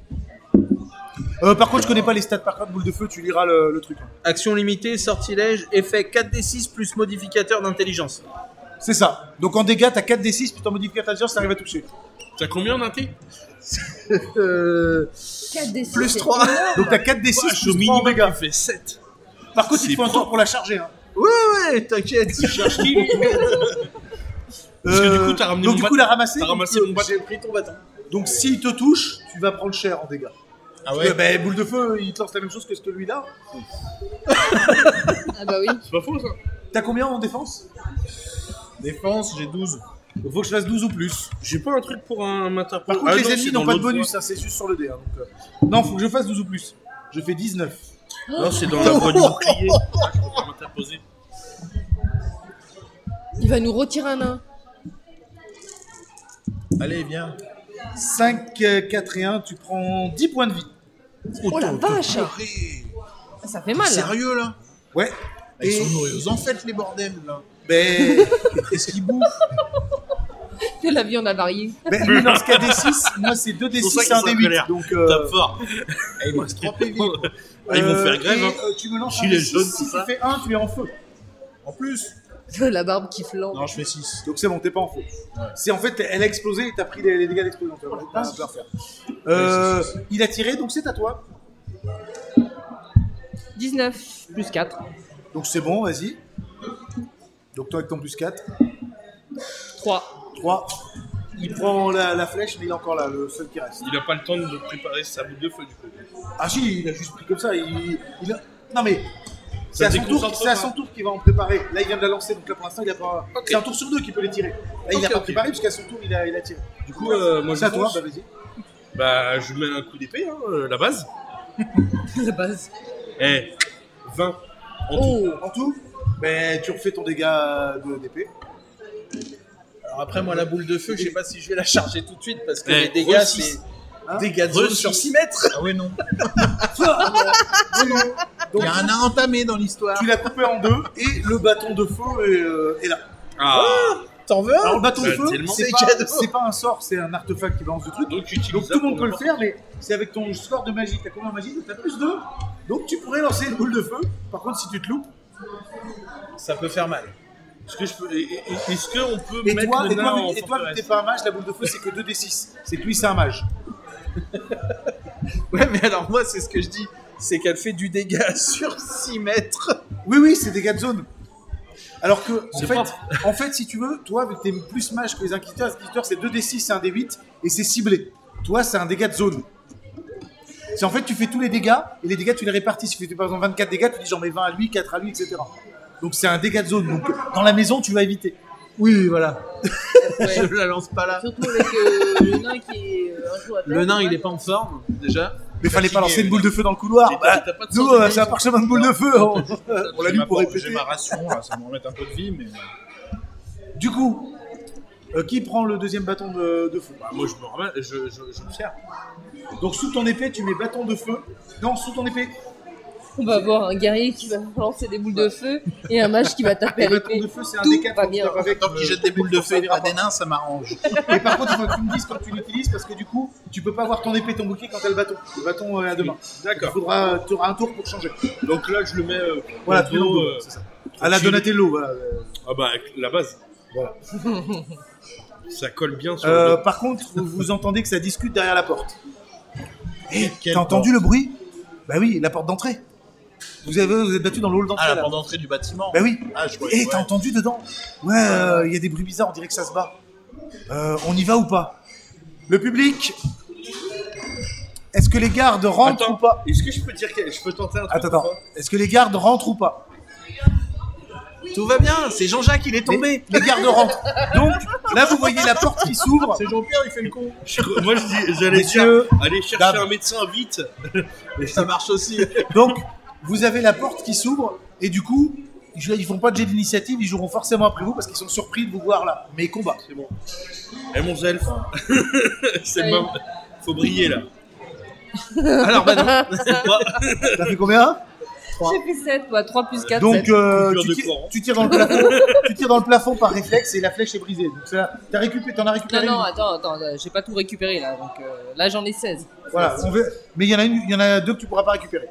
[SPEAKER 1] Par contre, je connais pas les stats par contre, boule de feu, tu liras le truc. Hein.
[SPEAKER 2] Action limitée, sortilège, effet 4d6 plus modificateur d'intelligence.
[SPEAKER 1] C'est ça. Donc en dégâts, t'as 4d6, puis ton modificateur d'intelligence, t'arrives à toucher.
[SPEAKER 3] T'as combien en inté?
[SPEAKER 4] 4d6.
[SPEAKER 2] Plus 3.
[SPEAKER 1] Donc t'as 4d6
[SPEAKER 3] Je suis au
[SPEAKER 1] plus 3 en
[SPEAKER 3] minimum,
[SPEAKER 1] dégâts.
[SPEAKER 3] il fait 7.
[SPEAKER 1] Par contre, il te
[SPEAKER 3] C'est
[SPEAKER 1] faut un tour
[SPEAKER 3] propre.
[SPEAKER 1] pour la charger. Hein.
[SPEAKER 2] Ouais, t'inquiète.
[SPEAKER 3] Cherche qui lui? Parce que du coup, t'as ramené
[SPEAKER 1] donc
[SPEAKER 3] mon
[SPEAKER 1] du
[SPEAKER 3] bâton.
[SPEAKER 1] coup, la ramasser.
[SPEAKER 3] T'as ramassé mon bâton.
[SPEAKER 2] J'ai pris ton bâton.
[SPEAKER 1] Donc s'il te touche, tu vas prendre cher en dégâts.
[SPEAKER 5] Ah ouais.
[SPEAKER 1] Ben, boule de feu, il te lance la même chose que celui-là.
[SPEAKER 4] Ah bah oui.
[SPEAKER 3] C'est pas faux ça.
[SPEAKER 1] T'as combien en défense?
[SPEAKER 5] Défense, j'ai 12.
[SPEAKER 1] Il faut que je fasse 12 ou plus.
[SPEAKER 3] J'ai pas un truc pour un matin.
[SPEAKER 1] Par contre, les ennemis n'ont pas de bonus, hein, c'est juste sur le dé. Hein, donc, non, faut que je fasse 12 ou plus. Je fais 19.
[SPEAKER 3] Non, c'est dans la voie du bouclier. Ah, je peux pas m'interposer.
[SPEAKER 4] Il va nous retirer un nain.
[SPEAKER 5] Allez, viens.
[SPEAKER 1] 5, 4 et 1, tu prends 10 points de vie.
[SPEAKER 4] Oh la vache. Ça fait mal. Là.
[SPEAKER 5] Sérieux là?
[SPEAKER 1] Ouais.
[SPEAKER 5] Ils
[SPEAKER 1] Et
[SPEAKER 5] sont nourris en fait les bordels là.
[SPEAKER 1] ben,
[SPEAKER 5] Qu'est-ce qu'ils bouffent?
[SPEAKER 4] Que la viande avariée.
[SPEAKER 1] ben, lui lance 4d6, moi c'est 2d6
[SPEAKER 3] C'est pour ça
[SPEAKER 1] et
[SPEAKER 3] qu'ils
[SPEAKER 1] un
[SPEAKER 3] sont en
[SPEAKER 1] d8.
[SPEAKER 3] colère.
[SPEAKER 1] Donc,
[SPEAKER 3] Tape fort.
[SPEAKER 5] Eh, il me reste 3 PV. quoi.
[SPEAKER 3] Ah, ils vont faire grève.
[SPEAKER 1] et,
[SPEAKER 3] Hein.
[SPEAKER 1] tu me lances un
[SPEAKER 3] Gilet
[SPEAKER 1] d6,
[SPEAKER 3] jaune,
[SPEAKER 1] si
[SPEAKER 3] tout
[SPEAKER 1] tu
[SPEAKER 3] ça.
[SPEAKER 1] fais 1, tu es en feu.
[SPEAKER 5] En plus.
[SPEAKER 4] La barbe qui flambe.
[SPEAKER 5] Non, je fais 6.
[SPEAKER 1] Donc c'est bon, t'es pas en feu. C'est en fait, elle a explosé et t'as pris les dégâts d'explosion. Tu vois, j'ai pas un peu à refaire. Il a tiré, donc c'est à toi.
[SPEAKER 4] 19 plus 4.
[SPEAKER 1] Donc c'est bon, vas-y. Donc toi avec ton plus 4.
[SPEAKER 4] 3.
[SPEAKER 1] 3. Il prend la flèche, mais il est encore là, le seul qui reste.
[SPEAKER 3] Il a pas le temps de préparer sa boule de feu du coup.
[SPEAKER 1] Ah si, il a juste pris comme ça. Non mais, c'est
[SPEAKER 3] Ça
[SPEAKER 1] à, son tour,
[SPEAKER 3] déconcentre
[SPEAKER 1] c'est à
[SPEAKER 3] pas.
[SPEAKER 1] son tour qu'il va en préparer. Là, il vient de la lancer, donc là pour l'instant, il a pas.
[SPEAKER 3] Ok.
[SPEAKER 1] C'est un tour sur 2 qu'il peut les tirer. Là, il
[SPEAKER 3] Ok,
[SPEAKER 1] a pas
[SPEAKER 3] ok.
[SPEAKER 1] préparé, puisqu'à son tour, il a tiré.
[SPEAKER 3] Du coup, moi je
[SPEAKER 1] C'est à toi,
[SPEAKER 3] fonce.
[SPEAKER 1] bah vas-y.
[SPEAKER 3] Bah, je mets un coup d'épée, hein, la base.
[SPEAKER 4] La base.
[SPEAKER 3] Eh, 20 en tout.
[SPEAKER 4] Oh.
[SPEAKER 1] En tout, ben, tu refais ton dégât d'épée.
[SPEAKER 2] Alors après, moi, la boule de feu, je sais pas si je vais la charger tout de suite parce que
[SPEAKER 3] Eh,
[SPEAKER 2] les dégâts,
[SPEAKER 3] re-six.
[SPEAKER 2] c'est
[SPEAKER 1] Hein
[SPEAKER 2] dégâts de zone
[SPEAKER 3] Re-six.
[SPEAKER 2] sur 6 mètres.
[SPEAKER 5] Ah ouais, non.
[SPEAKER 1] Donc,
[SPEAKER 5] Il y a un nain entamé dans l'histoire.
[SPEAKER 1] tu l'as coupé en deux et le bâton de feu est là.
[SPEAKER 3] Ah,
[SPEAKER 2] T'en veux un?
[SPEAKER 1] Alors le bâton de
[SPEAKER 3] Ouais,
[SPEAKER 1] feu,
[SPEAKER 3] tellement.
[SPEAKER 1] c'est
[SPEAKER 2] C'est cadeau.
[SPEAKER 1] pas un sort, c'est un artefact qui balance du truc.
[SPEAKER 3] donc tu utilises
[SPEAKER 1] Donc
[SPEAKER 3] ça
[SPEAKER 1] tout le monde
[SPEAKER 3] pour
[SPEAKER 1] peut le
[SPEAKER 3] n'importe
[SPEAKER 1] faire, mais c'est avec ton score de magie. T'as combien en magie? T'as plus 2. Donc tu pourrais lancer une boule de feu. Par contre, si tu te loupes,
[SPEAKER 2] Ça peut faire mal.
[SPEAKER 3] Est-ce que je peux, est-ce qu'on peut
[SPEAKER 1] et
[SPEAKER 3] mettre
[SPEAKER 1] toi,
[SPEAKER 3] le
[SPEAKER 1] et
[SPEAKER 3] nain
[SPEAKER 1] toi,
[SPEAKER 3] en
[SPEAKER 1] vu que
[SPEAKER 3] forteresse?
[SPEAKER 1] t'es pas un mage, la boule de feu c'est que 2d6. C'est que lui c'est un mage.
[SPEAKER 2] Ouais, mais alors moi, c'est ce que je dis. C'est qu'elle fait du dégât sur 6 mètres.
[SPEAKER 1] Oui, c'est des gars de zone. Alors que,
[SPEAKER 3] C'est
[SPEAKER 1] en fait, si tu veux, toi, vu que t'es plus mage que les inquisiteurs c'est 2d6, c'est un d8, et c'est ciblé. Toi, c'est un dégât de zone. C'est en fait, tu fais tous les dégâts, et les dégâts, tu les répartis. Si tu fais par exemple 24 dégâts, tu dis j'en mets 20 à lui, 4 à lui, etc. Donc c'est un dégât de zone. Donc dans la maison, tu vas éviter.
[SPEAKER 2] Oui, voilà.
[SPEAKER 4] Ouais.
[SPEAKER 2] Je la lance pas là.
[SPEAKER 4] Surtout avec le nain qui est un jour à terre.
[SPEAKER 2] Le nain, il est pas en forme, déjà.
[SPEAKER 1] Mais fallait pas lancer une boule de feu dans le couloir. Bah,
[SPEAKER 3] T'as pas de
[SPEAKER 1] nous,
[SPEAKER 3] sens de
[SPEAKER 1] c'est un parchemin de boule de feu. On l'a
[SPEAKER 5] J'ai
[SPEAKER 1] lu
[SPEAKER 5] ma
[SPEAKER 1] pour
[SPEAKER 5] por-
[SPEAKER 1] répéter.
[SPEAKER 5] J'ai ma ration, là, ça me remet un peu de vie, mais.
[SPEAKER 1] Du coup, qui prend le deuxième bâton de feu?
[SPEAKER 3] Bah, moi je me remets, je me sers.
[SPEAKER 1] Donc sous ton épée, tu mets bâton de feu. Non, sous ton épée.
[SPEAKER 4] On va avoir un guerrier qui va lancer des boules de feu et un mage qui va taper à
[SPEAKER 1] Le tour
[SPEAKER 4] l'épée.
[SPEAKER 1] de feu, c'est un
[SPEAKER 4] Tout
[SPEAKER 1] D4
[SPEAKER 4] va bien.
[SPEAKER 1] avec
[SPEAKER 5] Tant qu'il jette des boules de feu et pas des nains, ça m'arrange.
[SPEAKER 1] Et par contre, il faut que tu me dises quand tu l'utilises parce que du coup, tu peux pas avoir ton épée, ton bouclier quand t'as le bâton. Le bâton est à deux mains.
[SPEAKER 3] D'accord.
[SPEAKER 1] Tu auras un tour pour changer.
[SPEAKER 3] Donc là, je le mets
[SPEAKER 1] Voilà,
[SPEAKER 3] en
[SPEAKER 1] tu
[SPEAKER 3] dos,
[SPEAKER 1] c'est ça. À la Donatello, voilà.
[SPEAKER 3] Ah bah, avec la base.
[SPEAKER 1] Voilà.
[SPEAKER 3] Ça colle bien sur le dos.
[SPEAKER 1] Par contre, vous entendez que ça discute derrière la porte.
[SPEAKER 5] Quelle
[SPEAKER 1] T'as entendu
[SPEAKER 5] porte
[SPEAKER 1] le bruit? Bah oui, la porte d'entrée. Vous êtes battu dans le hall d'entrée.
[SPEAKER 5] Ah, la
[SPEAKER 1] là.
[SPEAKER 5] porte d'entrée du bâtiment.
[SPEAKER 1] Bah oui.
[SPEAKER 5] Ah, je vois.
[SPEAKER 1] Et t'as entendu dedans? Ouais, il y a des bruits bizarres, on dirait que ça se bat. On y va ou pas? Le public, est-ce que les gardes rentrent ou pas?
[SPEAKER 3] Est-ce que je peux dire que je peux tenter un truc?
[SPEAKER 1] Attends. Est-ce que les gardes rentrent ou pas?
[SPEAKER 2] Tout va bien, c'est Jean-Jacques, il est tombé.
[SPEAKER 1] Les gardes rentrent. Donc, là, vous voyez la porte qui s'ouvre.
[SPEAKER 5] C'est Jean-Pierre, il fait le con.
[SPEAKER 3] Moi, j'allais
[SPEAKER 1] Messieurs,
[SPEAKER 3] dire, allez chercher
[SPEAKER 1] dames.
[SPEAKER 3] un médecin vite.
[SPEAKER 2] Ça marche aussi.
[SPEAKER 1] Donc, vous avez la porte qui s'ouvre. Et du coup, ils font pas de jet d'initiative. Ils joueront forcément après vous parce qu'ils sont surpris de vous voir là. Mais combat.
[SPEAKER 3] C'est bon. Eh mon elfe, c'est le
[SPEAKER 4] Allez.
[SPEAKER 3] moment. Faut briller là.
[SPEAKER 2] Alors, bah non.
[SPEAKER 1] T'as fait combien?
[SPEAKER 4] J'ai fait 7, toi, 3 plus 4,
[SPEAKER 1] Donc,
[SPEAKER 4] 7.
[SPEAKER 3] Coupure
[SPEAKER 1] tu,
[SPEAKER 3] de
[SPEAKER 1] tires,
[SPEAKER 3] courant.
[SPEAKER 1] tu tires dans le plafond. Tu tires dans le plafond par réflexe et la flèche est brisée. Donc, t'en as récupéré
[SPEAKER 4] Non,
[SPEAKER 1] une.
[SPEAKER 4] attends, j'ai pas tout récupéré là, donc là j'en ai 16.
[SPEAKER 1] Voilà, mais il y en a deux que tu pourras pas récupérer.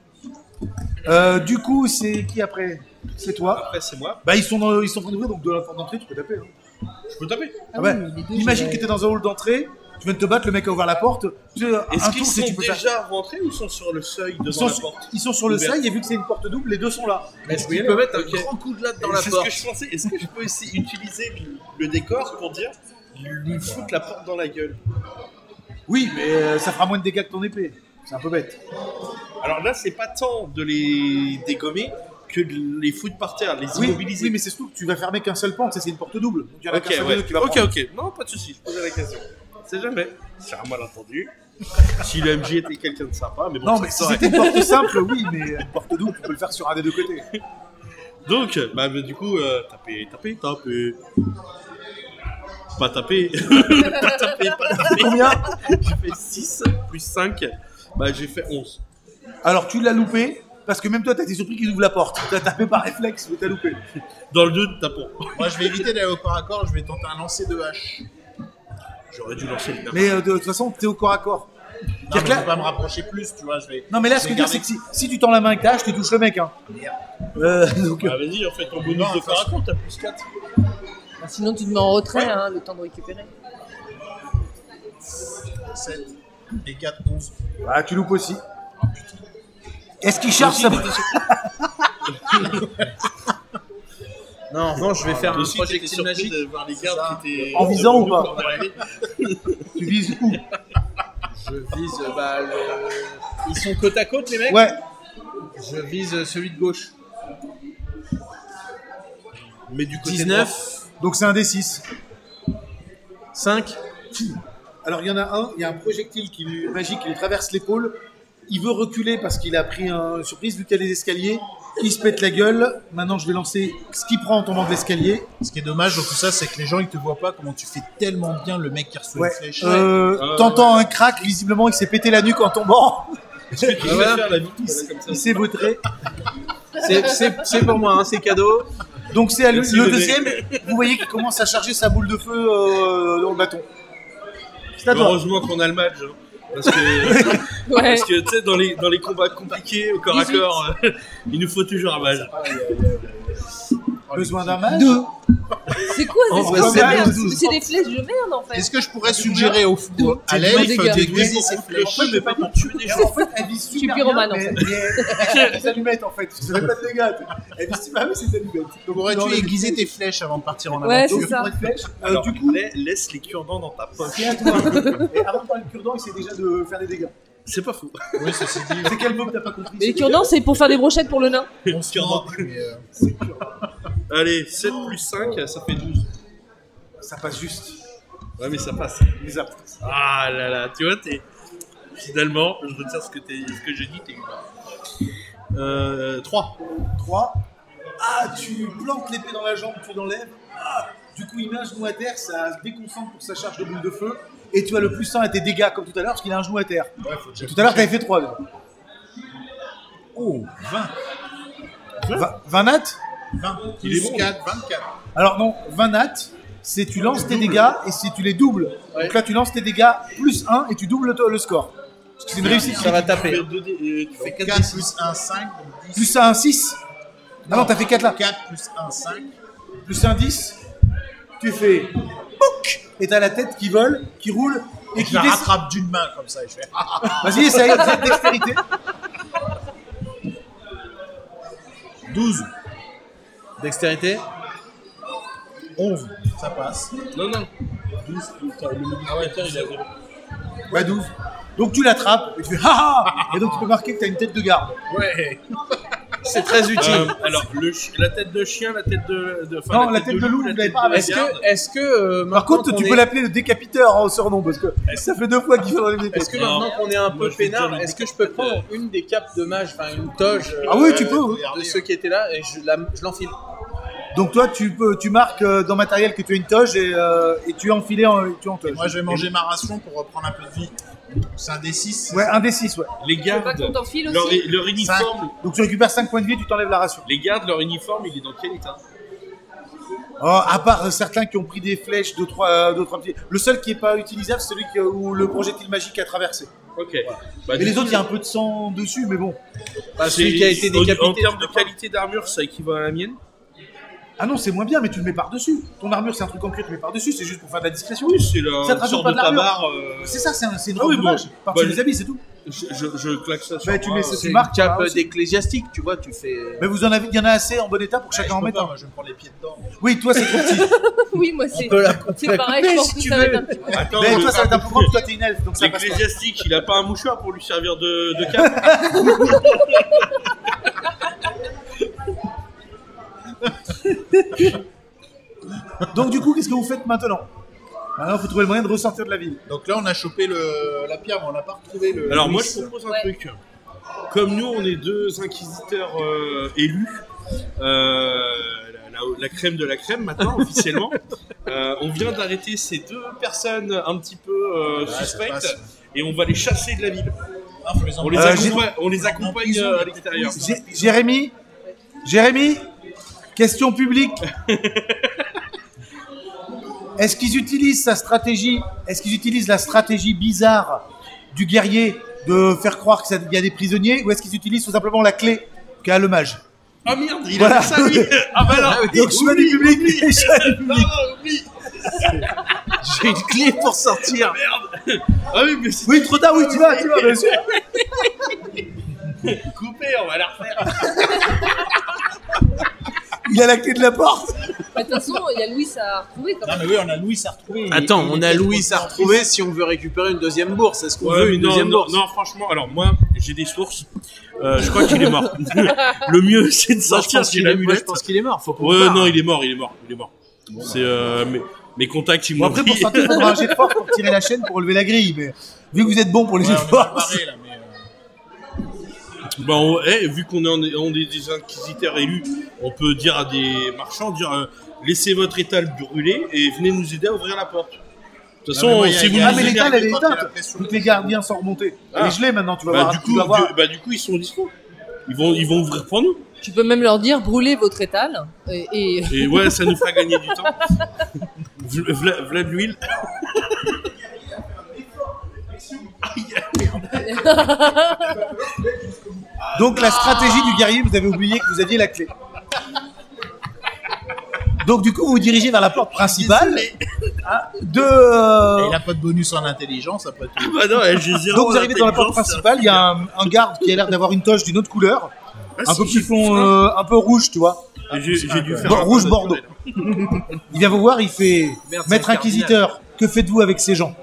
[SPEAKER 1] Du coup, c'est qui après? C'est toi.
[SPEAKER 3] Après, c'est moi.
[SPEAKER 1] Bah, ils sont en train d'ouvrir, donc de la porte d'entrée, tu peux taper. Hein.
[SPEAKER 3] Je peux taper.
[SPEAKER 1] Ah ouais.
[SPEAKER 4] oui, les deux,
[SPEAKER 1] Imagine
[SPEAKER 4] j'ai-
[SPEAKER 1] que t'es dans un hall d'entrée, tu viens de te battre, le mec a ouvert la porte. Tu sais,
[SPEAKER 3] Est-ce
[SPEAKER 1] un
[SPEAKER 3] qu'ils
[SPEAKER 1] tour,
[SPEAKER 3] sont
[SPEAKER 1] si tu peux faire.
[SPEAKER 3] déjà rentrés ou ils sont sur le seuil
[SPEAKER 1] Ils
[SPEAKER 3] devant
[SPEAKER 1] sont,
[SPEAKER 3] la porte?
[SPEAKER 1] ils sont sur le
[SPEAKER 3] Ouvert.
[SPEAKER 1] seuil et vu que c'est une porte double, les deux sont là.
[SPEAKER 2] Est-ce qu'il peut mettre un
[SPEAKER 3] Ok.
[SPEAKER 2] grand coup de latte dans la
[SPEAKER 3] C'est ce
[SPEAKER 2] porte?
[SPEAKER 3] que je pensais. Est-ce que je peux aussi utiliser le décor pour dire lui foutre la porte dans la gueule?
[SPEAKER 1] Oui, mais ça fera moins de dégâts que ton épée. C'est un peu bête.
[SPEAKER 3] Alors là, c'est pas tant de les dégommer que de les foutre par terre, les immobiliser.
[SPEAKER 1] Oui, mais c'est surtout que tu vas fermer qu'un seul pan, tu sais, c'est une porte double. Donc il y en a
[SPEAKER 3] Ok,
[SPEAKER 1] qu'un seul
[SPEAKER 3] ouais.
[SPEAKER 1] des deux qui va
[SPEAKER 3] Ok,
[SPEAKER 1] prendre.
[SPEAKER 3] ok. Non, pas de soucis. Je posais la question. C'est jamais. C'est un malentendu. Si le MJ était quelqu'un de sympa, mais bon.
[SPEAKER 1] Non,
[SPEAKER 3] ça
[SPEAKER 1] mais si
[SPEAKER 3] saurait.
[SPEAKER 1] c'était une porte simple, oui, mais une porte double, tu peux le faire sur un des deux côtés.
[SPEAKER 3] Donc, bah, du coup, taper. Pas taper. Pas taper.
[SPEAKER 1] Combien?
[SPEAKER 3] J'ai fait 6 plus 5. Bah, j'ai fait 11.
[SPEAKER 1] Alors tu l'as loupé, parce que même toi, t'as été surpris qu'il ouvre la porte. T'as tapé par réflexe, mais t'as loupé.
[SPEAKER 3] Dans le doute, tapons.
[SPEAKER 5] Moi, je vais éviter d'aller au corps à corps, je vais tenter un lancer de hache.
[SPEAKER 3] J'aurais dû lancer le nain.
[SPEAKER 1] Mais de toute façon, t'es au corps à corps.
[SPEAKER 5] Non, mais
[SPEAKER 1] que
[SPEAKER 5] je
[SPEAKER 1] là-
[SPEAKER 5] vais pas me rapprocher plus, tu vois, je vais...
[SPEAKER 1] Non, mais là, ce
[SPEAKER 5] je
[SPEAKER 1] que
[SPEAKER 5] vais
[SPEAKER 1] je veux dire, c'est
[SPEAKER 5] garder-
[SPEAKER 1] que si tu tends la main avec ta hache, tu touches le mec. Hein. Donc,
[SPEAKER 3] Bah, vas-y, en fait, ton bonus
[SPEAKER 5] Non,
[SPEAKER 3] de corps à corps, t'as plus 4.
[SPEAKER 4] Sinon tu te mets en retrait, hein, le temps de récupérer.
[SPEAKER 5] 7 et 4, 11.
[SPEAKER 1] ah, tu loupes aussi. Est-ce qu'il charge sa...
[SPEAKER 2] Non, en revanche, je vais faire un
[SPEAKER 3] Aussi, t'étais
[SPEAKER 2] projectile
[SPEAKER 3] surpris
[SPEAKER 2] magique.
[SPEAKER 3] de voir les gardes qui étaient...
[SPEAKER 1] En visant ou pas?
[SPEAKER 3] Ouais.
[SPEAKER 1] Tu vises où?
[SPEAKER 2] Je vise, ils sont côte à côte, les mecs.
[SPEAKER 1] Ouais.
[SPEAKER 2] Je vise celui de gauche.
[SPEAKER 3] Mais du côté
[SPEAKER 2] 19,
[SPEAKER 1] Donc c'est un D6.
[SPEAKER 2] 5.
[SPEAKER 1] Alors il y en a un, il y a un projectile magique qui lui traverse l'épaule. Il veut reculer parce qu'il a pris une surprise vu qu'il y a des escaliers. Il se pète la gueule. Maintenant je vais lancer ce qu'il prend en tombant de l'escalier.
[SPEAKER 5] Ce qui est dommage dans tout ça, c'est que les gens, ils te voient pas comment tu fais tellement bien le mec qui reçoit
[SPEAKER 1] Ouais.
[SPEAKER 5] une flèche.
[SPEAKER 1] T'entends un crack, visiblement il s'est pété la nuque en tombant.
[SPEAKER 3] Est-ce que tu veux faire la victime comme ça?
[SPEAKER 1] Il s'est vautré.
[SPEAKER 2] C'est pour moi, hein, c'est cadeau.
[SPEAKER 1] Donc c'est à lui-
[SPEAKER 3] Merci,
[SPEAKER 1] le
[SPEAKER 3] bébé.
[SPEAKER 1] deuxième. Vous voyez qu'il commence à charger sa boule de feu dans le bâton. C'est à toi.
[SPEAKER 3] Heureusement qu'on a le match. Hein. Parce que,
[SPEAKER 4] Ouais.
[SPEAKER 3] parce que tu sais, dans les combats compliqués au corps à
[SPEAKER 4] 18.
[SPEAKER 3] corps, il nous faut toujours un mage.
[SPEAKER 1] Besoin d'un match.
[SPEAKER 4] C'est quoi
[SPEAKER 2] En
[SPEAKER 4] ces
[SPEAKER 2] vrai,
[SPEAKER 4] trucs
[SPEAKER 2] c'est
[SPEAKER 4] de merde?
[SPEAKER 2] 12.
[SPEAKER 4] C'est des flèches de merde en fait.
[SPEAKER 5] Est-ce que je pourrais suggérer au fou à
[SPEAKER 4] T'es
[SPEAKER 5] l'elfe
[SPEAKER 4] bien dégâts.
[SPEAKER 5] d'aiguiser ses
[SPEAKER 3] En
[SPEAKER 5] flèches
[SPEAKER 3] fait, mais pas pour tuer des gens.
[SPEAKER 1] En fait, elle vise
[SPEAKER 4] suis
[SPEAKER 1] super
[SPEAKER 4] pyromane,
[SPEAKER 1] bien,
[SPEAKER 4] en
[SPEAKER 1] mais elle a des allumettes en fait. Ça fait pas de dégâts. Elle vise super bien ses allumettes. Donc
[SPEAKER 5] Pourrais-tu
[SPEAKER 1] non,
[SPEAKER 5] aiguiser tes flèches avant de partir en
[SPEAKER 4] Ouais,
[SPEAKER 5] aventure
[SPEAKER 4] c'est ça.
[SPEAKER 1] pour une flèche.
[SPEAKER 3] Alors,
[SPEAKER 1] Du coup,
[SPEAKER 3] laisse les cure-dents dans ta poche.
[SPEAKER 1] c'est à toi. Et avant de parler de cure-dent, il sait déjà de faire des dégâts.
[SPEAKER 3] C'est pas fou.
[SPEAKER 5] Oui, ceci dit,
[SPEAKER 1] C'est quel mot que t'as pas compris?
[SPEAKER 4] Et les cure-dents, c'est pour faire des brochettes pour le nain.
[SPEAKER 5] on se moque, mais
[SPEAKER 3] Allez, 7 plus 5, ça fait 12.
[SPEAKER 1] Ça passe juste.
[SPEAKER 3] Ouais, mais ça passe.
[SPEAKER 1] Les apps.
[SPEAKER 3] Ah là là, tu vois, finalement, je retire ce que je dis, t'es humain. 3.
[SPEAKER 1] 3. Ah, tu plantes l'épée dans la jambe, tu l'enlèves. Ah, du coup, il met un genou à terre, ça se déconcentre pour sa charge de boule de feu. Et tu as le plus 1 à tes dégâts, comme tout à l'heure, parce qu'il a un genou à terre. Tout à l'heure, t'avais fait 3.
[SPEAKER 5] Oh, 20.
[SPEAKER 1] 20 nat.
[SPEAKER 5] 20
[SPEAKER 3] Il est
[SPEAKER 5] plus
[SPEAKER 3] bon.
[SPEAKER 5] 4, 24.
[SPEAKER 1] Alors non, 20 nat, c'est tu lances tes dégâts et si tu les doubles. Donc là, tu lances tes dégâts plus 1 et tu doubles le score. Parce que c'est une réussite.
[SPEAKER 2] Ça va taper.
[SPEAKER 3] Tu fais 4
[SPEAKER 5] 4 plus 1, 5. Donc 10.
[SPEAKER 1] Plus 1, 6. Ah non, t'as fait 4 là.
[SPEAKER 5] 4 plus 1, 5.
[SPEAKER 1] Plus 1, 10. Tu fais pouc et t'as la tête qui vole, qui roule et
[SPEAKER 5] Et
[SPEAKER 1] qui
[SPEAKER 5] je la
[SPEAKER 1] descend.
[SPEAKER 5] rattrape d'une main comme ça. Et je fais.
[SPEAKER 1] Vas-y, essaye, essaye de dextérité.
[SPEAKER 5] 12.
[SPEAKER 2] Dextérité.
[SPEAKER 5] 11. Ça passe.
[SPEAKER 3] Non, non. 12, le modificateur, il est à 0.
[SPEAKER 1] Bah 12. Donc tu l'attrapes et tu fais ha ha. Et donc tu peux marquer que t'as une tête de garde.
[SPEAKER 2] Ouais. C'est très utile.
[SPEAKER 3] Alors, la tête de chien, la tête de... enfin,
[SPEAKER 1] Non, la tête de loup, vous l'avez pas
[SPEAKER 3] de
[SPEAKER 1] avec.
[SPEAKER 2] Est-ce que
[SPEAKER 1] Par contre, tu peux l'appeler le décapiteur en surnom parce que ça fait 2 fois qu'il fait dans les
[SPEAKER 2] Est-ce que
[SPEAKER 3] Non.
[SPEAKER 2] maintenant qu'on est un peu
[SPEAKER 3] Moi, je vais
[SPEAKER 2] peinard,
[SPEAKER 3] dire le
[SPEAKER 2] est-ce que je peux prendre une des capes de mage, enfin une toge
[SPEAKER 1] Ah oui, tu peux, oui.
[SPEAKER 2] de ceux qui étaient là et je l'enfile.
[SPEAKER 1] Donc toi, tu marques dans matériel que tu as une toge et tu es enfilé tu es en toge.
[SPEAKER 5] Moi, je vais manger ma ration pour reprendre un peu de vie. C'est un D6.
[SPEAKER 1] Ouais, un D6, ouais.
[SPEAKER 3] Les
[SPEAKER 4] Pas
[SPEAKER 3] gardes,
[SPEAKER 4] qu'on t'enfile
[SPEAKER 3] leur,
[SPEAKER 4] aussi.
[SPEAKER 3] leur uniforme,
[SPEAKER 1] Donc tu récupères 5 points de vie et tu t'enlèves la ration.
[SPEAKER 3] les gardes, leur uniforme, il est dans quel état?
[SPEAKER 1] Oh, à part certains qui ont pris des flèches, 2-3 petits. Le seul qui est pas utilisable, c'est celui où le projectile magique a traversé.
[SPEAKER 3] Ok. Bah,
[SPEAKER 1] Mais
[SPEAKER 3] du
[SPEAKER 1] les
[SPEAKER 3] coup,
[SPEAKER 1] autres, il y a un peu de sang dessus, mais bon.
[SPEAKER 2] Bah, celui qui a été
[SPEAKER 3] en
[SPEAKER 2] décapité.
[SPEAKER 3] termes de qualité d'armure, ça équivaut à la mienne.
[SPEAKER 1] Ah non, c'est moins bien, mais tu le mets par-dessus. Ton armure, c'est un truc en cuir, tu le mets par-dessus, c'est juste pour faire de la discrétion.
[SPEAKER 3] Oui, c'est la
[SPEAKER 1] Ça te rajoute
[SPEAKER 3] sorte
[SPEAKER 1] pas
[SPEAKER 3] de
[SPEAKER 1] de l'armure.
[SPEAKER 3] tabard.
[SPEAKER 1] C'est ça, c'est une
[SPEAKER 3] Ah
[SPEAKER 1] robe
[SPEAKER 3] oui,
[SPEAKER 1] de
[SPEAKER 3] bon.
[SPEAKER 1] mage. Par-dessus
[SPEAKER 3] Bah,
[SPEAKER 1] les habits, c'est tout.
[SPEAKER 3] Je claque ça sur
[SPEAKER 1] Bah, tu
[SPEAKER 3] moi,
[SPEAKER 1] mets ça,
[SPEAKER 2] C'est
[SPEAKER 1] tu
[SPEAKER 2] une
[SPEAKER 1] marques.
[SPEAKER 2] cape
[SPEAKER 1] aussi.
[SPEAKER 2] d'ecclésiastique, tu vois, tu fais.
[SPEAKER 1] Mais vous en avez, il y en a assez en bon état pour que chacun en mette un.
[SPEAKER 5] Moi, je me prends les pieds dedans.
[SPEAKER 1] Oui, toi, c'est trop petit.
[SPEAKER 4] Oui, moi c'est.
[SPEAKER 2] peut la
[SPEAKER 4] C'est pareil, je pense que ça va être un petit peu.
[SPEAKER 3] Attends,
[SPEAKER 1] Mais toi, ça va être un peu grand, toi, t'es une elfe, donc ça passe pas.
[SPEAKER 3] l'ecclésiastique, il a pas un mouchoir pour lui servir de cape.
[SPEAKER 1] Donc, du coup, qu'est-ce que vous faites maintenant? Maintenant, il faut trouver le moyen de ressortir de la ville.
[SPEAKER 5] Donc là, on a chopé la pierre, mais on n'a pas retrouvé le.
[SPEAKER 3] Alors moi,
[SPEAKER 5] le
[SPEAKER 3] je propose un
[SPEAKER 4] Ouais.
[SPEAKER 3] truc. Comme nous, on est deux inquisiteurs élus, la crème de la crème maintenant, officiellement, on vient d'arrêter ces deux personnes un petit peu
[SPEAKER 5] ça
[SPEAKER 3] suspectes
[SPEAKER 5] passe.
[SPEAKER 3] et on va les chasser de la ville.
[SPEAKER 5] Ah, faut les
[SPEAKER 3] On les
[SPEAKER 5] emmener.
[SPEAKER 3] accompagne à l'extérieur.
[SPEAKER 1] Jérémy, question publique. Est-ce qu'ils utilisent sa stratégie? Est-ce qu'ils utilisent la stratégie bizarre du guerrier de faire croire qu'il y a des prisonniers, ou est-ce qu'ils utilisent tout simplement la clé qu'a le mage?
[SPEAKER 3] Ah merde, il
[SPEAKER 1] Voilà.
[SPEAKER 3] a fait ça lui. Ah bah non.
[SPEAKER 1] Donc choix du public, choix du
[SPEAKER 3] Non,
[SPEAKER 1] public.
[SPEAKER 3] oublie.
[SPEAKER 2] J'ai une clé pour sortir.
[SPEAKER 3] Ah oui, mais c'est
[SPEAKER 1] Oui, trop tard, oui, tu vas, bien sûr.
[SPEAKER 3] coupé, on va la refaire.
[SPEAKER 1] Il a la clé de la porte.
[SPEAKER 4] Bah, de toute façon, il y a Louis à retrouver quand
[SPEAKER 5] Non,
[SPEAKER 4] même.
[SPEAKER 5] mais oui, on a Louis à retrouver.
[SPEAKER 2] Attends,
[SPEAKER 5] Il
[SPEAKER 2] on
[SPEAKER 5] était
[SPEAKER 2] a Louis
[SPEAKER 5] trop
[SPEAKER 2] à
[SPEAKER 5] fort.
[SPEAKER 2] retrouver si on veut récupérer une deuxième bourse. Est-ce qu'on
[SPEAKER 3] Ouais,
[SPEAKER 2] veut
[SPEAKER 3] mais
[SPEAKER 2] une
[SPEAKER 3] non,
[SPEAKER 2] deuxième
[SPEAKER 3] non,
[SPEAKER 2] bourse?
[SPEAKER 3] non, franchement, alors moi, j'ai des sources. Je crois qu'il est mort. Le mieux, c'est de
[SPEAKER 2] Moi, je
[SPEAKER 3] sortir
[SPEAKER 2] pense
[SPEAKER 3] chez
[SPEAKER 2] qu'il est, moi, je
[SPEAKER 3] l'amulette.
[SPEAKER 2] pense qu'il est mort. Faut qu'on
[SPEAKER 3] Ouais,
[SPEAKER 2] part.
[SPEAKER 3] non, il est mort. C'est mes contacts, ils
[SPEAKER 1] Bon,
[SPEAKER 3] m'ont
[SPEAKER 1] après, pour
[SPEAKER 3] dit.
[SPEAKER 1] sortir, il faudra un jet de force pour tirer la chaîne pour relever la grille. Mais vu que vous êtes bon pour les
[SPEAKER 5] Ouais,
[SPEAKER 1] jets de
[SPEAKER 5] on est mal
[SPEAKER 1] force.
[SPEAKER 5] barré, là, mais.
[SPEAKER 3] Bon, vu qu'on est des inquisiteurs élus, on peut dire à des marchands, laissez votre étal brûler et venez nous aider à ouvrir la porte. De toute façon,
[SPEAKER 5] mais moi,
[SPEAKER 3] si
[SPEAKER 5] il
[SPEAKER 3] vous
[SPEAKER 5] y a-
[SPEAKER 1] Ah,
[SPEAKER 3] nous
[SPEAKER 1] mais
[SPEAKER 3] aidez-
[SPEAKER 1] l'étale, elle est
[SPEAKER 5] Quand il y a la
[SPEAKER 1] éteinte.
[SPEAKER 5] pression.
[SPEAKER 1] Donc les gardiens sont remontés.
[SPEAKER 3] Ah.
[SPEAKER 1] Elle est gelée maintenant, tu vas
[SPEAKER 3] bah,
[SPEAKER 1] voir.
[SPEAKER 3] du
[SPEAKER 1] tu
[SPEAKER 3] coup,
[SPEAKER 1] vas voir.
[SPEAKER 3] du coup, ils sont dispo. Ils vont ouvrir pour nous.
[SPEAKER 4] Tu peux même leur dire brûlez votre étal. Et...
[SPEAKER 3] Et ouais, ça nous fera gagner du temps. V'là de l'huile.
[SPEAKER 1] Donc la stratégie du guerrier, vous avez oublié que vous aviez la clé. Donc du coup, vous vous dirigez vers la porte principale.
[SPEAKER 5] Et il a pas de bonus en intelligence après tout.
[SPEAKER 3] Bah non, j'ai zéro.
[SPEAKER 1] Donc vous arrivez dans la porte
[SPEAKER 3] intelligence,
[SPEAKER 1] principale, il y a un garde qui a l'air d'avoir une toge d'une autre couleur,
[SPEAKER 3] Ah,
[SPEAKER 1] un
[SPEAKER 3] si,
[SPEAKER 1] peu
[SPEAKER 3] j'ai
[SPEAKER 1] plus fond, un peu rouge, tu vois.
[SPEAKER 3] Et j'ai dû faire
[SPEAKER 1] Bon,
[SPEAKER 3] un peu
[SPEAKER 1] rouge
[SPEAKER 3] de
[SPEAKER 1] bordeaux.
[SPEAKER 3] naturel.
[SPEAKER 1] Il vient vous voir, il fait
[SPEAKER 2] Merde, c'est
[SPEAKER 1] Maître
[SPEAKER 2] le
[SPEAKER 1] Inquisiteur, que faites-vous avec ces gens?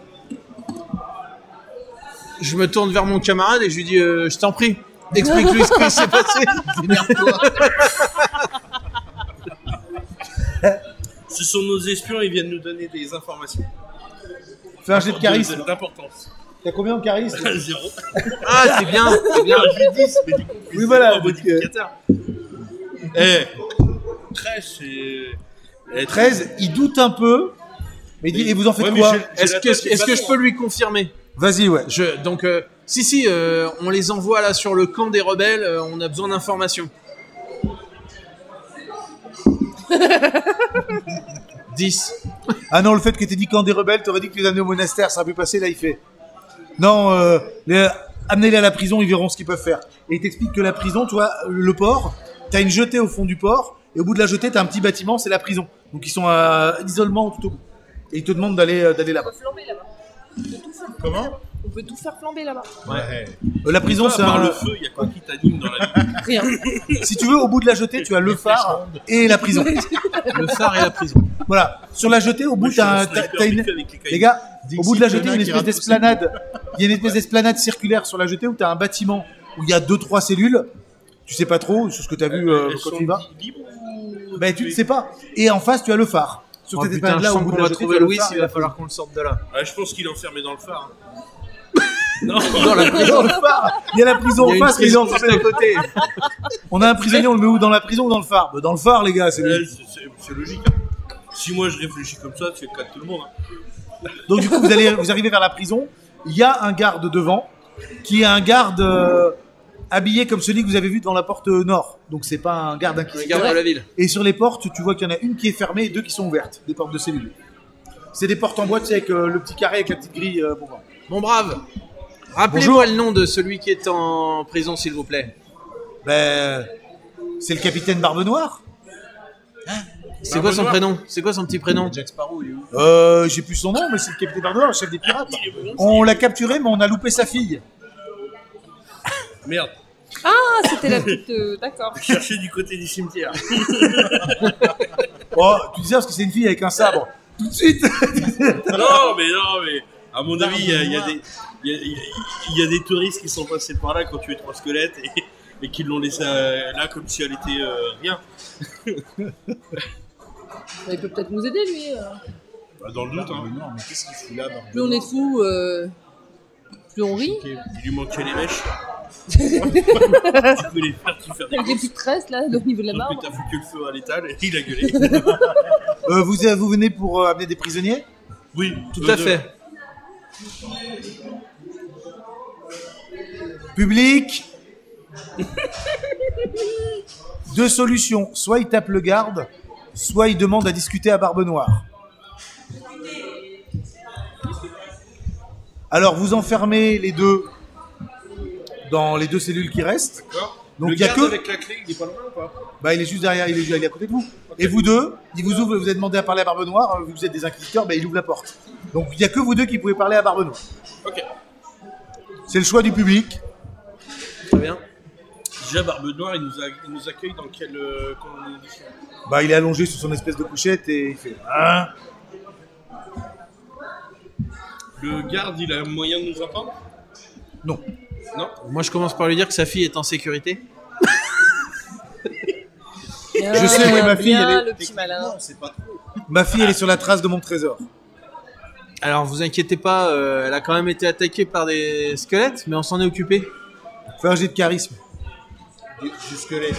[SPEAKER 2] Je me tourne vers mon camarade et je lui dis je t'en prie, explique-lui ce qui s'est passé.
[SPEAKER 5] Démerde-toi.
[SPEAKER 3] Ce sont nos espions, ils viennent nous donner des informations.
[SPEAKER 1] Fais un jet de charisme.
[SPEAKER 3] D'importance.
[SPEAKER 1] T'as combien en charisme?
[SPEAKER 3] Zéro.
[SPEAKER 2] Ah, c'est bien, c'est bien.
[SPEAKER 3] J'ai 10, mais du coup,
[SPEAKER 1] Oui, voilà,
[SPEAKER 3] un modificateur. 13, c'est.
[SPEAKER 1] 13, il doute un peu, mais il dit, et vous en faites
[SPEAKER 3] Ouais, mais
[SPEAKER 1] quoi?
[SPEAKER 3] j'ai
[SPEAKER 2] Est-ce
[SPEAKER 3] la
[SPEAKER 2] que,
[SPEAKER 3] tâche,
[SPEAKER 2] est-ce que
[SPEAKER 3] de
[SPEAKER 2] je
[SPEAKER 3] toute
[SPEAKER 2] peux lui confirmer?
[SPEAKER 1] Vas-y, ouais.
[SPEAKER 2] Donc, Si, on les envoie là sur le camp des rebelles, on a besoin d'informations. 10.
[SPEAKER 1] Ah non, le fait que t'aies dit camp des rebelles, t'aurais dit que tu les amenais au monastère, ça aurait pu passer, là il fait. Non, amenez-les à la prison, ils verront ce qu'ils peuvent faire. Et il t'explique que la prison, tu vois, le port, t'as une jetée au fond du port, et au bout de la jetée, t'as un petit bâtiment, c'est la prison. Donc ils sont à isolement tout au bout. Et ils te demandent d'aller
[SPEAKER 4] On
[SPEAKER 1] là-bas.
[SPEAKER 4] peut flamber là-bas. On peut tout faire
[SPEAKER 5] Comment
[SPEAKER 4] flamber. On peut tout faire flamber là-bas.
[SPEAKER 5] Ouais.
[SPEAKER 1] La prison, c'est
[SPEAKER 3] Par
[SPEAKER 1] un...
[SPEAKER 3] le feu, il y a quoi qui t'anime dans la vie?
[SPEAKER 4] Rien.
[SPEAKER 1] Si tu veux, au bout de la jetée, tu as le phare et la prison.
[SPEAKER 2] Le phare et la prison.
[SPEAKER 1] Voilà. Sur la jetée, au bout, t'as une... Les gars, au bout de la jetée, il y a une espèce d'esplanade. Il y a une espèce d'esplanade circulaire sur la jetée où t'as un bâtiment où il y a 2-3 cellules. Tu sais pas trop sur ce que t'as vu quand tu y vas. Bah, tu ne sais pas. Et en face, tu as le phare. Sur
[SPEAKER 2] Oh
[SPEAKER 1] cette
[SPEAKER 2] putain, je
[SPEAKER 1] esplanade-là, au
[SPEAKER 2] sens
[SPEAKER 1] bout
[SPEAKER 2] qu'on
[SPEAKER 1] de la
[SPEAKER 2] va
[SPEAKER 1] jetée,
[SPEAKER 2] trouver
[SPEAKER 1] tu as le
[SPEAKER 2] Louis,
[SPEAKER 1] phare
[SPEAKER 2] il
[SPEAKER 1] et
[SPEAKER 2] va
[SPEAKER 1] la
[SPEAKER 2] falloir qu'on le sorte de là.
[SPEAKER 3] Ah, je pense qu'il est enfermé dans le phare. Non,
[SPEAKER 2] Dans la prison.
[SPEAKER 1] Dans le phare, il y a la prison
[SPEAKER 2] Il y
[SPEAKER 1] en
[SPEAKER 2] a une
[SPEAKER 1] face, mais il est
[SPEAKER 2] prison juste
[SPEAKER 1] enfermé.
[SPEAKER 2] à côté.
[SPEAKER 1] On a un prisonnier, on le met où? Dans la prison ou dans le phare? Bah, dans le phare, les gars, c'est lui.
[SPEAKER 3] c'est logique. Si moi je réfléchis comme ça, c'est le cas de tout le monde. Hein.
[SPEAKER 1] Donc du coup, vous arrivez vers la prison. Il y a un garde devant, qui est un garde habillé comme celui que vous avez vu devant la porte nord. Donc c'est pas un garde
[SPEAKER 2] Le
[SPEAKER 1] inquisiteur.
[SPEAKER 2] garde de la ville.
[SPEAKER 1] Et sur les portes, tu vois qu'il y en a une qui est fermée et deux qui sont ouvertes, des portes de cellules. C'est des portes en bois, tu sais, avec le petit carré avec la petite grille pour voir.
[SPEAKER 2] Mon brave, rappelez-moi le nom de celui qui est en prison, s'il vous plaît.
[SPEAKER 1] Ben, c'est le capitaine Barbe Noire.
[SPEAKER 2] C'est quoi son prénom? C'est quoi son petit prénom?
[SPEAKER 5] Jack Sparrow, il est où?
[SPEAKER 1] J'ai plus son nom, mais c'est le capitaine Barbe Noire, le chef des pirates. On l'a capturé, mais on a loupé sa fille.
[SPEAKER 3] Merde,
[SPEAKER 4] Ah, c'était la petite. D'accord.
[SPEAKER 3] chercher du côté du cimetière.
[SPEAKER 1] Oh, tu disais parce que c'est une fille avec un sabre. Tout de suite.
[SPEAKER 3] non, mais à mon avis, il y a des touristes qui sont passés par là quand tu es trois squelettes et qui l'ont laissé là comme si elle était rien.
[SPEAKER 4] Il peut peut-être nous aider, lui.
[SPEAKER 3] Bah, dans le doute, hein.
[SPEAKER 5] Non, mais qu'est-ce qu'il fout là, Barbe
[SPEAKER 4] Plus on est fous, plus on rit.
[SPEAKER 3] Il lui manquait les mèches. Tu peux les faire, tu fais des
[SPEAKER 4] Avec des petites tresses, là, au niveau de la
[SPEAKER 3] Donc
[SPEAKER 4] barbe.
[SPEAKER 3] t'as foutu le feu à l'étal et il a gueulé.
[SPEAKER 1] Vous venez pour amener des prisonniers?
[SPEAKER 3] Oui,
[SPEAKER 2] Tout à fait.
[SPEAKER 1] Public. Deux solutions. Soit il tape le garde, soit il demande à discuter à Barbe Noire. Alors vous enfermez les deux dans les deux cellules qui restent.
[SPEAKER 3] D'accord.
[SPEAKER 1] Donc
[SPEAKER 3] Le
[SPEAKER 1] il y a
[SPEAKER 3] garde
[SPEAKER 1] que...
[SPEAKER 3] avec la clé, il est pas loin ou pas?
[SPEAKER 1] Bah il est juste derrière, il est à côté de vous. Et vous deux, il vous ouvre, vous avez demandé à parler à Barbe Noire, vu que vous êtes des inquisiteurs, bah il ouvre la porte. Donc il y a que vous deux qui pouvez parler à Barbe Noire.
[SPEAKER 3] Ok.
[SPEAKER 1] C'est le choix du public.
[SPEAKER 2] Très bien.
[SPEAKER 3] Déjà, Barbe Noire, il nous accueille dans quelle condition?
[SPEAKER 1] Bah il est allongé sur son espèce de couchette et il fait hein.
[SPEAKER 3] Le garde, il a moyen de nous entendre?
[SPEAKER 1] Non.
[SPEAKER 3] Non?
[SPEAKER 2] Moi, je commence par lui dire que sa fille est en sécurité.
[SPEAKER 1] Je sais, oui, ma fille,
[SPEAKER 4] Bien,
[SPEAKER 1] elle est-
[SPEAKER 4] le petit malin.
[SPEAKER 5] Non, c'est pas trop.
[SPEAKER 1] Ma fille elle est sur la trace de mon trésor.
[SPEAKER 2] Alors, vous inquiétez pas, elle a quand même été attaquée par des squelettes, mais on s'en est occupé.
[SPEAKER 1] Fais un jet de charisme.
[SPEAKER 5] Du squelette.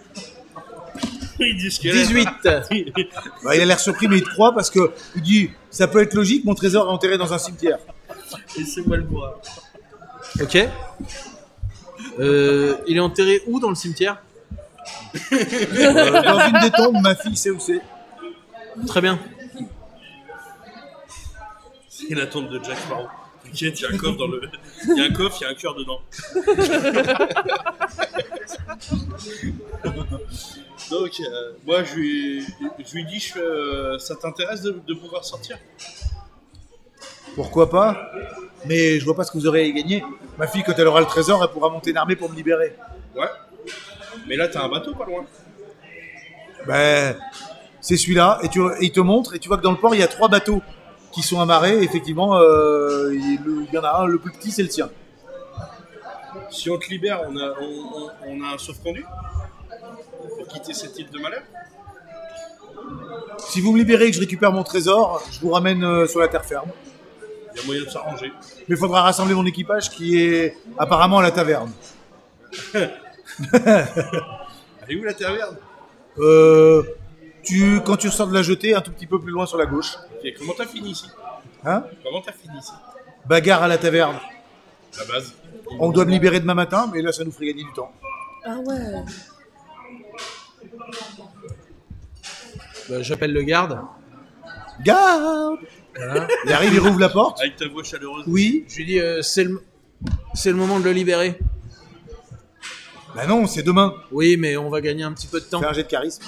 [SPEAKER 3] Il dit ce qu'elle est.
[SPEAKER 2] 18.
[SPEAKER 1] Bah, il a l'air surpris mais il te croit parce que il dit ça peut être logique, mon trésor est enterré dans un cimetière.
[SPEAKER 3] Et c'est moi le bois.
[SPEAKER 2] Ok. Il est enterré où dans le cimetière?
[SPEAKER 1] Dans une des tombes, ma fille sait où c'est.
[SPEAKER 2] Très bien.
[SPEAKER 3] C'est la tombe de Jack Sparrow. T'inquiète, il y a un coffre dans le. Il y a un coffre, il y a un cœur dedans. Donc, moi, je lui dis, ça t'intéresse de pouvoir sortir?
[SPEAKER 1] Pourquoi pas? Mais je vois pas ce que vous aurez à y gagner. Ma fille, quand elle aura le trésor, elle pourra monter une armée pour me libérer.
[SPEAKER 3] Ouais. Mais là, t'as un bateau pas loin.
[SPEAKER 1] Ben, c'est celui-là, et il te montre, et tu vois que dans le port, il y a 3 bateaux qui sont amarrés. Et effectivement, il y en a un, le plus petit, c'est le tien.
[SPEAKER 3] Si on te libère, on a un sauf-conduit pour quitter cette île de malheur.
[SPEAKER 1] Si vous me libérez et que je récupère mon trésor, je vous ramène sur la terre ferme.
[SPEAKER 3] Il y a moyen de s'arranger.
[SPEAKER 1] Mais il faudra rassembler mon équipage qui est apparemment à la taverne.
[SPEAKER 3] Elle est où la taverne?
[SPEAKER 1] Quand tu ressors de la jetée, un tout petit peu plus loin sur la gauche.
[SPEAKER 3] Ok, comment t'as fini ici?
[SPEAKER 1] Hein?
[SPEAKER 3] Comment t'as fini ici?
[SPEAKER 1] Bagarre à la taverne.
[SPEAKER 3] La base.
[SPEAKER 1] On doit me libérer demain matin, mais là, ça nous ferait gagner du temps.
[SPEAKER 4] Ah ouais.
[SPEAKER 2] Bah, j'appelle le garde.
[SPEAKER 1] Garde.
[SPEAKER 2] Voilà.
[SPEAKER 1] Il arrive, il rouvre la porte.
[SPEAKER 3] Avec ta voix chaleureuse.
[SPEAKER 1] Oui.
[SPEAKER 2] Je lui dis c'est le moment de le libérer.
[SPEAKER 1] Bah non, c'est demain.
[SPEAKER 2] Oui, mais on va gagner un petit peu de temps.
[SPEAKER 1] Fais un jet de charisme.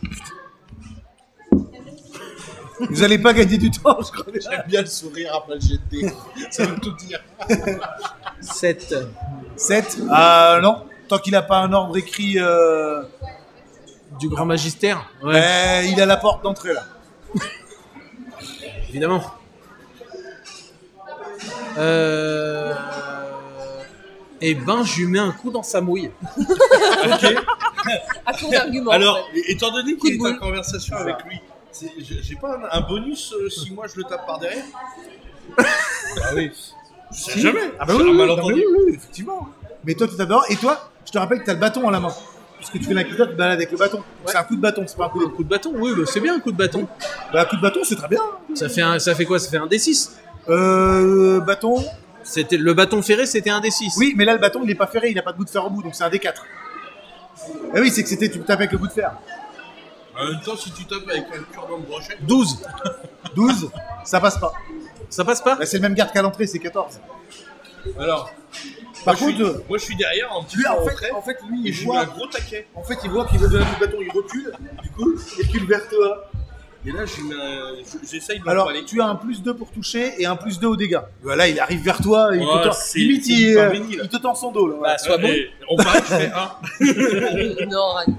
[SPEAKER 1] Vous allez pas gagner du temps, je crois.
[SPEAKER 5] J'aime bien le sourire après le jet de dés. Ça veut tout dire.
[SPEAKER 2] 7.
[SPEAKER 1] 7. Non. Tant qu'il a pas un ordre écrit,
[SPEAKER 2] Du grand magistère.
[SPEAKER 1] il a la porte d'entrée, là.
[SPEAKER 2] Évidemment. Eh ben, je lui mets un coup dans sa mouille.
[SPEAKER 4] À court d'arguments.
[SPEAKER 3] Alors,
[SPEAKER 4] en fait.
[SPEAKER 3] étant donné
[SPEAKER 4] Coup de
[SPEAKER 3] qu'il est en
[SPEAKER 4] boule.
[SPEAKER 3] conversation avec lui, j'ai pas un bonus si moi je le tape par derrière?
[SPEAKER 1] Bah oui.
[SPEAKER 3] Je sais jamais.
[SPEAKER 1] Ah bah
[SPEAKER 3] C'est
[SPEAKER 1] oui,
[SPEAKER 3] un
[SPEAKER 1] oui,
[SPEAKER 3] malentendu.
[SPEAKER 1] non, mais oui, effectivement. Mais toi, tu t'adores. Et toi, je te rappelle que t'as le bâton à la main. Puisque tu fais l'inquisiteur, tu te balades avec le bâton. C'est un coup de bâton, c'est pas un coup de...
[SPEAKER 2] Un coup de bâton, oui, bah, c'est bien un coup de bâton.
[SPEAKER 1] Bah, un coup de bâton, c'est très bien.
[SPEAKER 2] Ça fait quoi? Ça fait un D6.
[SPEAKER 1] Bâton.
[SPEAKER 2] C'était le bâton ferré, c'était un D6.
[SPEAKER 1] Oui, mais là, le bâton, il est pas ferré, il a pas de bout de fer au bout, donc c'est un D4. Ah oui, c'est que tu tapes avec le bout de fer.
[SPEAKER 3] En même temps, si tu tapes avec un cure-dent de brochet,
[SPEAKER 1] 12. 12, ça passe pas.
[SPEAKER 2] Ça passe pas?
[SPEAKER 1] Bah, c'est le même garde qu'à l'entrée, c'est 14.
[SPEAKER 3] alors.
[SPEAKER 1] Par
[SPEAKER 3] moi,
[SPEAKER 1] contre,
[SPEAKER 3] moi je suis derrière en petit
[SPEAKER 1] lui,
[SPEAKER 3] peu
[SPEAKER 1] en
[SPEAKER 3] retrait,
[SPEAKER 1] fait, lui,
[SPEAKER 3] et
[SPEAKER 1] il
[SPEAKER 3] je lui mets un
[SPEAKER 1] voit,
[SPEAKER 3] gros taquet.
[SPEAKER 1] en fait, il voit qu'il veut donner un coup de bâton, il recule, du coup, il recule vers toi.
[SPEAKER 3] Et là, j'essaye de
[SPEAKER 1] Alors,
[SPEAKER 3] le aller.
[SPEAKER 1] tu as un plus 2 pour toucher et un plus 2 au dégâts. Voilà, il arrive vers toi, et il
[SPEAKER 3] Ouais,
[SPEAKER 1] te tend,
[SPEAKER 3] c'est-
[SPEAKER 1] limite,
[SPEAKER 3] c'est
[SPEAKER 1] il,
[SPEAKER 3] pas béni, là.
[SPEAKER 1] il te tend son dos, là.
[SPEAKER 2] Bah, sois bon.
[SPEAKER 3] Et on parle, je fais 1.
[SPEAKER 4] Non, Ryan.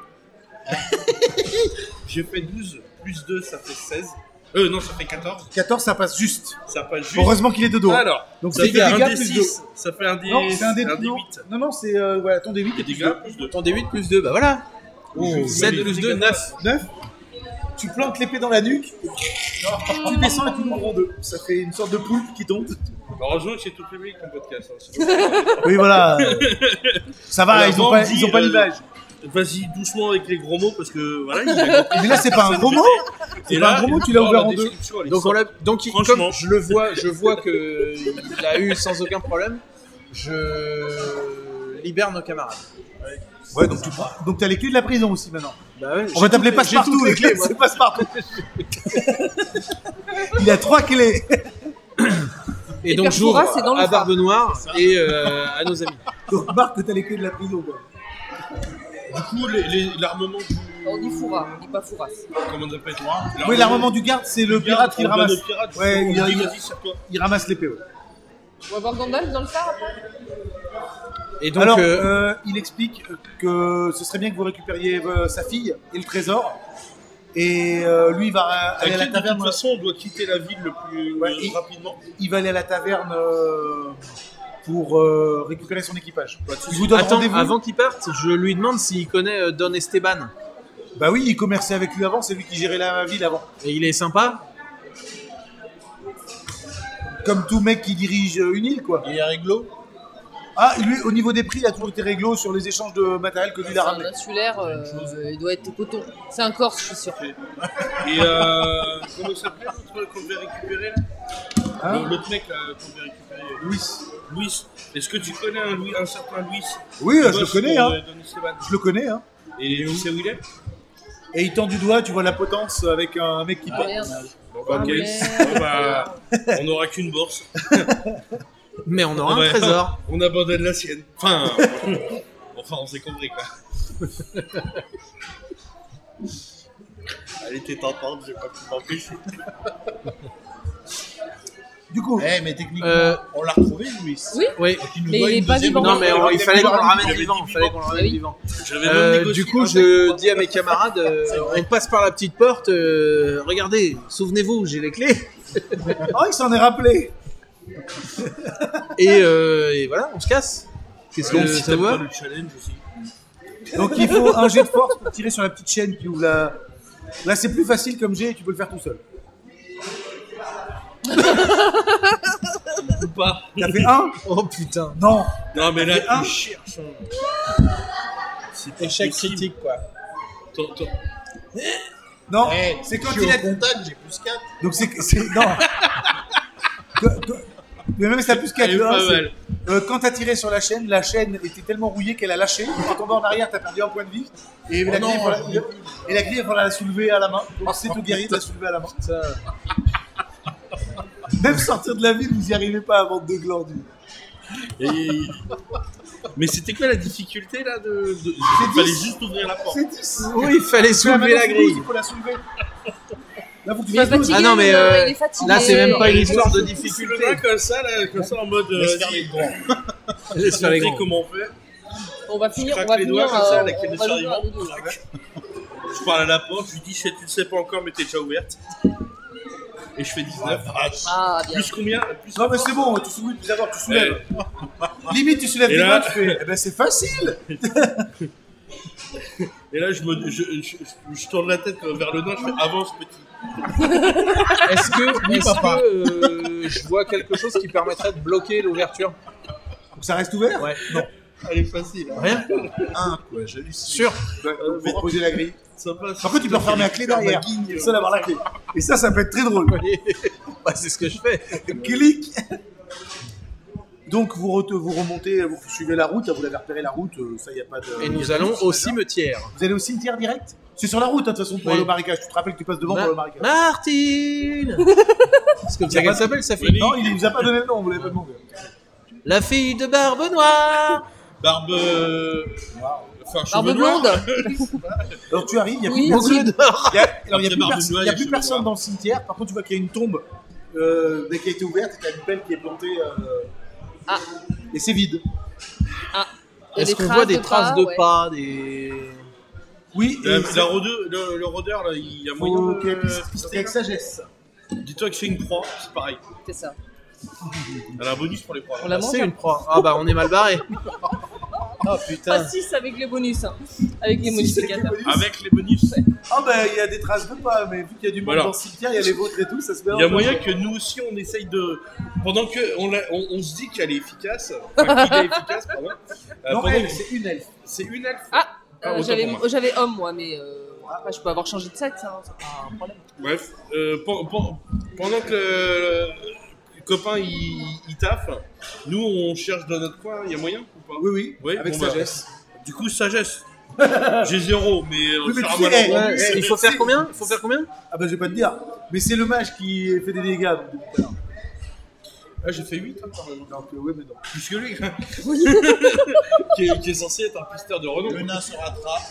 [SPEAKER 3] J'ai fait 12, plus 2, ça fait 16. Non, ça fait 14.
[SPEAKER 1] 14, ça passe juste.
[SPEAKER 3] Ça passe juste.
[SPEAKER 1] Heureusement qu'il est de dos.
[SPEAKER 3] Alors,
[SPEAKER 1] Donc,
[SPEAKER 3] ça
[SPEAKER 1] c'est
[SPEAKER 3] fait
[SPEAKER 1] des
[SPEAKER 3] un
[SPEAKER 1] dégâts plus 2.
[SPEAKER 3] D6, ça fait un D...
[SPEAKER 1] Non, c'est un D,
[SPEAKER 3] un
[SPEAKER 1] non,
[SPEAKER 3] D8.
[SPEAKER 1] non, c'est voilà, ton D8
[SPEAKER 3] Et
[SPEAKER 1] et plus
[SPEAKER 3] dégâts,
[SPEAKER 1] 2.
[SPEAKER 3] plus 2.
[SPEAKER 2] Ton D8 plus 2, bah voilà.
[SPEAKER 3] Oh,
[SPEAKER 2] 7
[SPEAKER 3] mais
[SPEAKER 2] plus
[SPEAKER 3] les
[SPEAKER 2] 2,
[SPEAKER 3] dégâts,
[SPEAKER 2] 9.
[SPEAKER 1] 9. Tu plantes l'épée dans la nuque, tu descends et tu l'ouvres en deux. Ça fait une sorte de poulpe qui tombe.
[SPEAKER 3] Heureusement que c'est tout public ton podcast. Hein, sinon-
[SPEAKER 1] Oui, voilà. Ça va,
[SPEAKER 3] Alors,
[SPEAKER 1] ils ont
[SPEAKER 3] Bandit,
[SPEAKER 1] pas l'image.
[SPEAKER 3] Vas-y doucement avec les gros mots parce que voilà. Il a compris.
[SPEAKER 1] Mais là, c'est pas un gros mot. C'est
[SPEAKER 3] Et
[SPEAKER 1] pas
[SPEAKER 3] là,
[SPEAKER 1] un gros mot, tu l'as
[SPEAKER 3] oh,
[SPEAKER 1] ouvert
[SPEAKER 3] la
[SPEAKER 1] en deux.
[SPEAKER 3] description, elle est
[SPEAKER 2] Donc,
[SPEAKER 3] simple.
[SPEAKER 2] comme
[SPEAKER 3] Franchement.
[SPEAKER 2] je vois que il a eu sans aucun problème, je libère nos camarades.
[SPEAKER 1] Ouais, donc t'as les clés de la prison aussi maintenant.
[SPEAKER 2] Bah ouais,
[SPEAKER 1] On va t'appeler
[SPEAKER 2] j'ai
[SPEAKER 1] Passe-Partout.
[SPEAKER 2] toutes les clés, moi.
[SPEAKER 1] C'est Passe-Partout. Il a 3 clés.
[SPEAKER 2] Et donc
[SPEAKER 4] Père
[SPEAKER 2] j'ouvre
[SPEAKER 4] Fouras, c'est dans le
[SPEAKER 2] à
[SPEAKER 4] phare.
[SPEAKER 2] Barbe Noire et à nos amis.
[SPEAKER 1] Donc remarque que t'as les clés de la prison, quoi.
[SPEAKER 3] Du coup, l'armement du.
[SPEAKER 4] On dit Foura, on dit pas Fouras.
[SPEAKER 3] Comment on appelle
[SPEAKER 1] Oui, l'armement du garde, c'est le pirate qui le ramasse.
[SPEAKER 3] Le pirate,
[SPEAKER 1] Ouais,
[SPEAKER 3] justement,
[SPEAKER 1] il-
[SPEAKER 3] vas-y, sur toi.
[SPEAKER 1] Il ramasse l'épée, ouais.
[SPEAKER 4] On va voir Gandalf dans le phare après.
[SPEAKER 2] Et donc
[SPEAKER 1] Alors, il explique que ce serait bien que vous récupériez sa fille et le trésor. Et lui, il va aller à la
[SPEAKER 3] T'inquiète, de toute
[SPEAKER 1] taverne.
[SPEAKER 3] façon, on doit quitter la ville le plus
[SPEAKER 1] Ouais,
[SPEAKER 3] rapidement.
[SPEAKER 1] Il va aller à la taverne pour récupérer son équipage. Il vous donne
[SPEAKER 2] attends,
[SPEAKER 1] rendez-vous.
[SPEAKER 2] avant qu'il parte, je lui demande s'il connaît Don Esteban.
[SPEAKER 1] Bah oui, il commerçait avec lui avant, c'est lui qui gérait la ville avant.
[SPEAKER 2] Et il est sympa.
[SPEAKER 1] Comme tout mec qui dirige une île, quoi.
[SPEAKER 5] Il est réglo.
[SPEAKER 1] Ah, lui, au niveau des prix, il a toujours été réglo sur les échanges de matériel que lui il a
[SPEAKER 4] C'est un
[SPEAKER 1] ramené.
[SPEAKER 4] insulaire, il doit être coton. C'est un Corse, je suis sûr.
[SPEAKER 3] Et comment il s'appelait l'autre qu'on devait récupérer là
[SPEAKER 1] Hein
[SPEAKER 3] L'autre mec là qu'on devait récupérer. Louis. Est-ce que tu connais un certain Louis
[SPEAKER 1] Oui,
[SPEAKER 3] Qui
[SPEAKER 1] je le
[SPEAKER 3] bosse
[SPEAKER 1] connais,
[SPEAKER 3] pour,
[SPEAKER 1] hein.
[SPEAKER 3] Don Esteban.
[SPEAKER 1] Je le connais, hein.
[SPEAKER 3] Et tu sais où il est
[SPEAKER 1] Et il tend du doigt, tu vois la potence avec un mec qui
[SPEAKER 4] Ah
[SPEAKER 1] porte.
[SPEAKER 4] merde.
[SPEAKER 3] Bon, bah, ok.
[SPEAKER 4] merde.
[SPEAKER 3] Bon, bah, on n'aura qu'une bourse.
[SPEAKER 2] Mais on aura
[SPEAKER 3] Ouais.
[SPEAKER 2] un trésor.
[SPEAKER 3] On abandonne la sienne. Enfin, on s'est compris quoi. Elle était tentante, j'ai pas pu m'empêcher.
[SPEAKER 1] Du coup,
[SPEAKER 5] Mais techniquement,
[SPEAKER 2] Euh,
[SPEAKER 5] on l'a retrouvé, Louis.
[SPEAKER 4] Oui.
[SPEAKER 2] Oui.
[SPEAKER 5] Donc, il nous
[SPEAKER 4] Mais
[SPEAKER 5] doit
[SPEAKER 4] il
[SPEAKER 5] une
[SPEAKER 4] est pas
[SPEAKER 5] deuxième
[SPEAKER 4] vivant.
[SPEAKER 2] Non, mais il fallait qu'on le ramène
[SPEAKER 3] avait
[SPEAKER 2] vivant.
[SPEAKER 3] dit
[SPEAKER 2] Il fallait qu'on le ramène
[SPEAKER 4] Oui.
[SPEAKER 2] vivant.
[SPEAKER 3] J'avais même négocié
[SPEAKER 2] Du coup,
[SPEAKER 3] un
[SPEAKER 2] je
[SPEAKER 3] truc.
[SPEAKER 2] dis à mes camarades, on passe par la petite porte. Regardez, souvenez-vous, j'ai les clés.
[SPEAKER 1] oh, il s'en est rappelé.
[SPEAKER 2] Et voilà, on se casse. Qu'est-ce
[SPEAKER 3] Donc,
[SPEAKER 2] que
[SPEAKER 3] si
[SPEAKER 2] ça
[SPEAKER 3] t'aimes
[SPEAKER 2] va
[SPEAKER 3] pas le challenge aussi.
[SPEAKER 1] Donc il faut un jet de force pour tirer sur la petite chaîne qui ouvre la. Là, c'est plus facile comme jet, tu peux le faire tout seul.
[SPEAKER 3] Ou pas.
[SPEAKER 1] T'as fait 1
[SPEAKER 2] Oh putain.
[SPEAKER 1] Non.
[SPEAKER 3] Non, mais là,
[SPEAKER 1] fait un.
[SPEAKER 3] tu cherches. C'est pas
[SPEAKER 5] Échec
[SPEAKER 3] possible.
[SPEAKER 5] critique, quoi.
[SPEAKER 1] Non.
[SPEAKER 5] Eh,
[SPEAKER 1] c'est quand
[SPEAKER 5] je suis
[SPEAKER 1] il a.
[SPEAKER 5] au contact, j'ai plus 4.
[SPEAKER 1] Donc c'est non. Que- Mais même ça plus qu'à
[SPEAKER 3] Elle est pas mal.
[SPEAKER 1] quand t'as tiré sur la chaîne était tellement rouillée qu'elle a lâché. T'es tombé en arrière, t'as perdu un point de vie. Et la grille, il faut la soulever à la main. C'est tout guéri de la soulever à la main. Même sortir de la ville, vous y arrivez pas à vendre 2 glandus.
[SPEAKER 3] Mais c'était quoi la difficulté là il fallait juste ouvrir la porte.
[SPEAKER 1] C'est 10.
[SPEAKER 2] Oui, il fallait soulever la grille.
[SPEAKER 1] Il faut la soulever. Là, faut que tu
[SPEAKER 4] Il est
[SPEAKER 1] fasses 12.
[SPEAKER 4] fatigué,
[SPEAKER 2] Ah non, mais,
[SPEAKER 4] il est fatigué.
[SPEAKER 2] Là, c'est même pas une
[SPEAKER 3] Ouais,
[SPEAKER 2] histoire de
[SPEAKER 3] Le
[SPEAKER 2] difficulté.
[SPEAKER 3] gars comme ça en mode.
[SPEAKER 5] Laisse faire les grands.
[SPEAKER 2] Laisse faire les grands.
[SPEAKER 3] Comment on fait.
[SPEAKER 4] On va finir,
[SPEAKER 3] craque
[SPEAKER 4] on va
[SPEAKER 3] les
[SPEAKER 4] finir.
[SPEAKER 3] doigts comme ça,
[SPEAKER 4] on
[SPEAKER 3] la canne de
[SPEAKER 4] va
[SPEAKER 3] chargement.
[SPEAKER 4] l'ouvrir, les deux.
[SPEAKER 3] Je parle à la porte, je lui dis tu ne sais pas encore, mais t'es déjà ouverte. Et je fais 19.
[SPEAKER 4] Ah, bien.
[SPEAKER 3] Plus combien plus
[SPEAKER 1] Non, mais c'est bon, tu soulèves, plus avoir, tu soulèves. Limite, tu soulèves
[SPEAKER 3] Et
[SPEAKER 1] des
[SPEAKER 3] là-
[SPEAKER 1] mains, tu fais. Eh ben, c'est facile.
[SPEAKER 3] Et là, je tourne la tête vers le nord, je fais avance petit.
[SPEAKER 2] Est-ce que je vois quelque chose qui permettrait de bloquer l'ouverture?
[SPEAKER 1] Donc, ça reste ouvert.
[SPEAKER 2] Ouais.
[SPEAKER 3] Elle est facile.
[SPEAKER 2] Rien?
[SPEAKER 5] Quoi, j'hallucine.
[SPEAKER 2] Sûr?
[SPEAKER 1] Vous pouvez poser la grille.
[SPEAKER 3] Sympa.
[SPEAKER 1] Par contre, tu peux refermer la clé derrière. C'est ça d'avoir la clé. Et ça peut être très drôle.
[SPEAKER 2] Bah, c'est ce que je fais.
[SPEAKER 1] Clic. Donc, vous remontez, vous suivez la route, vous l'avez repéré la route, ça, y a pas de.
[SPEAKER 2] Et nous allons au cimetière.
[SPEAKER 1] Vous allez au cimetière direct? C'est sur la route, hein, de toute façon, pour
[SPEAKER 2] Oui.
[SPEAKER 1] le marécage. Tu te rappelles que tu passes devant pour le marécage.
[SPEAKER 2] Martine. C'est comme ça qu'elle s'appelle, sa fille.
[SPEAKER 1] Non, il nous a pas donné le nom, vous l'avez pas demandé.
[SPEAKER 2] La fille de Barbe Noire.
[SPEAKER 3] Barbe. Enfin,
[SPEAKER 4] Barbe
[SPEAKER 3] cheveux noirs.
[SPEAKER 4] blonde.
[SPEAKER 1] Alors, tu arrives, il y a
[SPEAKER 4] Oui,
[SPEAKER 1] plus personne.
[SPEAKER 2] Beaucoup d'or.
[SPEAKER 1] Il y a
[SPEAKER 3] Après
[SPEAKER 1] plus,
[SPEAKER 3] Barbe
[SPEAKER 1] personne,
[SPEAKER 3] Noire,
[SPEAKER 1] il y a
[SPEAKER 3] il y a
[SPEAKER 1] plus
[SPEAKER 3] cheveux
[SPEAKER 1] personne
[SPEAKER 3] noirs.
[SPEAKER 1] dans le cimetière. Par contre, tu vois qu'il y a une tombe qui a été ouverte et qu'il y a une pelle qui est plantée.
[SPEAKER 4] Ah.
[SPEAKER 1] Et c'est vide.
[SPEAKER 4] Ah. Il y a
[SPEAKER 2] Est-ce
[SPEAKER 4] des
[SPEAKER 2] qu'on
[SPEAKER 4] traces
[SPEAKER 2] voit des traces de
[SPEAKER 4] ouais.
[SPEAKER 2] pas, des...
[SPEAKER 1] Oui, et
[SPEAKER 3] Le rôdeur, là, il y a moyen
[SPEAKER 1] Ok,
[SPEAKER 3] de.
[SPEAKER 1] puis avec sagesse.
[SPEAKER 3] Dis-toi que je fais une proie, c'est pareil.
[SPEAKER 4] C'est ça.
[SPEAKER 3] Elle a un bonus pour les proies.
[SPEAKER 4] On la mange.
[SPEAKER 2] C'est une proie. Ah bah on est mal barré. Oh putain.
[SPEAKER 4] Pas 6 avec les bonus. Hein. Avec les modificateurs.
[SPEAKER 3] Avec les bonus.
[SPEAKER 1] Ah ben il y a des traces de pas, mais vu qu'il y a du monde
[SPEAKER 3] Voilà.
[SPEAKER 1] dans le cimetière, il y a les vôtres et tout, ça se mélange.
[SPEAKER 3] Il y a moyen que nous aussi on essaye de. Pendant que on se dit qu'elle est efficace. Enfin, qu'il est efficace, pardon.
[SPEAKER 1] Non,
[SPEAKER 3] pendant
[SPEAKER 1] elle,
[SPEAKER 3] que-
[SPEAKER 1] c'est une elfe.
[SPEAKER 3] C'est une elfe.
[SPEAKER 4] Ah,
[SPEAKER 3] autant pour moi.
[SPEAKER 4] j'avais homme moi, mais après, je peux avoir changé de sexe, hein, c'est pas un problème.
[SPEAKER 3] Bref, pendant que le copain il taffe, nous on cherche dans notre coin, il y a moyen ou pas?
[SPEAKER 1] Oui,
[SPEAKER 3] Oui,
[SPEAKER 1] avec
[SPEAKER 3] bon, bah,
[SPEAKER 1] sagesse.
[SPEAKER 3] Du coup, sagesse. J'ai 0, mais
[SPEAKER 1] Oui, mais
[SPEAKER 3] faire
[SPEAKER 1] tu
[SPEAKER 3] un
[SPEAKER 1] sais,
[SPEAKER 3] malin.
[SPEAKER 2] Ouais, il faut faire combien?
[SPEAKER 1] Ah ben je vais pas te dire, mais c'est le mage qui fait des dégâts. Donc, depuis tout à l'heure.
[SPEAKER 3] Ah, j'ai fait 8 quand même.
[SPEAKER 1] Donc ouais, mais non.
[SPEAKER 3] Plus que lui. qui est censé être un pisteur de renom.
[SPEAKER 5] Le nain se rattrape.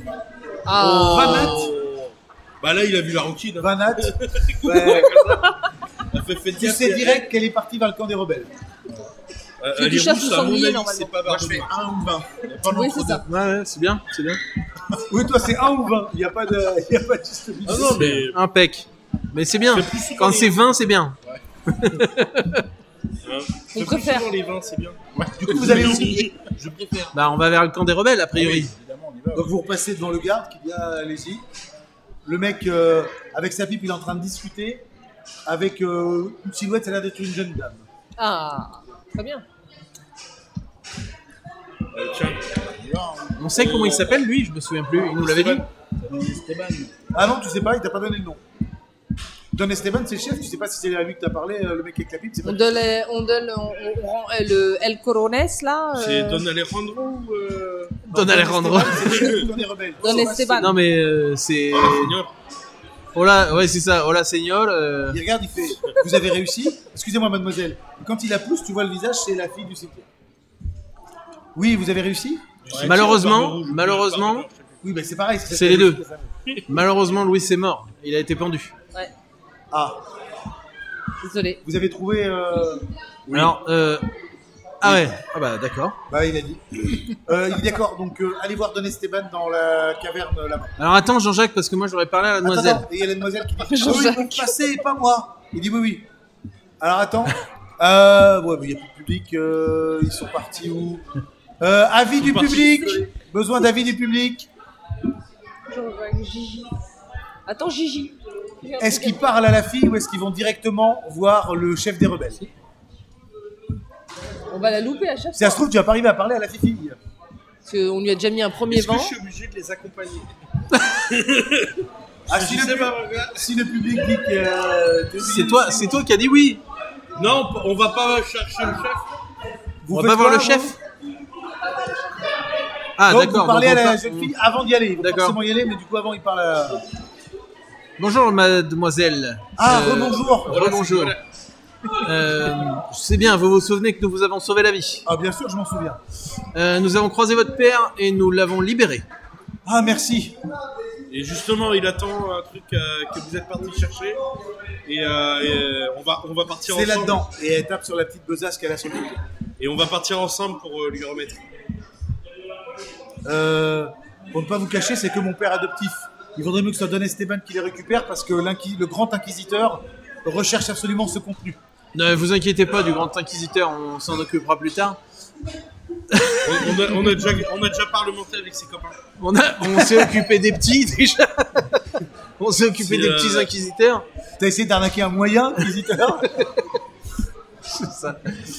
[SPEAKER 4] Ah.
[SPEAKER 1] Vanat.
[SPEAKER 3] Bah là, il a vu la routine.
[SPEAKER 1] Vanat. Ouais.
[SPEAKER 3] Elle fait
[SPEAKER 1] Tu sais direct qu'elle est partie vers le camp des rebelles.
[SPEAKER 4] Tu
[SPEAKER 3] Elle est
[SPEAKER 4] chasses
[SPEAKER 3] rousse,
[SPEAKER 4] le
[SPEAKER 3] à mon
[SPEAKER 4] sanglier,
[SPEAKER 3] avis,
[SPEAKER 4] normalement.
[SPEAKER 3] c'est pas
[SPEAKER 5] Moi, je
[SPEAKER 3] Barbe
[SPEAKER 5] fais
[SPEAKER 3] Noire.
[SPEAKER 5] 1 ou 20. Il y a pas
[SPEAKER 4] Oui,
[SPEAKER 5] d'entre
[SPEAKER 4] c'est ça.
[SPEAKER 2] Ouais, c'est bien, c'est bien.
[SPEAKER 1] Oui, toi c'est 1 ou 20, il n'y a pas de juste milieu.
[SPEAKER 3] Ah non, mais.
[SPEAKER 2] Impec. Mais c'est bien.
[SPEAKER 3] Fais plus souvent
[SPEAKER 2] Quand
[SPEAKER 3] les-
[SPEAKER 2] c'est 20, c'est bien.
[SPEAKER 3] Hein,
[SPEAKER 4] On
[SPEAKER 3] fais plus
[SPEAKER 4] préfère.
[SPEAKER 3] souvent les 20, c'est bien.
[SPEAKER 1] Du coup, vous allez aussi.
[SPEAKER 3] Je préfère.
[SPEAKER 2] Bah on va vers le camp des rebelles, a priori.
[SPEAKER 5] Évidemment, on y va.
[SPEAKER 1] Donc vous repassez devant le garde qui dit ah, allez-y. Le mec avec sa pipe, il est en train de discuter avec une silhouette, ça a l'air d'être une jeune dame.
[SPEAKER 4] Ah, très bien.
[SPEAKER 3] Tiens.
[SPEAKER 2] On sait comment il s'appelle lui, je me souviens plus. Il nous l'avait dit.
[SPEAKER 5] Esteban.
[SPEAKER 1] Ah non, tu sais pas, il t'a pas donné le nom. Don Esteban, c'est le chef, tu sais pas si c'est à lui que t'as parlé, le mec avec la pipe, c'est pas
[SPEAKER 4] On rend le El Corones là.
[SPEAKER 3] C'est Don Alejandro ou.
[SPEAKER 2] Don Alejandro.
[SPEAKER 1] C'est le camp des rebelles.
[SPEAKER 4] Don Esteban.
[SPEAKER 2] Non mais c'est.
[SPEAKER 3] Seigneur.
[SPEAKER 2] Hola, ouais c'est ça. Hola señor.
[SPEAKER 1] Il regarde, il fait vous avez réussi. Excusez-moi, mademoiselle. Et quand il la pousse, tu vois le visage, c'est la fille du cimetière. Oui, vous avez réussi.
[SPEAKER 2] Malheureusement,
[SPEAKER 1] Oui, ben c'est pareil.
[SPEAKER 2] C'est les deux. Malheureusement, Louis est mort. Il a été pendu.
[SPEAKER 1] Ah,
[SPEAKER 4] Désolé.
[SPEAKER 1] vous avez trouvé.
[SPEAKER 2] Alors, ah ouais. Ah bah d'accord.
[SPEAKER 1] Bah, il a dit. Il dit d'accord, donc allez voir Don Esteban dans la caverne là-bas.
[SPEAKER 2] Alors attends Jean-Jacques parce que moi j'aurais parlé à la demoiselle.
[SPEAKER 1] Attends, et il y a la demoiselle qui dit oui,
[SPEAKER 4] Jean-Jacques.
[SPEAKER 1] ils peuvent passer, pas moi. Il dit oui, oui. Alors attends. Ouais, mais il n'y a plus de public. Ils sont partis où avis du public. Besoin d'avis du public.
[SPEAKER 4] Gigi. Attends, Gigi.
[SPEAKER 1] Est-ce qu'ils parlent à la fille ou est-ce qu'ils vont directement voir le chef des rebelles? Si
[SPEAKER 4] On va la louper à chaque
[SPEAKER 1] ça
[SPEAKER 4] fois.
[SPEAKER 1] se trouve, tu vas pas arriver à parler à la fille.
[SPEAKER 4] Parce qu'on lui a déjà mis un premier
[SPEAKER 3] Est-ce que
[SPEAKER 4] vent.
[SPEAKER 3] je suis obligé de les accompagner?
[SPEAKER 1] Ah,
[SPEAKER 3] Je sais pas, regarde.
[SPEAKER 1] si le public dit que
[SPEAKER 2] C'est toi qui as dit oui.
[SPEAKER 3] Non, on va pas chercher le chef.
[SPEAKER 2] On va
[SPEAKER 1] faites
[SPEAKER 2] pas voir
[SPEAKER 1] quoi,
[SPEAKER 2] le chef.
[SPEAKER 1] vous
[SPEAKER 2] Ah
[SPEAKER 1] Donc,
[SPEAKER 2] d'accord.
[SPEAKER 1] vous parlez
[SPEAKER 2] donc
[SPEAKER 1] à
[SPEAKER 2] on
[SPEAKER 1] la
[SPEAKER 2] part-
[SPEAKER 1] jeune fille avant d'y aller. Il faut
[SPEAKER 2] D'accord.
[SPEAKER 1] forcément y aller, mais du coup, avant, il parle à...
[SPEAKER 2] Bonjour mademoiselle.
[SPEAKER 1] Ah, rebonjour.
[SPEAKER 2] Rebonjour. C'est bien, vous vous souvenez que nous vous avons sauvé la vie.
[SPEAKER 1] Ah, bien sûr, je m'en souviens.
[SPEAKER 2] Nous avons croisé votre père et nous l'avons libéré.
[SPEAKER 1] Ah, merci.
[SPEAKER 3] Et justement, il attend un truc que vous êtes parti chercher. Et on va partir
[SPEAKER 1] C'est
[SPEAKER 3] ensemble.
[SPEAKER 1] là-dedans. Et elle tape sur la petite besace qu'elle a sur le côté.
[SPEAKER 3] Et on va partir ensemble pour lui remettre.
[SPEAKER 1] Pour ne pas vous cacher, c'est que mon père adoptif. Il vaudrait mieux que ce soit Don Esteban qui les récupère parce que le grand inquisiteur recherche absolument ce contenu.
[SPEAKER 2] Ne vous inquiétez pas du grand inquisiteur, on s'en occupera plus tard.
[SPEAKER 3] On a déjà parlementé avec ses copains.
[SPEAKER 2] On s'est occupé des petits déjà. On s'est occupé des petits inquisiteurs.
[SPEAKER 1] T'as essayé d'arnaquer un moyen inquisiteur?
[SPEAKER 2] C'est ça.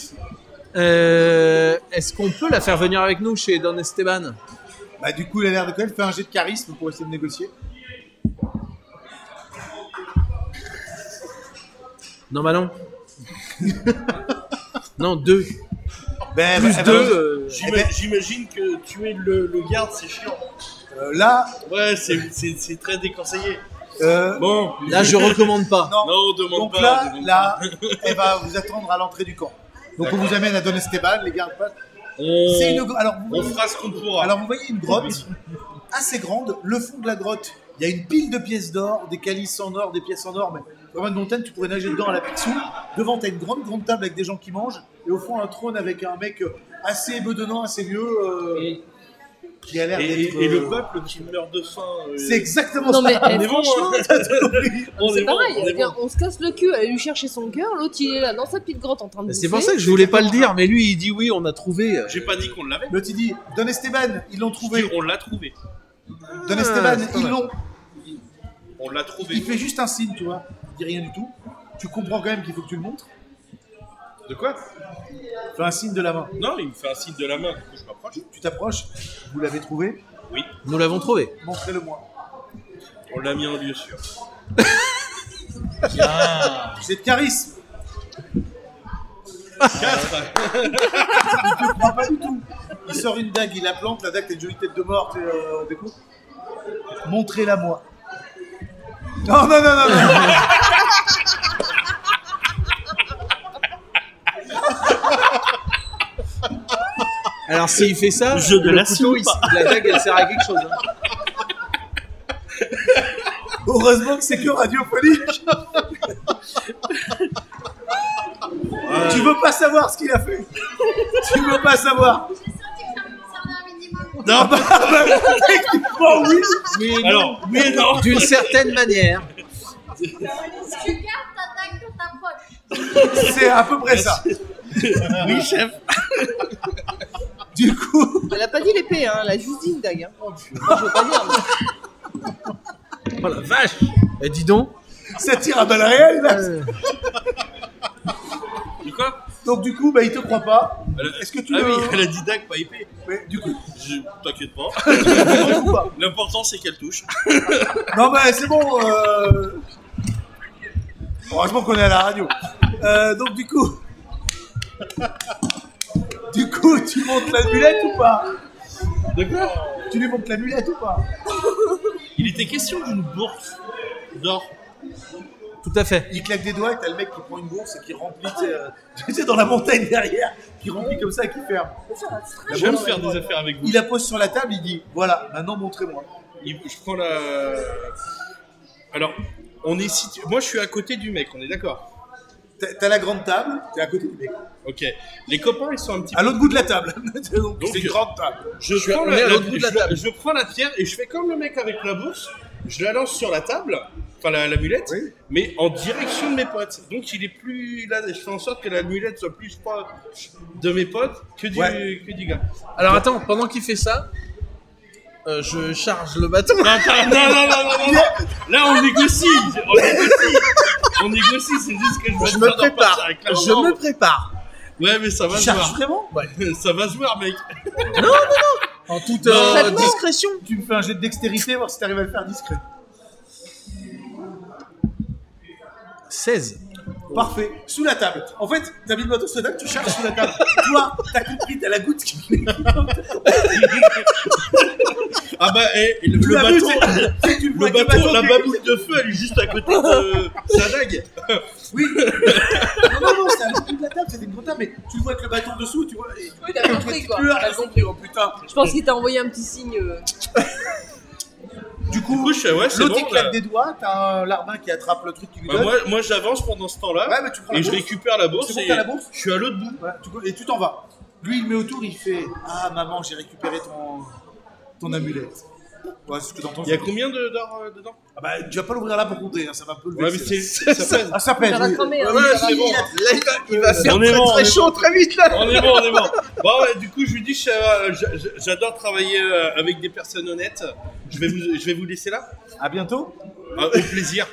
[SPEAKER 2] Est-ce qu'on peut la faire venir avec nous chez Don Esteban?
[SPEAKER 1] Bah, du coup, il a l'air de quand même faire un jet de charisme pour essayer de négocier.
[SPEAKER 2] Non, bah non. Non, 2.
[SPEAKER 1] Ben,
[SPEAKER 2] Plus
[SPEAKER 1] bah,
[SPEAKER 2] 2.
[SPEAKER 3] J'imagine que tuer le garde, c'est chiant.
[SPEAKER 1] Là,
[SPEAKER 3] Ouais, c'est très déconseillé.
[SPEAKER 1] euh,
[SPEAKER 3] Bon,
[SPEAKER 2] Là, je recommande pas.
[SPEAKER 1] non.
[SPEAKER 3] non, on demande
[SPEAKER 1] Donc
[SPEAKER 3] pas. on demande
[SPEAKER 1] là, elle va vous attendre à l'entrée du camp. Donc on vous amène à Don Esteban, les gardes passent.
[SPEAKER 3] On,
[SPEAKER 1] C'est une... Alors,
[SPEAKER 3] on fera ce qu'on pourra.
[SPEAKER 1] Alors vous voyez une grotte assez grande. Le fond de la grotte, il y a une pile de pièces d'or, des calices en or, des pièces en or, mais vraiment une montagne, tu pourrais nager dedans à la Picsou. Devant, tu as une grande table avec des gens qui mangent. Et au fond, un trône avec un mec assez bedonnant, assez vieux, qui a l'air d'être...
[SPEAKER 3] Et le peuple qui meurt de faim.
[SPEAKER 1] C'est exactement
[SPEAKER 4] Non
[SPEAKER 1] ça.
[SPEAKER 4] mais
[SPEAKER 3] On est bon,
[SPEAKER 4] franchement,
[SPEAKER 3] On
[SPEAKER 4] c'est
[SPEAKER 3] est bon,
[SPEAKER 4] pareil.
[SPEAKER 3] on est bon.
[SPEAKER 4] On se casse le cul à aller lui chercher son cœur. L'autre il est là dans sa petite grotte en train de bouffer.
[SPEAKER 2] C'est pour ça que je voulais pas le dire, mais lui, il dit oui, on a trouvé.
[SPEAKER 3] J'ai pas dit qu'on l'avait.
[SPEAKER 1] L'autre, il dit, Don Esteban, ils l'ont
[SPEAKER 3] Je
[SPEAKER 1] trouvé.
[SPEAKER 3] dis, on l'a trouvé.
[SPEAKER 1] Don Esteban,
[SPEAKER 2] c'est pas
[SPEAKER 1] ils
[SPEAKER 2] mal.
[SPEAKER 1] l'ont.
[SPEAKER 3] On l'a trouvé.
[SPEAKER 1] Il fait juste un signe, tu vois. Il dit rien du tout. Tu comprends quand même qu'il faut que tu le montres.
[SPEAKER 3] De quoi?
[SPEAKER 1] Fais un signe de la main.
[SPEAKER 3] Non, il me fait un signe de la main. Du coup, je m'approche.
[SPEAKER 1] Tu t'approches. Vous l'avez trouvé.
[SPEAKER 3] Oui,
[SPEAKER 2] Nous l'avons trouvé.
[SPEAKER 1] Montrez-le-moi.
[SPEAKER 3] on l'a mis en lieu sûr.
[SPEAKER 1] C'est de charisme.
[SPEAKER 3] 4.
[SPEAKER 1] Il te croit pas du tout. Il sort une dague, il la plante. La dague, t'as une jolie tête de mort. Des coups. Montrez-la moi. Non, non, non, non, non.
[SPEAKER 2] Alors s'il fait ça,
[SPEAKER 3] Jeu de
[SPEAKER 2] le
[SPEAKER 3] la
[SPEAKER 2] couteau,
[SPEAKER 3] soupe.
[SPEAKER 2] la dague, elle sert à quelque chose. Hein.
[SPEAKER 1] Heureusement que c'est que radiophonique. Tu veux pas savoir ce qu'il a fait. Tu veux pas savoir. Non, bah, techniquement, oui.
[SPEAKER 2] Oui, non.
[SPEAKER 3] Alors, oui et non.
[SPEAKER 2] D'une certaine manière.
[SPEAKER 7] Tu gardes ta dague dans ta poche.
[SPEAKER 1] C'est à peu près ça.
[SPEAKER 3] Oui, chef.
[SPEAKER 1] Du coup,
[SPEAKER 4] Elle a pas dit l'épée, hein. Elle a juste dit une dague. Hein. Je veux pas dire. Mais...
[SPEAKER 2] Oh la vache. Eh, dis donc.
[SPEAKER 1] ça tire à balles réelles. là.
[SPEAKER 3] De quoi?
[SPEAKER 1] Donc du coup, bah, il te croit pas. Est-ce que tu
[SPEAKER 3] Ah
[SPEAKER 1] le...
[SPEAKER 3] oui, elle a dit dague, pas épée.
[SPEAKER 1] Ouais, du coup.
[SPEAKER 3] T'inquiète pas.
[SPEAKER 1] Ou pas.
[SPEAKER 3] L'important, c'est qu'elle touche.
[SPEAKER 1] Non, bah c'est bon. Heureusement qu'on est à la radio. Donc du coup... tu montes l'amulette ou pas?
[SPEAKER 3] De quoi?
[SPEAKER 1] Tu lui montes l'amulette ou pas?
[SPEAKER 3] Il était question d'une bourse d'or.
[SPEAKER 2] Tout à fait.
[SPEAKER 1] Il claque des doigts et t'as le mec qui prend une bourse et qui remplit, tu sais, dans la montagne derrière, qui remplit comme ça et qui ferme.
[SPEAKER 3] J'aime faire des affaires avec vous.
[SPEAKER 1] Il la pose sur la table, il dit, voilà, maintenant montrez-moi.
[SPEAKER 3] Je prends la... Alors, on est situé... Moi, je suis à côté du mec, on est d'accord?
[SPEAKER 1] T'as la grande table, t'es à côté du mec.
[SPEAKER 3] Ok. Les copains, ils sont un petit
[SPEAKER 1] À l'autre bout de la table. Donc,
[SPEAKER 3] Donc,
[SPEAKER 1] c'est une grande table.
[SPEAKER 3] Je prends
[SPEAKER 2] on est à l'autre bout de la table.
[SPEAKER 3] je prends la pierre et je fais comme le mec avec la bourse. Je la lance sur la table, enfin l'amulette,
[SPEAKER 1] Oui.
[SPEAKER 3] mais en direction de mes potes. Donc il est plus là. Je fais en sorte que l'amulette soit plus proche de mes potes que du gars.
[SPEAKER 2] Alors attends, pendant qu'il fait ça, je charge le bâton.
[SPEAKER 3] Non. Là on négocie. On négocie. C'est juste que
[SPEAKER 2] Je me prépare. Je me prépare.
[SPEAKER 3] Ouais, mais ça va
[SPEAKER 1] Tu
[SPEAKER 3] se
[SPEAKER 1] charges
[SPEAKER 3] voir.
[SPEAKER 1] vraiment?
[SPEAKER 3] Ça va se voir, mec.
[SPEAKER 2] En toute
[SPEAKER 3] Non.
[SPEAKER 2] discrétion.
[SPEAKER 1] Tu me fais un jet de dextérité, voir si t'arrives à le faire discret.
[SPEAKER 2] 16.
[SPEAKER 1] Parfait. Sous la table. En fait, t'as mis le bateau sous la table, tu cherches sous la table. Toi, t'as compris, t'as la goutte qui...
[SPEAKER 3] Ah bah, le bateau, la baboule de feu, elle est juste à côté de sa dague.
[SPEAKER 1] Oui. Non, c'est à l'autre bout de la table, c'était une grande table, mais tu le vois avec le bâton dessous, tu vois. Et...
[SPEAKER 4] Oui, t'as compris quoi.
[SPEAKER 1] T'as compris, oh putain.
[SPEAKER 4] Je pense qu'il t'a envoyé un petit signe.
[SPEAKER 1] Du coup,
[SPEAKER 3] ouais, c'est
[SPEAKER 1] l'autre
[SPEAKER 3] bon,
[SPEAKER 1] éclate
[SPEAKER 3] là.
[SPEAKER 1] des doigts, t'as un larbin qui attrape le truc qui lui
[SPEAKER 3] Bah,
[SPEAKER 1] donne.
[SPEAKER 3] moi j'avance pendant ce temps-là
[SPEAKER 1] Ouais, mais tu prends la
[SPEAKER 3] et je
[SPEAKER 1] bourse.
[SPEAKER 3] récupère la bourse
[SPEAKER 1] C'est bon,
[SPEAKER 3] et
[SPEAKER 1] t'as la bourse
[SPEAKER 3] je suis à l'autre bout.
[SPEAKER 1] Voilà, et tu t'en vas. Lui, il met autour, il fait « Ah, maman, j'ai récupéré ton amulette. » Ouais, c'est ce que t'entends.
[SPEAKER 3] Il y a combien d'or dedans?
[SPEAKER 1] Ah bah, tu vas pas l'ouvrir là pour compter, hein, ça va un peu le
[SPEAKER 3] Ouais, mais
[SPEAKER 1] vexer.
[SPEAKER 3] ça pèse.
[SPEAKER 1] Ah, ça pèse,
[SPEAKER 4] Ça va
[SPEAKER 1] oui.
[SPEAKER 4] cramer. Hein.
[SPEAKER 3] Ouais, c'est bon.
[SPEAKER 2] Là, il va faire
[SPEAKER 3] On est bon,
[SPEAKER 2] très chaud très vite là.
[SPEAKER 3] On est bon. Bon, ouais, du coup, je lui dis j'adore travailler avec des personnes honnêtes. Je vais vous laisser là.
[SPEAKER 1] À bientôt.
[SPEAKER 3] Au plaisir.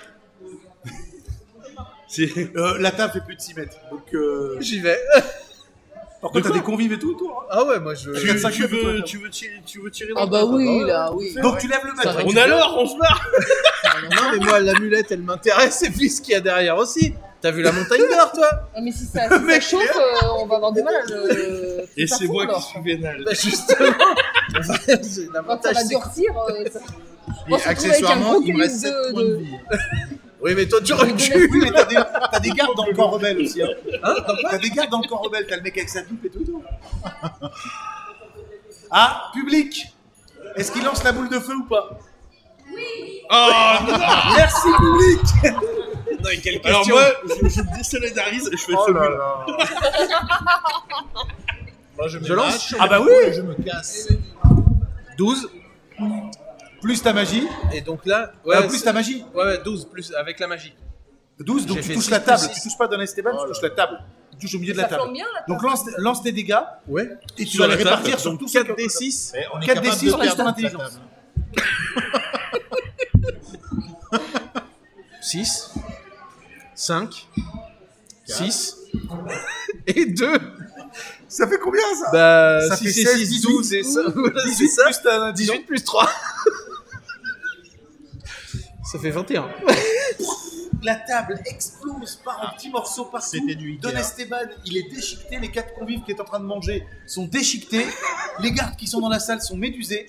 [SPEAKER 1] La table fait plus de 6 mètres. Donc,
[SPEAKER 2] J'y vais.
[SPEAKER 1] par contre, t'as des convives et tout autour. Hein.
[SPEAKER 2] Ah ouais, moi je.
[SPEAKER 3] Tu veux tirer dans
[SPEAKER 4] Ah bah oui, là, oui.
[SPEAKER 1] Donc, tu lèves le mètre.
[SPEAKER 3] On a l'or, on se barre.
[SPEAKER 2] Non, mais moi l'amulette elle m'intéresse et puis ce qu'il y a derrière aussi. T'as vu la montagne d'or toi?
[SPEAKER 4] Ah, mais si ça chauffe, on va avoir du mal à le.
[SPEAKER 3] Et c'est moi qui
[SPEAKER 4] alors.
[SPEAKER 3] suis vénal.
[SPEAKER 2] Bah justement.
[SPEAKER 4] Quand ça
[SPEAKER 2] L'avantage
[SPEAKER 4] va
[SPEAKER 2] c'est
[SPEAKER 4] durcir.
[SPEAKER 5] Et accessoirement, il me reste 7 points de vie.
[SPEAKER 2] Oui, mais toi tu recules.
[SPEAKER 1] Oui, mais t'as des gardes dans le corps rebelle aussi. Hein. T'as des gardes dans le corps rebelle. T'as le mec avec sa pipe et tout. Ah, public. Est-ce qu'il lance la boule de feu ou pas?
[SPEAKER 3] Oh,
[SPEAKER 1] Merci, public.
[SPEAKER 2] Non, et quelle
[SPEAKER 3] alors
[SPEAKER 2] question.
[SPEAKER 3] moi, je me désolidarise, je fais
[SPEAKER 5] Oh
[SPEAKER 3] ce
[SPEAKER 5] là
[SPEAKER 3] boule.
[SPEAKER 5] là. Moi, je me
[SPEAKER 2] Je lance.
[SPEAKER 5] lâche,
[SPEAKER 1] Ah bah oui.
[SPEAKER 5] et je me casse.
[SPEAKER 2] 12.
[SPEAKER 1] Plus ta magie.
[SPEAKER 2] Et donc là.
[SPEAKER 1] Plus ta magie.
[SPEAKER 2] Ouais, 12 plus avec la magie.
[SPEAKER 1] 12, donc
[SPEAKER 2] J'ai
[SPEAKER 1] tu
[SPEAKER 2] fait
[SPEAKER 1] touches
[SPEAKER 2] 6
[SPEAKER 1] la table.
[SPEAKER 2] plus
[SPEAKER 1] Tu
[SPEAKER 2] 6.
[SPEAKER 1] touches pas Don Esteban, tu touches la table. Tu touches au milieu de la
[SPEAKER 4] Ça
[SPEAKER 1] table.
[SPEAKER 4] flambe bien là.
[SPEAKER 1] Donc lance tes dégâts
[SPEAKER 2] Ouais.
[SPEAKER 1] et tu
[SPEAKER 3] Sur
[SPEAKER 1] vas
[SPEAKER 3] la
[SPEAKER 1] les
[SPEAKER 3] table,
[SPEAKER 1] répartir sur
[SPEAKER 2] Donc
[SPEAKER 1] tous ceux qui
[SPEAKER 2] 4d6.
[SPEAKER 5] Et on est
[SPEAKER 1] 4
[SPEAKER 5] capable
[SPEAKER 1] D6
[SPEAKER 5] de
[SPEAKER 1] plus
[SPEAKER 5] perdre
[SPEAKER 1] ton
[SPEAKER 5] la
[SPEAKER 1] intelligence.
[SPEAKER 5] table.
[SPEAKER 2] 6. 5. 6. Et 2.
[SPEAKER 1] Ça fait combien ça?
[SPEAKER 2] Bah,
[SPEAKER 1] Ça
[SPEAKER 2] 6
[SPEAKER 1] fait
[SPEAKER 2] et
[SPEAKER 1] 16,
[SPEAKER 2] 6, 12 et ça. Voilà, c'est
[SPEAKER 1] 18
[SPEAKER 2] ça.
[SPEAKER 1] plus ta intelligence.
[SPEAKER 2] 18 plus 3. Ça fait 21.
[SPEAKER 1] La table explose par un petit morceau partout.
[SPEAKER 5] C'était du Ikea.
[SPEAKER 1] Don Esteban, il est déchiqueté. Les 4 convives qui est en train de manger sont déchiquetés. Les gardes qui sont dans la salle sont médusés.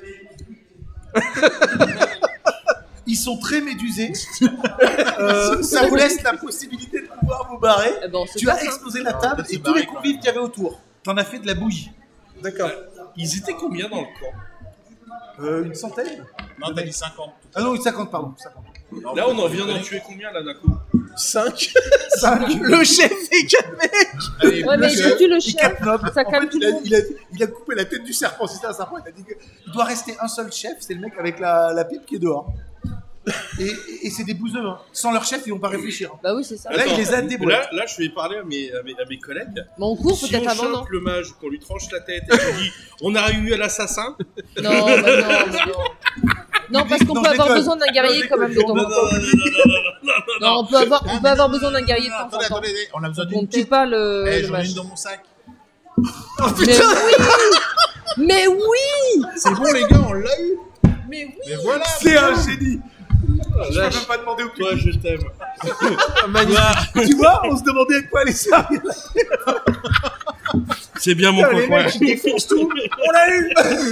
[SPEAKER 1] Ils sont très médusés. Ça vous laisse la possibilité de pouvoir vous barrer.
[SPEAKER 4] Eh ben, on se
[SPEAKER 1] Tu as
[SPEAKER 4] casse, hein.
[SPEAKER 1] explosé la table
[SPEAKER 5] c'est
[SPEAKER 1] et tous les
[SPEAKER 5] barré,
[SPEAKER 1] convives qu'il y avait autour. T'en as fait de la bouillie.
[SPEAKER 3] D'accord. Ils étaient combien dans le camp?
[SPEAKER 1] Une centaine?
[SPEAKER 5] Non, t'as dit 50.
[SPEAKER 1] Ah non, une 50, pardon. 50.
[SPEAKER 3] Là, on en vient d'en tuer combien là d'un coup?
[SPEAKER 2] 5.
[SPEAKER 1] 5.
[SPEAKER 2] Le chef et 4 mecs.
[SPEAKER 5] Allez,
[SPEAKER 4] Ouais, mais
[SPEAKER 5] plus
[SPEAKER 4] il tue le
[SPEAKER 1] Et
[SPEAKER 4] chef.
[SPEAKER 1] 4 nobles.
[SPEAKER 4] Ça
[SPEAKER 1] En
[SPEAKER 4] calme
[SPEAKER 1] fait,
[SPEAKER 4] tout le monde.
[SPEAKER 1] il a coupé la tête du serpent. Si c'était un serpent, il a dit qu'il doit rester un seul chef, c'est le mec avec la pipe qui est dehors. Et c'est des bouseux. Hein. Sans leur chef, ils vont pas réfléchir. Hein.
[SPEAKER 4] Bah oui, c'est ça.
[SPEAKER 1] Là, il les a déboîtés.
[SPEAKER 3] Là, je vais parler à mes collègues.
[SPEAKER 4] Mais on court
[SPEAKER 3] Si
[SPEAKER 4] peut-être
[SPEAKER 3] on
[SPEAKER 4] avant, non?
[SPEAKER 3] chope le mage, qu'on lui tranche la tête et qu'on dit on a eu l'assassin.
[SPEAKER 4] Non, bah non, bah non. Non, parce qu'on
[SPEAKER 1] Non,
[SPEAKER 4] peut
[SPEAKER 1] je
[SPEAKER 4] avoir
[SPEAKER 1] déconne.
[SPEAKER 4] besoin d'un guerrier
[SPEAKER 1] Non,
[SPEAKER 4] quand même de temps en temps. Non, on peut avoir besoin d'un guerrier de temps en
[SPEAKER 5] Attendez,
[SPEAKER 4] temps.
[SPEAKER 5] attendez, on a besoin
[SPEAKER 4] On
[SPEAKER 5] d'une
[SPEAKER 4] ne tue
[SPEAKER 5] pipe.
[SPEAKER 4] pas le
[SPEAKER 5] Eh, j'en ai
[SPEAKER 4] mage.
[SPEAKER 5] une dans mon sac.
[SPEAKER 4] Mais oui! Mais oui!
[SPEAKER 5] C'est bon, les gars, on l'a eu.
[SPEAKER 4] Mais oui!
[SPEAKER 5] Mais voilà.
[SPEAKER 1] C'est un génie. Je
[SPEAKER 3] Là,
[SPEAKER 1] peux même pas demander au public.
[SPEAKER 3] toi, je t'aime.
[SPEAKER 1] Tu vois, on se demandait à quoi aller servir.
[SPEAKER 3] C'est bien mon
[SPEAKER 1] Les
[SPEAKER 3] coin.
[SPEAKER 1] mecs, ils défoncent tout. On l'a eu.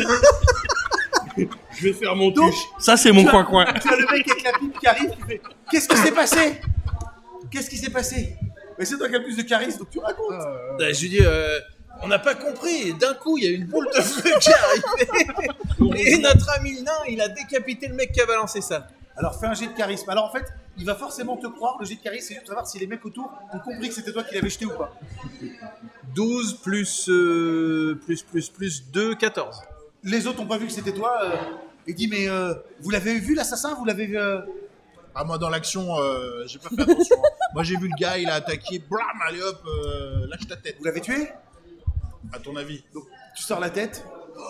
[SPEAKER 3] Je vais faire mon
[SPEAKER 1] Donc,
[SPEAKER 3] tuche. Ça, c'est mon coin.
[SPEAKER 1] Tu as le mec avec la pipe qui arrive, qui fait qu'est-ce qui s'est passé? Qu'est-ce qui s'est passé? Mais c'est toi qui as le plus de charisme, donc tu racontes.
[SPEAKER 2] Je lui dis, on n'a pas compris. Et d'un coup, il y a une boule de feu qui est arrivée. Et notre ami le nain, il a décapité le mec qui a balancé ça.
[SPEAKER 1] Alors fais un jet de charisme. Alors en fait, il va forcément te croire. Le jet de charisme, c'est juste pour savoir si les mecs autour ont compris que c'était toi qui l'avais jeté ou pas.
[SPEAKER 2] 12 plus 2, 14.
[SPEAKER 1] Les autres n'ont pas vu que c'était toi. Il dit mais vous l'avez vu l'assassin? Vous l'avez vu
[SPEAKER 5] Ah, moi, dans l'action, j'ai pas fait attention. Moi, j'ai vu le gars, il a attaqué. Blam, allez hop, lâche ta tête.
[SPEAKER 1] Vous l'avez tué?
[SPEAKER 5] À ton avis.
[SPEAKER 1] Donc tu sors la tête.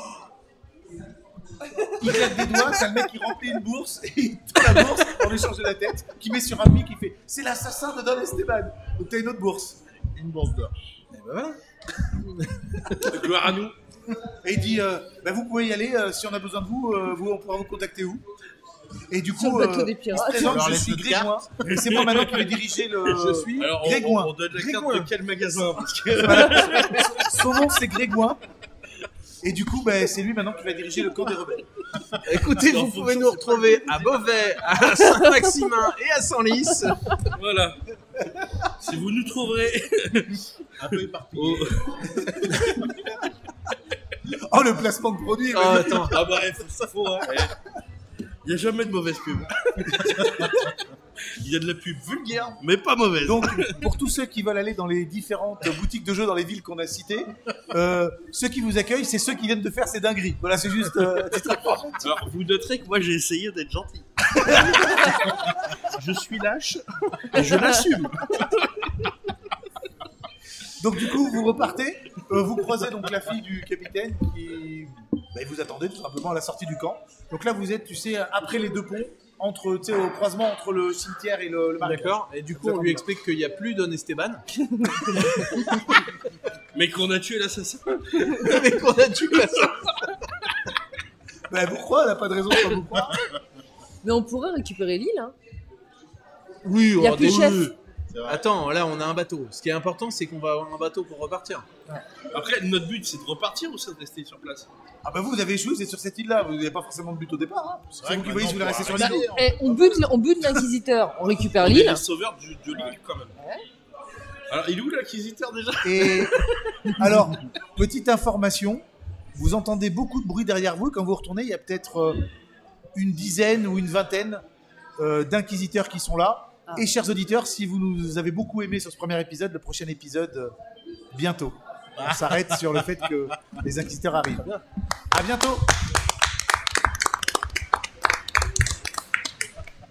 [SPEAKER 1] Il claque des doigts, t'as le mec qui remplit une bourse et il tend la bourse en échange de la tête, qui met sur un pic, qui fait c'est l'assassin de Don Esteban. Donc t'as une autre bourse.
[SPEAKER 5] Une bourse d'or.
[SPEAKER 2] Et ben voilà.
[SPEAKER 3] Gloire à nous.
[SPEAKER 1] Et il dit vous pouvez y aller, si on a besoin de vous, on pourra vous contacter où? Et du
[SPEAKER 4] Sur
[SPEAKER 1] coup,
[SPEAKER 4] le bateau des
[SPEAKER 1] il se
[SPEAKER 4] pirates.
[SPEAKER 1] présente,
[SPEAKER 5] Alors,
[SPEAKER 1] je
[SPEAKER 5] laisse
[SPEAKER 1] suis
[SPEAKER 5] notre
[SPEAKER 1] Grégoin. Et c'est moi maintenant qui vais diriger le.
[SPEAKER 2] Je suis.
[SPEAKER 3] Alors,
[SPEAKER 1] Grégoin.
[SPEAKER 3] on donne la carte de quel magasin parce que...
[SPEAKER 1] Son nom, c'est Grégoin. Et du coup, c'est lui maintenant qui va diriger le camp des rebelles.
[SPEAKER 2] Écoutez, vous pouvez nous retrouver à Beauvais, à Saint-Maximin et à Senlis.
[SPEAKER 3] Voilà. Si vous nous trouverez...
[SPEAKER 5] Un peu éparpillé.
[SPEAKER 1] Oh, le placement de produit.
[SPEAKER 2] Oh, attends.
[SPEAKER 3] Ah bref, ça faut, hein. Il n'y a jamais de mauvaise pub. Il y a de la pub vulgaire, mais pas mauvaise.
[SPEAKER 1] Donc, pour tous ceux qui veulent aller dans les différentes boutiques de jeux dans les villes qu'on a citées, ceux qui vous accueillent, c'est ceux qui viennent de faire ces dingueries. Voilà, c'est juste titre informatif.
[SPEAKER 3] Alors, vous noterez que moi, j'ai essayé d'être gentil. Je suis lâche et je l'assume.
[SPEAKER 1] Donc, du coup, vous repartez, vous croisez donc la fille du capitaine qui vous attendait tout simplement à la sortie du camp. Donc là, vous êtes, tu sais, après les deux ponts, au croisement entre le cimetière et le marécage.
[SPEAKER 2] D'accord. Et du coup, on lui explique qu'il n'y a plus Don Esteban.
[SPEAKER 3] Mais qu'on a tué l'assassin.
[SPEAKER 2] Mais qu'on a tué l'assassin.
[SPEAKER 1] Elle vous croit, elle n'a pas de raison de pas vous croire.
[SPEAKER 4] Mais on pourrait récupérer l'île. Hein.
[SPEAKER 2] Oui,
[SPEAKER 4] Il y a plus de chef.
[SPEAKER 2] Attends, là, on a un bateau. Ce qui est important, c'est qu'on va avoir un bateau pour repartir.
[SPEAKER 3] Après, notre but, c'est de repartir ou c'est de rester sur place?
[SPEAKER 1] Ah vous avez échoué, vous êtes sur cette île-là, vous n'avez pas forcément de but au départ. Hein. C'est vous qui voyez si vous voulez rester sur l'île.
[SPEAKER 4] Et on bute l'inquisiteur, on récupère
[SPEAKER 3] On est
[SPEAKER 4] l'île.
[SPEAKER 3] les sauveurs de l'île, quand même. Alors, il est où l'inquisiteur déjà?
[SPEAKER 1] Et alors, petite information, vous entendez beaucoup de bruit derrière vous. Quand vous retournez, il y a peut-être une dizaine ou une vingtaine d'inquisiteurs qui sont là. Et chers auditeurs, si vous nous avez beaucoup aimé sur ce premier épisode, le prochain épisode, bientôt. On s'arrête sur le fait que les inquisiteurs arrivent. À bientôt.